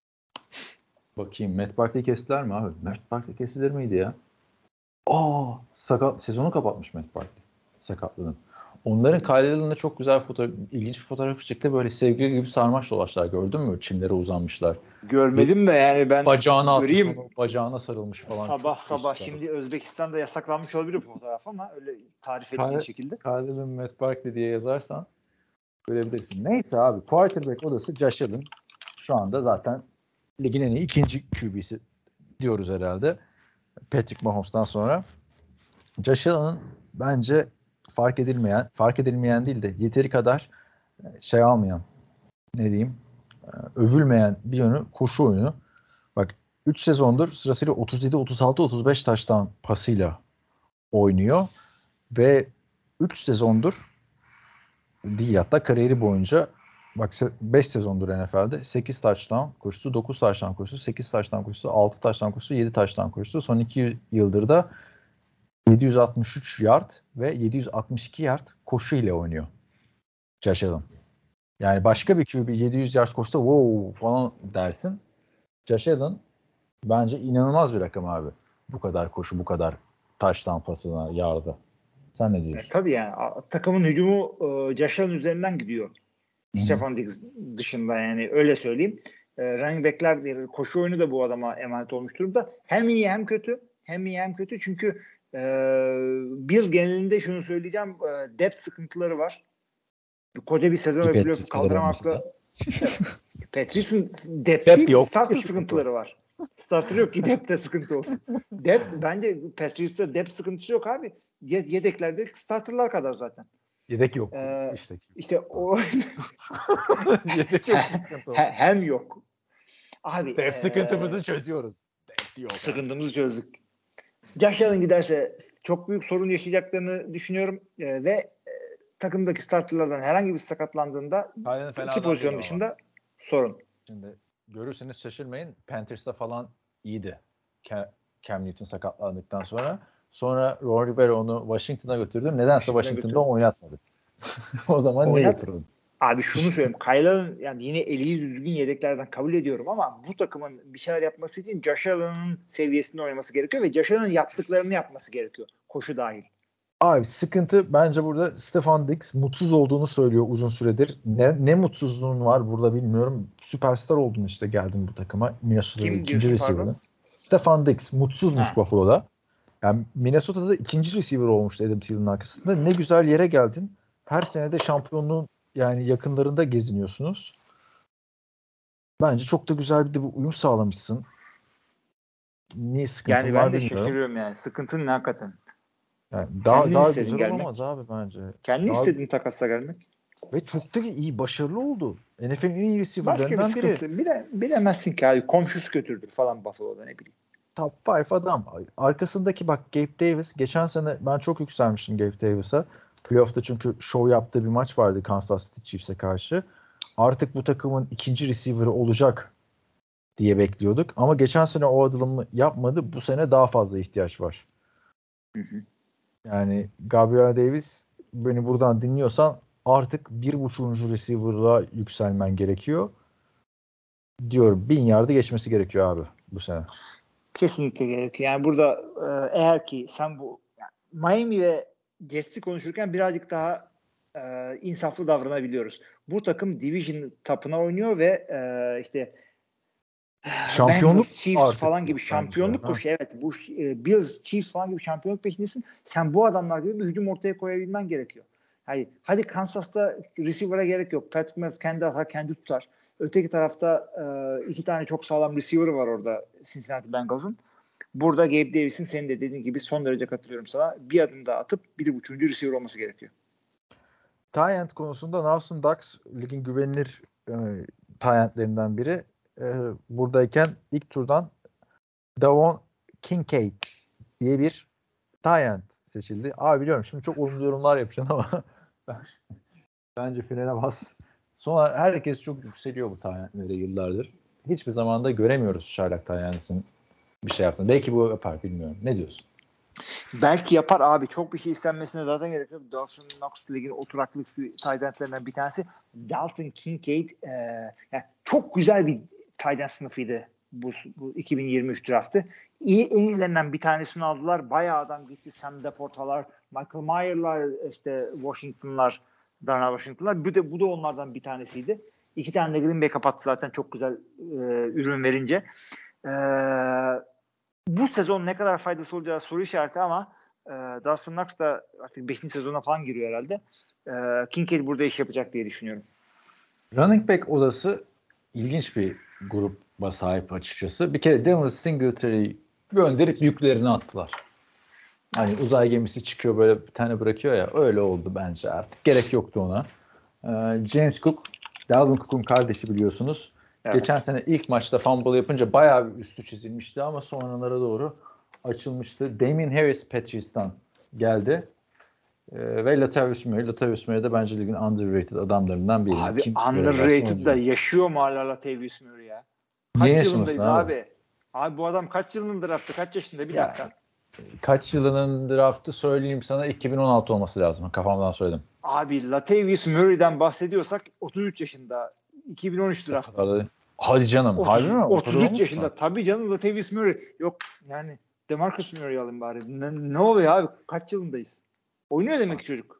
Bakayım Matt Barkley kestiler mi abi? Matt Barkley kesilir miydi ya? Aa, sakat sezonu kapatmış Matt Barkley. Sakatladım. Onların Kyle Allen'da çok güzel fotoğraf, ilginç bir fotoğrafı çıktı. Böyle sevgili gibi sarmaş dolaşlar. Gördün mü? Çimlere uzanmışlar. Görmedim de yani ben bacağına göreyim. atmış onu, bacağına sarılmış falan. Sabah Çok sabah işte. Şimdi Özbekistan'da yasaklanmış olabilir bu fotoğraf ama öyle tarif ettiğin Kyle, şekilde. Kyle Allen, Matt Barkley diye yazarsan görebilirsin. Neyse abi, quarterback odası Josh Allen. Şu anda zaten ligin en iyi ikinci Q B'si diyoruz herhalde. Patrick Mahomes'tan sonra. Josh Allen'ın bence fark edilmeyen, fark edilmeyen değil de yeteri kadar şey almayan, ne diyeyim, övülmeyen bir yönü koşu oyunu. Bak üç sezondur sırasıyla otuz yedi, otuz altı, otuz beş taştan pasıyla oynuyor ve üç sezondur değil hatta kariyeri boyunca bak beş sezondur N F L'de sekiz touchdown koşusu, dokuz touchdown koşusu, sekiz touchdown koşusu, altı touchdown koşusu, yedi touchdown koşusu. Son iki yıldır da yedi yüz altmış üç yard ve yedi yüz altmış iki yard koşu ile oynuyor Josh Allen. Yani başka bir Q B yedi yüz yard koşsa wow falan dersin. Josh Allen bence inanılmaz bir rakam abi. Bu kadar koşu, bu kadar touchdown pasına yardı. Sen ne diyorsun? E, tabii yani takımın hücumu e, Josh Allen üzerinden gidiyor. Hı-hı. Stefan Diggs dışında yani öyle söyleyeyim. E, running back'ler koşu oyunu da bu adama emanet olmuş durumda. Hem iyi hem kötü. Hem iyi hem kötü çünkü e, Bills genelinde şunu söyleyeceğim. E, depth sıkıntıları var. Koca bir sezon ve playoff'u kaldıramamakla. Patrice'in depth, depth yok. Starter sıkıntıları var. Starter yok ki depth'te sıkıntı olsun. Depth, bence Patrice'de depth sıkıntısı yok abi. Yedeklerde starterlar kadar zaten. Yedek yok. Ee, işte. işte o yedek yok. Hem yok. Abi depth e... sıkıntımızı çözüyoruz. Yok sıkıntımızı çözdük. Josh Allen giderse çok büyük sorun yaşayacaklarını düşünüyorum ee, ve e, takımdaki starterlardan herhangi bir sakatlandığında iki pozisyon dışında var. Sorun. Şimdi görürseniz şaşırmayın. Panthers'ta falan iyiydi. Cam Newton sakatlandıktan sonra. Sonra Ron Rivera onu Washington'a götürdü. Nedense Washington'da oynatmadı. O zaman Oynat. ne yapıyordun? Abi şunu söyleyeyim. Kyle'ın yani yine eli düzgün yedeklerden kabul ediyorum ama bu takımın bir şeyler yapması için Josh Allen'ın seviyesinde oynaması gerekiyor ve Josh Allen'ın yaptıklarını yapması gerekiyor. Koşu dahil. Abi sıkıntı bence burada Stefan Diggs mutsuz olduğunu söylüyor uzun süredir. Ne, ne mutsuzluğun var burada bilmiyorum. Süperstar oldun işte geldin bu takıma. Minnesota'da Kim ikinci receiver'ı. Stefan Diggs mutsuzmuş ha. Buffalo'da. Yani Minnesota'da ikinci receiver olmuştu Adam Thielen'ın arkasında. Ne güzel yere geldin. Her sene de şampiyonluğun yani yakınlarında geziniyorsunuz. Bence çok da güzel bir de bu uyum sağlamışsın. Niye sıkıntı yani var ben de bilmiyorum. şaşırıyorum yani. Sıkıntın ne hakikaten? Yani daha Kendin daha güzel gelmek. olamaz abi bence. Kendi daha... istediğin takasla gelmek. Ve çok da iyi, başarılı oldu. N F L'in en iyi receiver'larından Başka bir biri. sıkıntısı. Bile, bilemezsin ki abi. Komşusu kötüdür falan Buffalo'da ne bileyim. Top beş adam. Arkasındaki bak Gabe Davis. Geçen sene ben çok yükselmiştim Gabe Davis'a. Playoff'ta çünkü show yaptığı bir maç vardı Kansas City Chiefs'e karşı. Artık bu takımın ikinci receiver'ı olacak diye bekliyorduk. Ama geçen sene o adımı yapmadı. Bu sene daha fazla ihtiyaç var. Hı hı. Yani Gabriel Davis beni buradan dinliyorsan artık bir buçuğuncu receiver'la yükselmen gerekiyor. Diyorum. Bin yardı geçmesi gerekiyor abi bu sene. Kesinlikle gerekiyor. Yani burada e, eğer ki sen bu yani Miami ve Jets'i konuşurken birazcık daha e, insaflı davranabiliyoruz. Bu takım Division tapına oynuyor ve e, işte şampiyonluk Bengals, Chiefs falan gibi şampiyonluk koşu. Evet bu e, Bills, Chiefs falan gibi şampiyonluk peşindesin. Sen bu adamlar gibi bir hücum ortaya koyabilmen gerekiyor. Hadi, hadi Kansas'ta receiver'a gerek yok. Patrick Mahomes kendi atar, kendi tutar. Öteki tarafta e, iki tane çok sağlam receiver var orada Cincinnati Bengals'ın. Burada Gabe Davis'in senin de dediğin gibi son derece katılıyorum sana. Bir adım daha atıp bir buçuğuncu receiver olması gerekiyor. Tight end konusunda Nelson Dux ligin güvenilir e, tight endlerinden biri. E, buradayken ilk turdan Davon Kincaid diye bir tight end seçildi. Abi biliyorum şimdi çok olumlu yorumlar yapacaksın ama ben, bence frene bas. Sonra herkes çok yükseliyor bu tight endlere yıllardır. Hiçbir zaman da göremiyoruz Sherlock tight end'in bir şey yaptığını. Belki bu yapar bilmiyorum. Ne diyorsun? Belki yapar abi. Çok bir şey istenmesine zaten gerek yok. Dawson Knox ligin oturaklık bir tight endlerinden bir tanesi. Dalton Kincaid e, yani çok güzel bir tight end sınıfıydı bu, bu iki bin yirmi üç draftı. İyi en iyilerinden bir tanesini aldılar. Bayağı adam gitti. Sam Laporta'lar, Michael Mayer'lar, işte Washington'lar, Darnell Washington'lar. Bu da, bu da onlardan bir tanesiydi. İki tane de Green Bay kapattı zaten çok güzel e, ürün verince. Eee Bu sezon ne kadar faydası olacağı soru işareti ama e, Dawson Knox da artık beşinci sezona falan giriyor herhalde. E, Kincaid burada iş yapacak diye düşünüyorum. Running back odası ilginç bir gruba sahip açıkçası. Bir kere Devin Singletary'i gönderip yüklerini attılar. Hani uzay gemisi çıkıyor böyle bir tane bırakıyor ya, öyle oldu bence artık. Gerek yoktu ona. Ee, James Cook, Dalvin Cook'un kardeşi biliyorsunuz. Evet. Geçen sene ilk maçta fumble yapınca bayağı bir üstü çizilmişti ama sonralara doğru açılmıştı. Damien Harris Patriots'tan geldi. Ee, ve Latavius Murray. Latavius Murray de bence ligin underrated adamlarından biri. Abi Kim underrated'da yaşıyor mu hala Latavius Murray ya? Kaç Niye yılındayız abi? abi? Abi bu adam kaç yılının draftı? Kaç yaşında? Bir ya, dakika. Kaç yılının draftı söyleyeyim sana, iki bin on altı olması lazım. Kafamdan söyledim. Abi Latavius Murray'den bahsediyorsak otuz üç yaşında. iki bin on üç draftı. Hadi canım. otuz, Harbi mi? otuz üç yaşında. Mu? Tabii canım Latavius Murray. Yok yani DeMarcus Murray alın bari. Ne, ne oluyor abi? Kaç yılındayız? Oynuyor demek ki çocuk.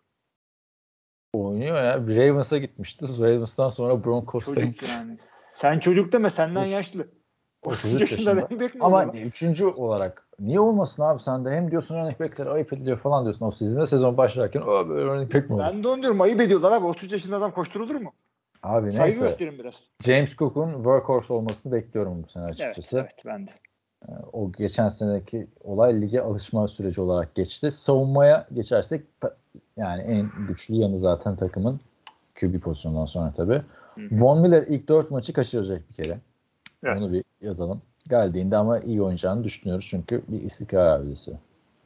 Oynuyor ya. Ravens'a gitmişti. Ravens'tan sonra Broncos Saints. Yani. Sen çocuk deme, senden yaşlı. otuz üç yaşında. Ama üçüncü olarak niye olmasın abi? Sen de hem diyorsun running back'ler ayıp ediliyor falan diyorsun. Off-season'da sezon başlarken o böyle running back mi olur? Ben de onu diyorum. Ayıp ediyorlar abi. otuz üç yaşında adam koşturulur mu? Abi saygı neyse. gösterin biraz. James Cook'un workhorse olmasını bekliyorum bu sene açıkçası. Evet, evet ben de. O geçen seneki olay lige alışma süreci olarak geçti. Savunmaya geçersek ta, yani en güçlü yanı zaten takımın Q B pozisyonundan sonra tabii. Hı. Von Miller ilk dört maçı kaçıracak bir kere. Evet. Onu bir yazalım. Geldiğinde ama iyi oynayacağını düşünüyoruz çünkü bir istikrar abidesi.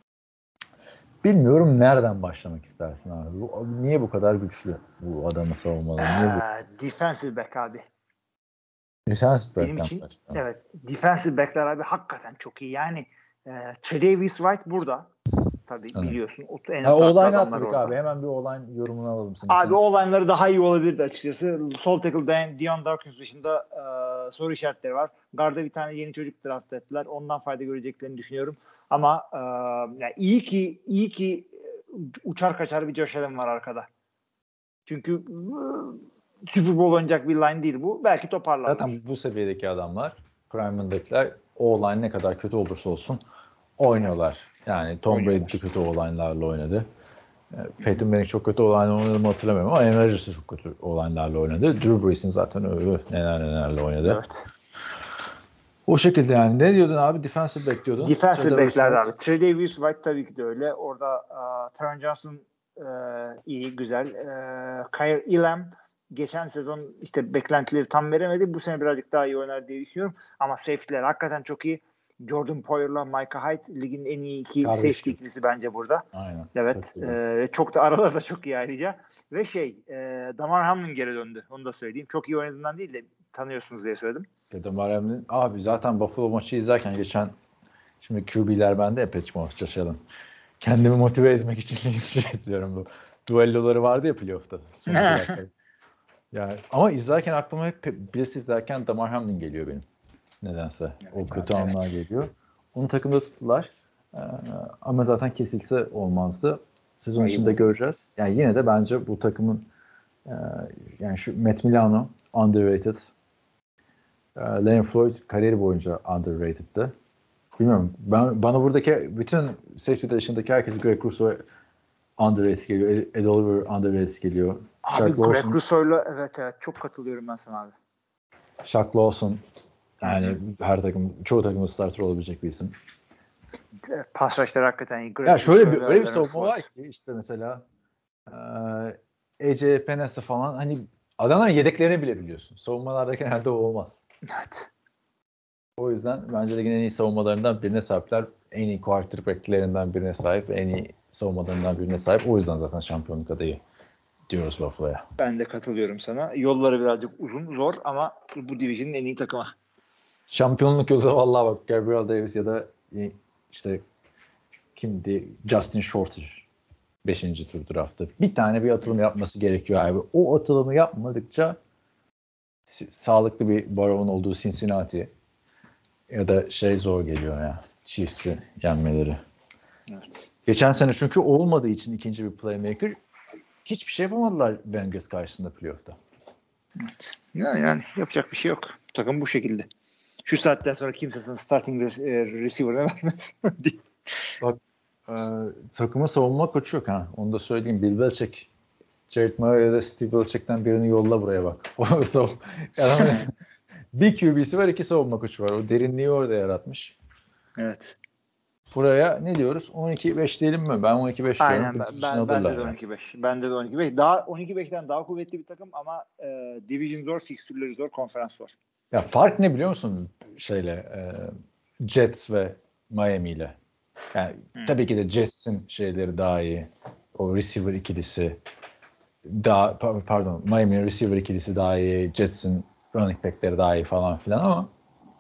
Bilmiyorum nereden başlamak istersin abi? Bu, niye bu kadar güçlü bu adamı savunmaları? Niye bu? Defensive back abi. Defensive back. Benim için başlayalım. Evet. Defensive back'ler abi hakikaten çok iyi. Yani e, Tre'Davious White burada. Tabii evet. Biliyorsun. O, en ha, o-line atladık abi. Hemen bir o-line yorumunu alalım. Abi o-line'ları daha iyi olabilirdi açıkçası. Sol tackle Dion Dawkins dışında e, soru işaretleri var. Guard'a bir tane yeni çocuk draft ettiler. Ondan fayda göreceklerini düşünüyorum. Ama e, yani iyi ki iyi ki uçar kaçar bir Josh Allen var arkada. Çünkü e, Super Bowl oynayacak bir line değil bu. Belki toparlar. Zaten bu seviyedeki adamlar, prime'ındakiler o-line ne kadar kötü olursa olsun oynuyorlar. Yani Tom Brady de kötü o-line'larla oynadı. Peyton Manning çok kötü o-line oynadı mı hatırlamıyorum ama Aaron Rodgers de çok kötü o-line'larla oynadı. Drew Brees'in zaten öyle neler nelerle oynadı. Evet. O şekilde yani. Ne diyordun abi? Defensive back diyordun. Defensive back'ler abi. Tre'Davious White tabii ki de öyle. Orada uh, Taron Johnson uh, iyi, güzel. Uh, Kyle Elam geçen sezon işte beklentileri tam veremedi. Bu sene birazcık daha iyi oynar diye düşünüyorum. Ama safety'ler hakikaten çok iyi. Jordan Poyer'la Micah Hyde ligin en iyi iki Kardeşim. Safety ikilisi bence burada. Aynen. Evet. E, çok da araları da çok iyi ayrıca. Ve şey e, Damar Hamlin geri döndü. Onu da söyleyeyim. Çok iyi oynadığından değil de tanıyorsunuz diye söyledim. Damar Hamlin abi zaten Buffalo maçı izlerken geçen şimdi Q B'ler bende ya Patrick Mahomes, Josh Allen. Kendimi motive etmek için şey izliyorum bu. Duelloları vardı ya playoff'ta. Yani ama izlerken aklıma hep birisi izlerken Damar Hamlin geliyor benim. Nedense. Evet, o kötü evet. anlar geliyor. Onu takımda tuttular. Ee, ama zaten kesilse olmazdı. Sezon Ayı içinde bu. Göreceğiz. Yani yine de bence bu takımın e, yani şu Matt Milano underrated. E, Leonard Floyd kariyeri boyunca underrated'dı. Bilmiyorum. Ben, bana buradaki bütün safety dışındaki herkes Greg Rousseau underrated geliyor. Ed, Ed Oliver underrated geliyor. Abi Shaq Greg Rousseau'yla evet evet çok katılıyorum ben sana abi. Shaq Lawson yani Hı-hı. her takım, çoğu takımın starter olabilecek bir isim. Pas rush'ları hakikaten iyi. Greg ya şöyle bir öyle bir savunma var ki işte mesela A J Penesa falan hani adamların yedeklerini bile biliyorsun. Savunmalarda genelde o olmaz. Evet. O yüzden bence ligin en iyi savunmalarından birine sahipler. En iyi quarterbacklerinden birine sahip. En iyi savunmalarından birine sahip. O yüzden zaten şampiyonluk adayı diyoruz Buffalo'ya. Ben de katılıyorum sana. Yolları birazcık uzun, zor ama bu division'ın en iyi takımı. Şampiyonluk yolu da vallahi bak Gabriel Davis ya da işte kimdi? Justin Shorter beşinci tur draftı. Bir tane bir atılım yapması gerekiyor abi. O atılımı yapmadıkça si- sağlıklı bir baron olduğu Cincinnati ya da şey zor geliyor ya. Chiefs'i yenmeleri. Evet. Geçen sene çünkü olmadığı için ikinci bir playmaker hiçbir şey yapamadılar Bengals karşısında playoff'ta. Evet. Yani, yani yapacak bir şey yok. Takım bu şekilde. Şu saatten sonra kimse sana starting re- receiver'ına vermez. Bak e, takıma savunma koçu yok ha. Onu da söyleyeyim. Bill Belichick, Jared Mayer ya da Steve Belichick'ten birini yolla buraya bak. yani, bir Q B'si var, iki savunma koçu var. O derinliği orada yaratmış. Evet. Buraya ne diyoruz? on iki beş diyelim mi? Ben on iki beş diyorum. Aynen. Ben, ben, ben de on iki beş. Bende de on iki beş. Daha on iki beşten daha kuvvetli bir takım ama e, division zor, fikstürleri zor, konferans zor. Ya fark ne biliyor musun şeyle e, Jets ve Miami ile? Yani hmm. tabii ki de Jets'in şeyleri daha iyi. O receiver ikilisi daha pardon Miami'nin receiver ikilisi daha iyi. Jets'in running back'leri daha iyi falan filan ama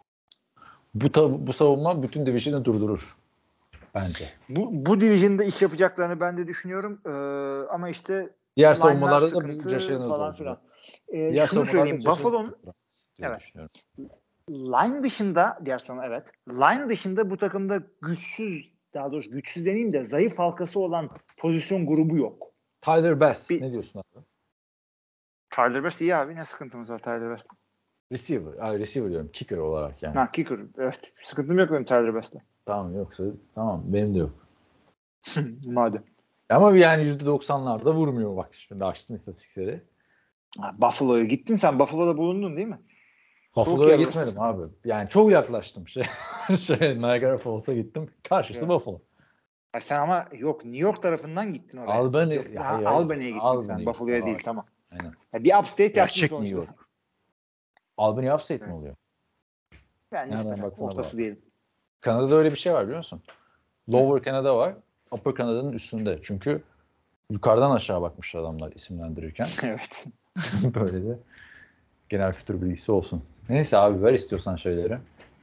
bu ta, bu savunma bütün division'ı durdurur bence. Bu bu division'da iş yapacaklarını ben de düşünüyorum. Ee, ama işte diğer savunmalarda da bu Josh'ın falan filan. Ee, diğer şunu söyleyeyim. Buffalo'nun evet. Line dışında diğer savunma evet. Line dışında bu takımda güçsüz, daha doğrusu güçsüz demeyeyim de zayıf halkası olan pozisyon grubu yok. Tyler Bass Bir, ne diyorsun abi? Tyler Bass iyi abi. Ne sıkıntımız var Tyler Bass'ta? Receiver. Ay, receiver diyorum. Kicker olarak yani. Ha kicker. Evet. Sıkıntım yok benim Tyler Bass'ta. Tamam yoksa tamam. Benim de yok. Madem. Ama yani yüzde doksanlarda vurmuyor bak. Şimdi açtım istatistikleri. Ha, Buffalo'ya gittin sen. Buffalo'da bulundun değil mi? Buffalo'ya gitmedim abi. Yani çok yaklaştım. Şey, şey Niagara Falls'a gittim. Karşısı evet. Buffalo. Ha, sen ama yok New York tarafından gittin oraya. Albany, yok, ya, ha, ya, Albany'ye gittin Albany sen. gittim. Buffalo'ya değil Var. tamam. Aynen. Ya, bir upstate yaptın Gerçek sonuçta. New York. Albany upstate evet. mi oluyor? Yani nispeten ortası değil. Kanada'da öyle bir şey var biliyor musun? Lower Canada var. Upper Canada'nın üstünde. Çünkü yukarıdan aşağı bakmış adamlar isimlendirirken. Evet. Böyle de genel kültür bilgisi olsun. Neyse abi ver istiyorsan şeyleri.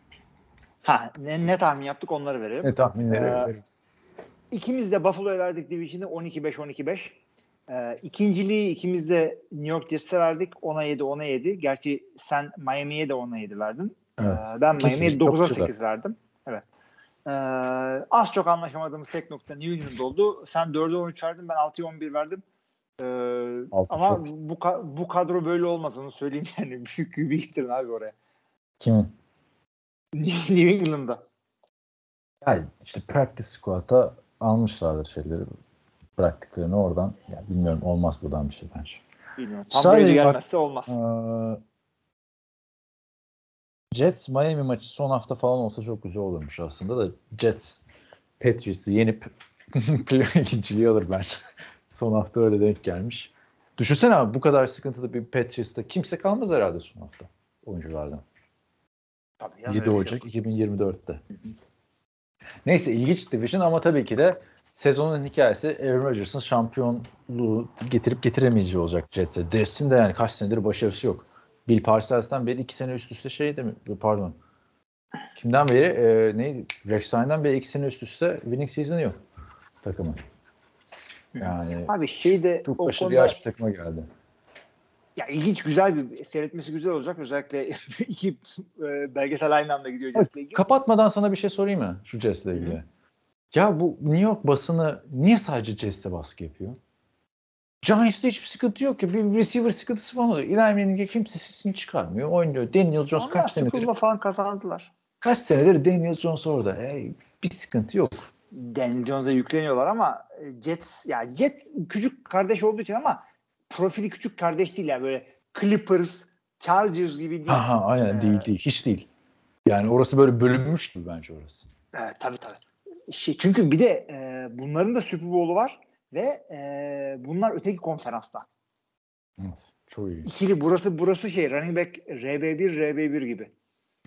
Ha ne, ne tahmin yaptık onları verelim. Ne tahminleri ee, verelim. İkimiz de Buffalo'ya verdik Division'ı on iki beş on iki beş. Ee, ikinciliği ikimiz de New York Jets'e verdik. ona yedi ona yedi. Gerçi sen Miami'ye de ona yedi verdin. Evet. Ee, ben Miami'ye dokuza sekiz verdim. Evet. Ee, az çok anlaşamadığımız tek nokta New England oldu. Sen dörde on üç verdin. Ben altıya on bir verdim. Ee, ama çok. bu bu kadro böyle olmaz onu söyleyeyim yani. Büyük bir gittirin abi oraya. Kimin? New England'da. Yani işte practice squad'a almışlardır şeyleri. Bıraktıklarını oradan. Yani bilmiyorum olmaz buradan bir şey bence. Bilmiyorum. Tam böyle gelmezse olmaz. Ee, Jets Miami maçı son hafta falan olsa çok güzel olurmuş aslında da Jets Patriots'ı yenip ikinciliği alır bence. Son hafta öyle denk gelmiş. Düşünsene abi bu kadar sıkıntılı bir Patriots'ta kimse kalmaz herhalde son hafta oyunculardan. Tabii ya, yedi Ocak şey iki bin yirmi dörtte. Hı hı. Neyse ilginç division ama tabii ki de sezonun hikayesi Aaron Rodgers'ın şampiyonluğu getirip getiremeyeceği olacak Jets'e. Jets'in de yani kaç senedir başarısı yok. Bill Parsons'tan beri iki sene üst üste şey değil mi? Pardon. Kimden beri? E, neydi? Rex Ryan'dan beri iki sene üst üste winning season'ı yok takımın. Yani abi şey de çok başarılı konuda... yaş bir takıma geldi. Ya ilginç, güzel bir seyretmesi güzel olacak. Özellikle iki e, belgesel aynı anda gidiyor Jets'le ilgili. Kapatmadan sana bir şey sorayım mı şu Jets'le ilgili? Hı-hı. Ya bu New York basını niye sadece Jets'e baskı yapıyor? Giants'ta hiçbir sıkıntı yok ki. Bir receiver sıkıntısı falan oluyor. Eli Manning'e kimse sesini çıkarmıyor. Oynuyor. Daniel Jones onlar kaç senedir? Onlar falan kazandılar. Kaç senedir Daniel Jones orada. Hey, bir sıkıntı yok. Daniel Jones'a yükleniyorlar ama Jets, ya yani Jet küçük kardeş olduğu için ama profili küçük kardeş değil yani böyle Clippers, Chargers gibi değil. Ha, ha aynen ee, değil değil. Hiç değil. Yani orası böyle bölünmüş gibi bence orası. Evet tabii tabii. Şey, çünkü bir de e, bunların da Super Bowl'u var ve e, bunlar öteki konferansta. Evet. Çok iyi. İkili burası burası şey running back R B bir R B bir gibi.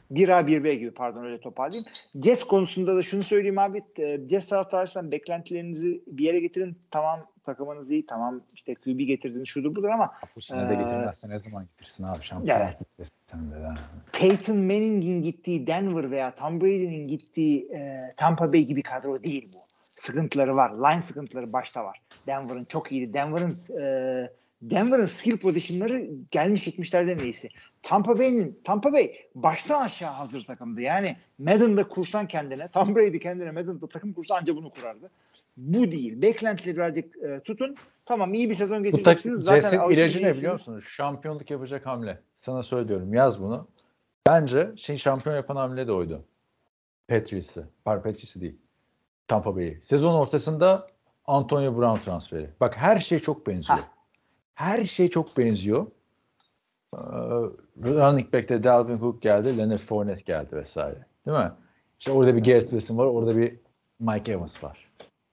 bir A bir B gibi pardon öyle toparlayayım. Jets konusunda da şunu söyleyeyim abi. Jets taraftarıysan beklentilerinizi bir yere getirin. Tamam takımınız iyi. Tamam işte Q B getirdiniz şudur budur ama Bu sene de ee, getirmezse ne zaman getirsin abi? Şampiyonluk evet. gitmesin sen de. Yani. Peyton Manning'in gittiği Denver veya Tom Brady'nin gittiği e, Tampa Bay gibi kadro değil bu. Sıkıntıları var. Line sıkıntıları başta var. Denver'ın çok iyiydi. Denver'ın e, Denver'ın skill pozisyonları gelmiş gitmişlerden iyisi. Tampa Bay'nin Tampa Bay baştan aşağı hazır takımdı. Yani Madden'da kursan kendine, Tom Brady kendine Madden'da takım kursa anca bunu kurardı. Bu değil. Beklentileri birazcık e, tutun. Tamam iyi bir sezon geçireceksiniz. Zaten Jets'in ilacı ne biliyor musunuz? Şampiyonluk yapacak hamle. Sana söylüyorum. Yaz bunu. Bence şey şampiyon yapan hamle de oydu. Patriots'ı. Par Patriots'ı değil. Tampa Bay'i. Sezon ortasında Antonio Brown transferi. Bak her şey çok benziyor. Ha. Her şey çok benziyor. Ee, running back'te Dalvin Cook geldi. Leonard Fournette geldi vesaire. Değil mi? İşte orada bir Garrett Wilson var. Orada bir Mike Evans var.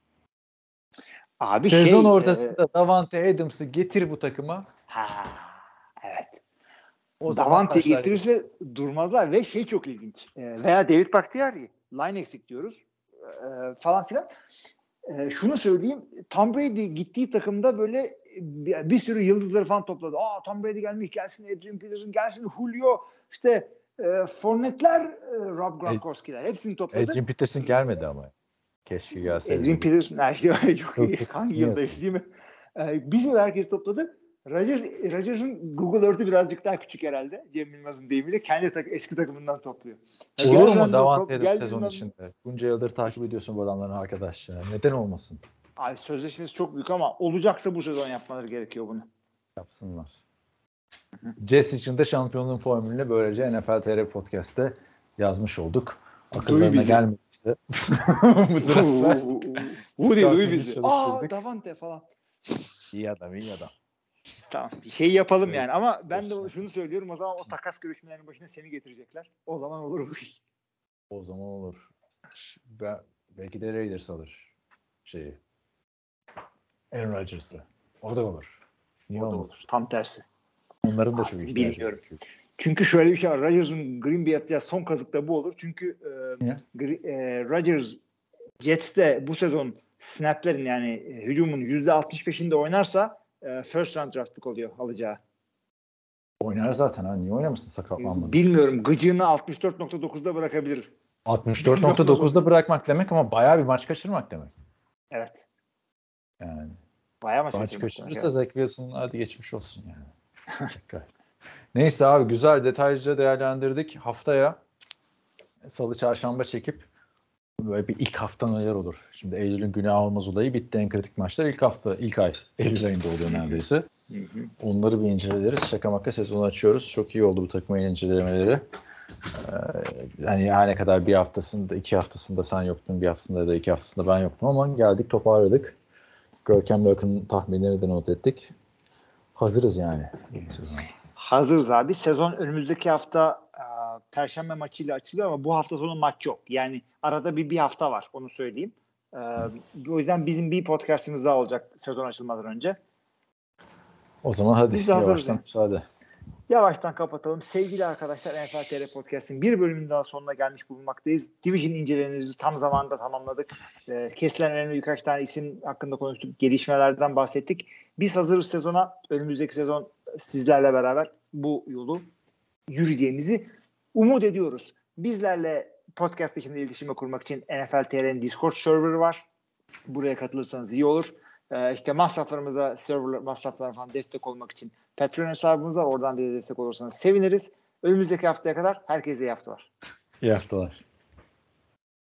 Abi Sezon şey, ortasında e... Davante Adams'ı getir bu takıma. Ha, evet. O Davante getirirse durmazlar ve şey çok ilginç. E, veya David Bakhtiari. Line eksik diyoruz. E, falan filan. E, şunu söyleyeyim. Tom Brady gittiği takımda böyle bir, bir sürü yıldızları falan topladı. Aa Tom Brady gelmiş gelsin, Adrian Peterson gelsin, Julio işte e, Fournette'ler, e, Rob Gronkowski'ler hepsini topladı. Adrian Peterson gelmedi ama. Keşke gelseydi. Adrian Peterson her şey çok iyi. Hangi yıldayız değil mi? E, bir sürü herkes topladı. Rodgers, Rodgers'ın Google Earth'ü birazcık daha küçük herhalde. Cem Yılmaz'ın deyimiyle kendi tak- eski takımından topluyor. Yani olur mu Davante Adams sezon içinde? Bunca yıldır takip ediyorsun bu adamların arkadaş ya. Neden olmasın? Abi sözleşmesi çok büyük ama olacaksa bu sezon yapmaları gerekiyor bunu. Yapsınlar. Jets için de şampiyonluğun formülünü böylece N F L T R Podcast'te yazmış olduk. Akıllarına gelmediyse bu transfer. Woody duy bizi. Aa Davante falan. İyi adam iyi adam. Tamam. Bir şey yapalım evet. Yani ama ben de şunu söylüyorum o zaman o takas görüşmelerinin başına seni getirecekler. O zaman olur bu iş. O zaman olur. Ben, belki de Raiders alır şeyi. Aaron Rodgers'ı. O da olur. Niye o da olmasın? olur. Tam tersi. Onların da çok ihtiyacı bilmiyorum. Var. Çünkü şöyle bir şey var. Rodgers'ın Green Bay'e atacağı son kazık da bu olur. Çünkü e, e, Rodgers Jets'te bu sezon snaplerin yani e, hücumun yüzde altmış beşinde oynarsa e, first round draft pick oluyor alacağı. Oynar zaten ha. Niye oynamışsın sakatlanmadan? Bilmiyorum. Gıcığını altmış dört nokta dokuzda bırakabilir. altmış dört nokta dokuzda bırakmak demek ama bayağı bir maç kaçırmak demek. Evet. Yani. Bayağı maç, maç kaçırırsa Zach Wilson hadi geçmiş olsun yani. Neyse abi güzel detaylıca değerlendirdik. Haftaya Salı Çarşamba çekip böyle bir ilk hafta neler olur? Şimdi Eylül'ün günah olmaz olayı bitti. En kritik maçlar ilk hafta, ilk ay. Eylül ayında oluyor neredeyse. Hı hı. Onları bir inceleriz. Şaka maka sezonu açıyoruz. Çok iyi oldu bu takımın incelemeleri. Ee, yani her ne kadar bir haftasında, iki haftasında sen yoktun, bir haftasında da iki haftasında ben yoktum ama geldik toparladık. Görkem'le Akın'ın tahminlerini de not ettik. Hazırız yani. Hazırız abi. Sezon önümüzdeki hafta e, Perşembe maçıyla açılıyor ama bu hafta sonu maç yok. Yani arada bir bir hafta var. Onu söyleyeyim. E, o yüzden bizim bir podcastimiz daha olacak sezon açılmadan önce. O zaman hadi Biz yavaştan yani. müsaade. Yavaştan kapatalım. Sevgili arkadaşlar N F L T R Podcast'in bir bölümünün daha sonuna gelmiş bulunmaktayız. Division incelememizi tam zamanında tamamladık. E, kesilen önemli birkaç tane isim hakkında konuştuk. Gelişmelerden bahsettik. Biz hazırız sezona. Önümüzdeki sezon sizlerle beraber bu yolu yürüyeceğimizi umut ediyoruz. Bizlerle podcast dışında iletişime kurmak için N F L T R'nin Discord serverı var. Buraya katılırsanız iyi olur. Ee, işte masraflarımıza, server masraflarına falan destek olmak için Patreon hesabımız var. Oradan da destek olursanız seviniriz. Önümüzdeki haftaya kadar herkese iyi haftalar. İyi haftalar.